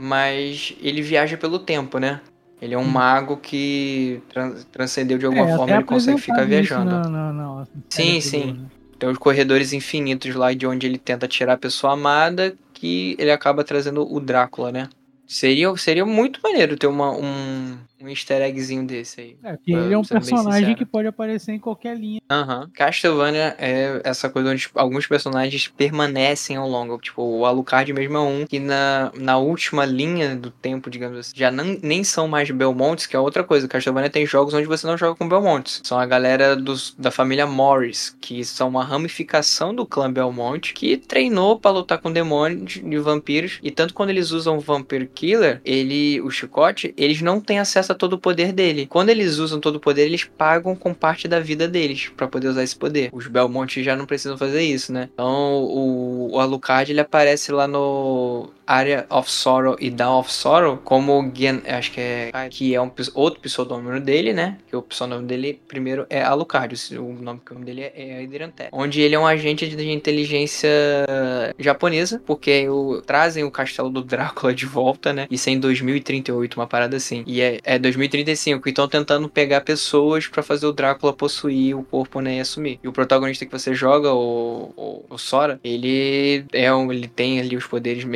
[SPEAKER 3] mas ele viaja pelo tempo, né? Ele é um mago que trans, transcendeu de alguma
[SPEAKER 7] É,
[SPEAKER 3] forma,
[SPEAKER 7] até
[SPEAKER 3] ele consegue ficar
[SPEAKER 7] apresentado isso
[SPEAKER 3] viajando.
[SPEAKER 7] na- na- na
[SPEAKER 3] Sim,
[SPEAKER 7] série
[SPEAKER 3] sim.
[SPEAKER 7] anterior, né?
[SPEAKER 3] Tem os corredores infinitos lá de onde ele tenta tirar a pessoa amada, que ele acaba trazendo o Drácula, né? Seria, seria muito maneiro ter uma, um, um easter eggzinho desse aí.
[SPEAKER 7] É, porque
[SPEAKER 3] pra
[SPEAKER 7] ele é um
[SPEAKER 3] ser bem
[SPEAKER 7] personagem
[SPEAKER 3] sincero.
[SPEAKER 7] que pode aparecer em qualquer linha.
[SPEAKER 3] Aham. Castlevania é essa coisa onde tipo, alguns personagens permanecem ao longo. Tipo, o Alucard mesmo é um que na, na última linha do tempo, digamos assim, já não, nem são mais Belmontes, que é outra coisa. Castlevania tem jogos onde você não joga com Belmontes. São a galera dos, da família Morris, que são uma ramificação do clã Belmont, que treinou pra lutar com demônios e vampiros. E tanto quando eles usam o Vampire Killer, ele, o chicote, eles não têm acesso a todo o poder dele. Quando eles usam todo o poder, eles pagam com parte da vida deles pra poder usar esse poder. Os Belmont já não precisam fazer isso, né? Então o, o Alucard, ele aparece lá no Area of Sorrow e Dawn of Sorrow como Gen, acho que é que é um outro pseudônimo dele, né? Que o pseudônimo dele primeiro é Alucard, o nome, o nome dele é Aediranté, onde ele é um agente de inteligência japonesa, porque o, trazem o castelo do Drácula de volta, né? Isso é em dois mil e trinta e oito, uma parada assim. E é, é dois mil e trinta e cinco, então tentando pegar pessoas pra fazer o Drácula possuir o corpo, né, e assumir. E o protagonista que você joga, o, o, o Sora, ele é um, ele tem ali os poderes meio que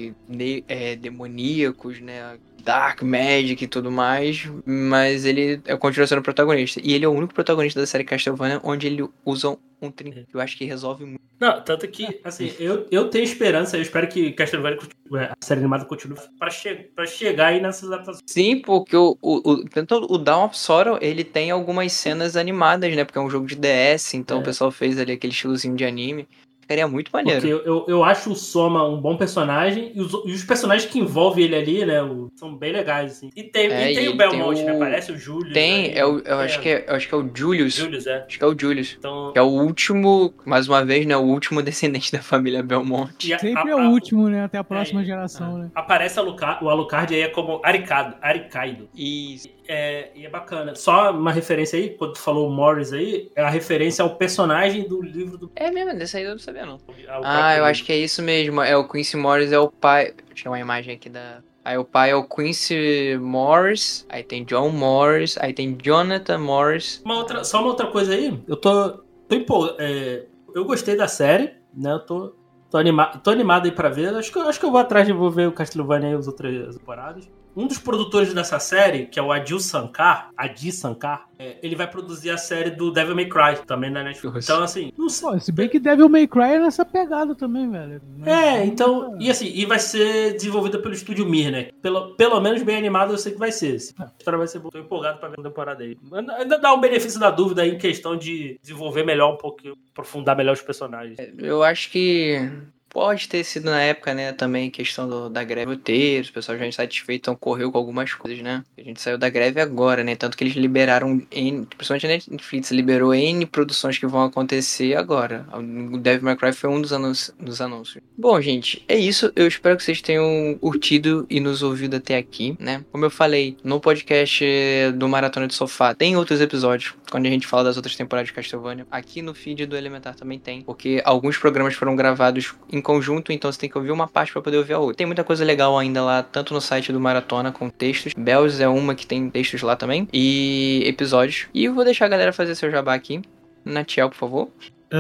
[SPEAKER 3] de, de é, demoníacos, né? Dark Magic e tudo mais, mas ele continua sendo o protagonista. E ele é o único protagonista da série Castlevania onde ele usa um trinket que eu acho que resolve muito.
[SPEAKER 8] Não, tanto que, assim, eu, eu tenho esperança, eu espero que Castlevania, a série animada continue pra, che- pra chegar aí nessas adaptações.
[SPEAKER 3] Sim, porque o, o, o, tanto o Dawn of Sorrow, ele tem algumas cenas animadas, né? Porque é um jogo de D S, então
[SPEAKER 8] É.
[SPEAKER 3] o pessoal fez ali aquele estilozinho de anime. Ficaria muito maneiro.
[SPEAKER 8] Porque eu, eu, eu acho o Soma um bom personagem e os, e os personagens que envolvem ele ali, né, o- são bem legais, assim. E tem,
[SPEAKER 3] É,
[SPEAKER 8] e tem
[SPEAKER 3] e
[SPEAKER 8] o Belmont,
[SPEAKER 3] tem
[SPEAKER 8] né?
[SPEAKER 3] o-
[SPEAKER 8] Parece o Julius.
[SPEAKER 3] Tem,
[SPEAKER 8] aí,
[SPEAKER 3] é o, eu,
[SPEAKER 8] né?
[SPEAKER 3] acho que é, eu acho que é o Julius.
[SPEAKER 8] Julius, é.
[SPEAKER 3] Acho que é o Julius.
[SPEAKER 8] Então,
[SPEAKER 3] Que é o último, mais uma vez, né? O último descendente da família Belmont.
[SPEAKER 8] e a-
[SPEAKER 7] Sempre
[SPEAKER 8] a-
[SPEAKER 7] é o
[SPEAKER 8] a-
[SPEAKER 7] último, né? Até a próxima
[SPEAKER 8] é,
[SPEAKER 7] geração,
[SPEAKER 8] é.
[SPEAKER 7] né?
[SPEAKER 8] Aparece Alucard, o Alucard aí é como Aricado, Arikaido.
[SPEAKER 3] Isso.
[SPEAKER 8] É, e é bacana. Só uma referência aí, quando tu falou o Morris aí, é a referência ao personagem do livro do.
[SPEAKER 3] É mesmo, desse aí eu não sabia, não.
[SPEAKER 8] ao
[SPEAKER 3] Ah, eu
[SPEAKER 8] próprio
[SPEAKER 3] acho que é isso mesmo. É o Quincy Morris, é o pai. Deixa eu uma imagem aqui da. Aí o pai é o Quincy Morris, aí tem John Morris, aí tem Jonathan Morris.
[SPEAKER 8] Uma outra, só uma outra coisa aí, eu tô, tô empol... é, eu gostei da série, né? Eu tô, tô, anima... tô animado aí pra ver. Acho que, acho que eu vou atrás de vou ver o Castlevania aí, as outras temporadas. Um dos produtores dessa série, que é o Adil Sankar, Adi Sankar, é, ele vai produzir a série do Devil May Cry, também na Netflix.
[SPEAKER 3] Nossa.
[SPEAKER 8] Então, assim, não sei.
[SPEAKER 7] Pô, se bem que Devil May Cry é nessa pegada também, velho.
[SPEAKER 8] É, então, e assim, e vai ser desenvolvida pelo estúdio Mir, né? Pelo, pelo menos bem animado eu sei que vai ser. A história vai ser boa. Tô empolgado pra ver a temporada aí. Ainda- Ainda dá um benefício da dúvida aí em questão de desenvolver melhor um pouquinho, aprofundar melhor os personagens.
[SPEAKER 3] Eu acho que pode ter sido na época, né, também questão do, da greve roteiros, o pessoal já insatisfeito, então correu com algumas coisas, né? A gente saiu da greve agora, né? Tanto que eles liberaram, N, principalmente a Netflix, liberou N produções que vão acontecer agora. O Devil May Cry foi um dos, anúncios, dos anúncios. Bom, gente, é isso. Eu espero que vocês tenham curtido e nos ouvido até aqui, né? Como eu falei, no podcast do Maratona de Sofá tem outros episódios, quando a gente fala das outras temporadas de Castlevania. Aqui no feed do Elementar também tem, porque alguns programas foram gravados em conjunto, então você tem que ouvir uma parte para poder ouvir a outra. Tem muita coisa legal ainda lá, tanto no site do Maratona com textos. Bells é uma que tem textos lá também. E episódios. E eu vou deixar a galera fazer seu jabá aqui. Natiel, por favor.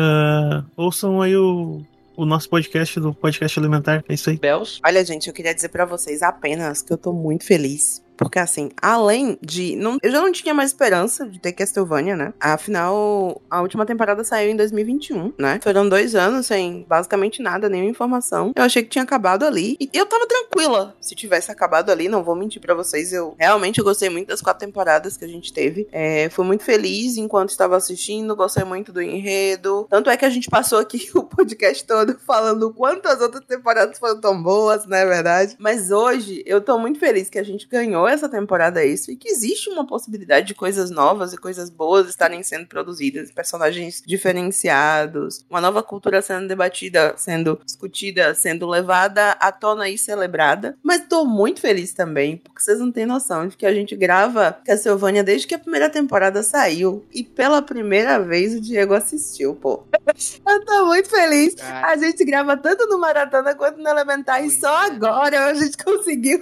[SPEAKER 5] Ah, ouçam aí o, o nosso podcast do Podcast Elementar. É isso aí.
[SPEAKER 3] Bells.
[SPEAKER 6] Olha, gente, eu queria dizer pra vocês apenas que eu tô muito feliz. Porque, assim, além de... Não, eu já não tinha mais esperança de ter Castlevania, né? Afinal, a última temporada saiu em dois mil e vinte e um, né? Foram dois anos sem basicamente nada, nenhuma informação. Eu achei que tinha acabado ali. E eu tava tranquila se tivesse acabado ali, não vou mentir pra vocês. Eu realmente eu gostei muito das quatro temporadas que a gente teve. É, fui muito feliz enquanto estava assistindo, gostei muito do enredo. Tanto é que a gente passou aqui o podcast todo falando o quanto as outras temporadas foram tão boas, não é verdade? Mas hoje, eu tô muito feliz que a gente ganhou essa temporada isso e que existe uma possibilidade de coisas novas e coisas boas estarem sendo produzidas, personagens diferenciados, uma nova cultura sendo debatida, sendo discutida, sendo levada à tona e celebrada. Mas tô muito feliz também, porque vocês não têm noção de que a gente grava Castlevania desde que a primeira temporada saiu e pela primeira vez o Diego assistiu, pô. Eu tô muito feliz. A gente grava tanto no Maratona quanto no Elementar e só agora a gente conseguiu.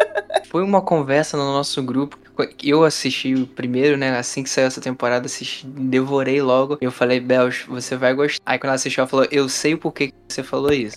[SPEAKER 3] Foi uma conversa no nosso grupo. Eu assisti o primeiro, né? Assim que saiu essa temporada, assisti, devorei logo. Eu falei, Belch, você vai gostar. Aí quando ela assistiu, ela falou, eu sei o porquê que você falou isso.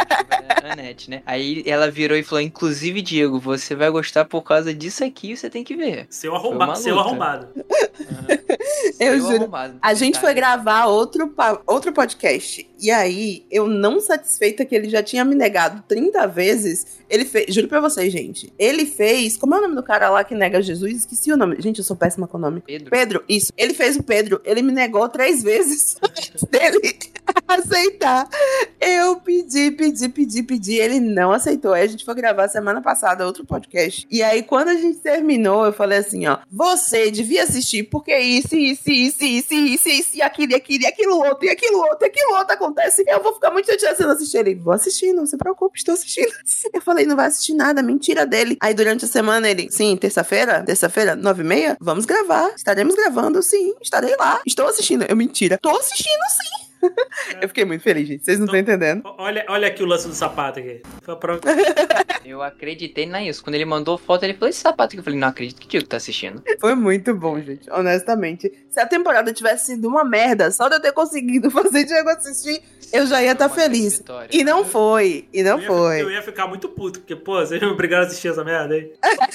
[SPEAKER 3] A Anete, né? Aí ela virou e falou, inclusive, Diego, você vai gostar por causa disso aqui, você tem que ver.
[SPEAKER 8] Seu arrombado. Seu arrombado.
[SPEAKER 3] Uhum.
[SPEAKER 6] Eu
[SPEAKER 3] Seu
[SPEAKER 6] juro.
[SPEAKER 3] arrombado.
[SPEAKER 6] A gente
[SPEAKER 3] Tá,
[SPEAKER 6] foi
[SPEAKER 3] né?
[SPEAKER 6] gravar outro, pa- outro podcast. E aí, eu não satisfeita que ele já tinha me negado trinta vezes, ele fez. Juro pra vocês, gente. Ele fez. Como é o nome do cara lá que nega Jesus? Esqueci o nome. Gente, eu sou péssima com o nome.
[SPEAKER 3] Pedro.
[SPEAKER 6] Pedro, isso. Ele fez o Pedro. Ele me negou três vezes antes dele aceitar. Eu pedi, pedi, pedi, pedi. Ele não aceitou. Aí a gente foi gravar semana passada outro podcast. E aí, quando a gente terminou, eu falei assim, ó. Você devia assistir porque isso, isso, isso, isso, isso, isso, e aquilo, e aquilo, e aquilo outro, e aquilo outro, e aquilo outro acontece. Eu vou ficar muito chateada se eu não assistir. Ele, vou assistir, não se preocupe, estou assistindo. Eu falei, não vai assistir nada, mentira dele. Aí durante a semana ele, sim, terça-feira, terça-feira, nove e meia, vamos gravar. Estaremos gravando, sim, estarei lá. Estou assistindo. Eu, mentira. Estou assistindo, sim. Eu fiquei muito feliz, gente. Vocês não estão entendendo.
[SPEAKER 4] Olha, olha aqui o lance do sapato aqui. Foi pra...
[SPEAKER 3] Eu acreditei nisso. Quando ele mandou foto, ele falou, esse sapato aqui. Eu falei, não acredito que o Diego tá assistindo.
[SPEAKER 6] Foi muito bom, gente. Honestamente. Se a temporada tivesse sido uma merda, só de eu ter conseguido fazer Diego assistir, eu já ia estar feliz. Vitória. E não foi. E não
[SPEAKER 4] eu ia,
[SPEAKER 6] foi.
[SPEAKER 4] Eu ia ficar muito puto, porque, pô, vocês me obrigaram a assistir essa merda aí.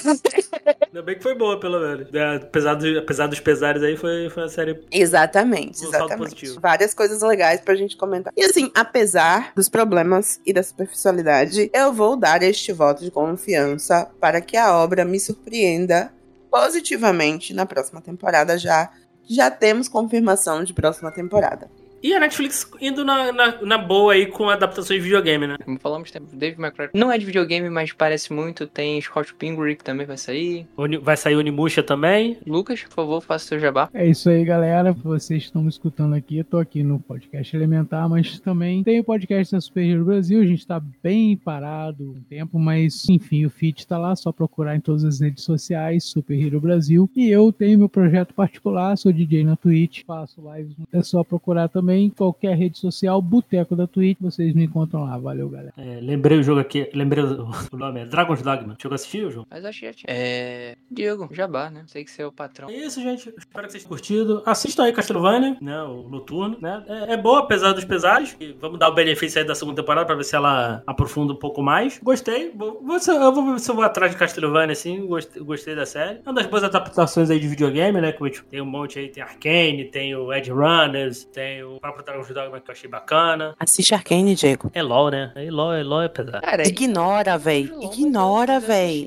[SPEAKER 4] Ainda bem que foi boa, pelo menos. É, apesar, do, apesar dos pesares aí, foi, foi uma série...
[SPEAKER 6] Exatamente, exatamente. Várias coisas legais pra gente comentar. E assim, apesar dos problemas e da superficialidade, eu vou dar este voto de confiança para que a obra me surpreenda positivamente na próxima temporada. Já, já temos confirmação de próxima temporada.
[SPEAKER 4] E a Netflix indo na, na, na boa aí com adaptações de videogame, né?
[SPEAKER 3] Como falamos, Dave McCray não é de videogame, mas parece muito. Tem Scott Pilgrim que também vai sair.
[SPEAKER 4] Vai sair Onimusha também.
[SPEAKER 3] Lucas, por favor, faça seu jabá.
[SPEAKER 7] É isso aí, galera. Vocês estão me escutando aqui. Eu tô aqui no podcast Elementar, mas também tem o podcast da Super Hero Brasil. A gente tá bem parado um tempo, mas enfim, o feed tá lá. Só procurar em todas as redes sociais, Super Hero Brasil. E eu tenho meu projeto particular, sou D J na Twitch, faço lives. É só procurar também em qualquer rede social, Boteco da Twitch, vocês me encontram lá. Valeu, galera.
[SPEAKER 4] É, lembrei o jogo aqui, lembrei o, o nome, é Dragon's Dogma. Chegou a assistir o jogo?
[SPEAKER 3] Mas achei, achei. É... Diego, jabá, né? Sei que você é o patrão.
[SPEAKER 4] É isso, gente. Espero que vocês tenham curtido. Assistam aí Castlevania, né? O Noturno, né? É, é boa, apesar dos pesares. E vamos dar o benefício aí da segunda temporada pra ver se ela aprofunda um pouco mais. Gostei. Vou, vou, eu vou ver se eu vou atrás de Castlevania, assim. Gostei, gostei da série. É uma das boas adaptações aí de videogame, né? Como tem um monte aí. Tem Arcane, tem o Edge Runners, tem o próprio Dragon's Dogma que eu achei bacana.
[SPEAKER 6] Assiste Arcane, Diego.
[SPEAKER 4] É LOL, né? É LOL, é LOL, é pesado.
[SPEAKER 6] Cara, ignora, véi. Ignora, véi.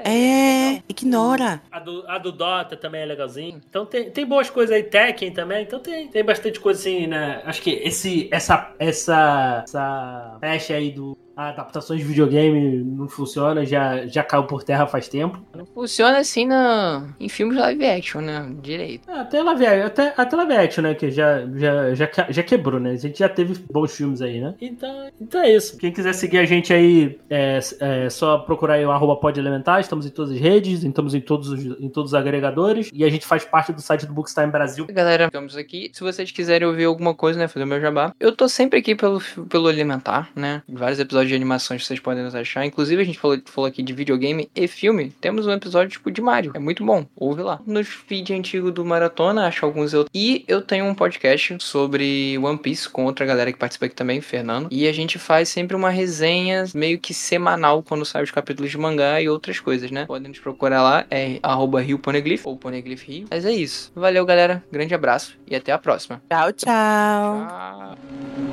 [SPEAKER 6] É, ignora.
[SPEAKER 4] A do, a do Dota também é legalzinho. Então tem, tem boas coisas aí. Tekken também. Então tem, tem bastante coisa assim, né? Acho que esse, essa, essa, essa pecha aí do adaptações de videogame não funciona, já, já caiu por terra faz tempo.
[SPEAKER 3] Não funciona assim na, em filmes live action, né? Direito.
[SPEAKER 4] É, até live até, até live action, né? Que já, já, já, já quebrou, né? A gente já teve bons filmes aí, né? Então, então é isso. Quem quiser seguir a gente aí, é, é só procurar aí o arroba Pod Elementar. Estamos em todas as redes, estamos em todos, os, em todos os agregadores. E a gente faz parte do site do Bookstime Brasil.
[SPEAKER 3] Galera, ficamos aqui. Se vocês quiserem ouvir alguma coisa, né? Fazer o meu jabá. Eu tô sempre aqui pelo, pelo Elementar, né? Vários episódios de animações que vocês podem nos achar. Inclusive, a gente falou, falou aqui de videogame e filme. Temos um episódio tipo de Mario. É muito bom. Ouve lá. Nos feed antigo do Maratona, acho alguns eu. E eu tenho um podcast sobre One Piece com outra galera que participa aqui também, Fernando. E a gente faz sempre uma resenha meio que semanal quando sai os capítulos de mangá e outras coisas, né? Podem nos procurar lá. É arroba Rio Poneglyph ou Poneglyph Rio. Mas é isso. Valeu, galera. Grande abraço e até a próxima.
[SPEAKER 6] Tchau, tchau.
[SPEAKER 3] Tchau.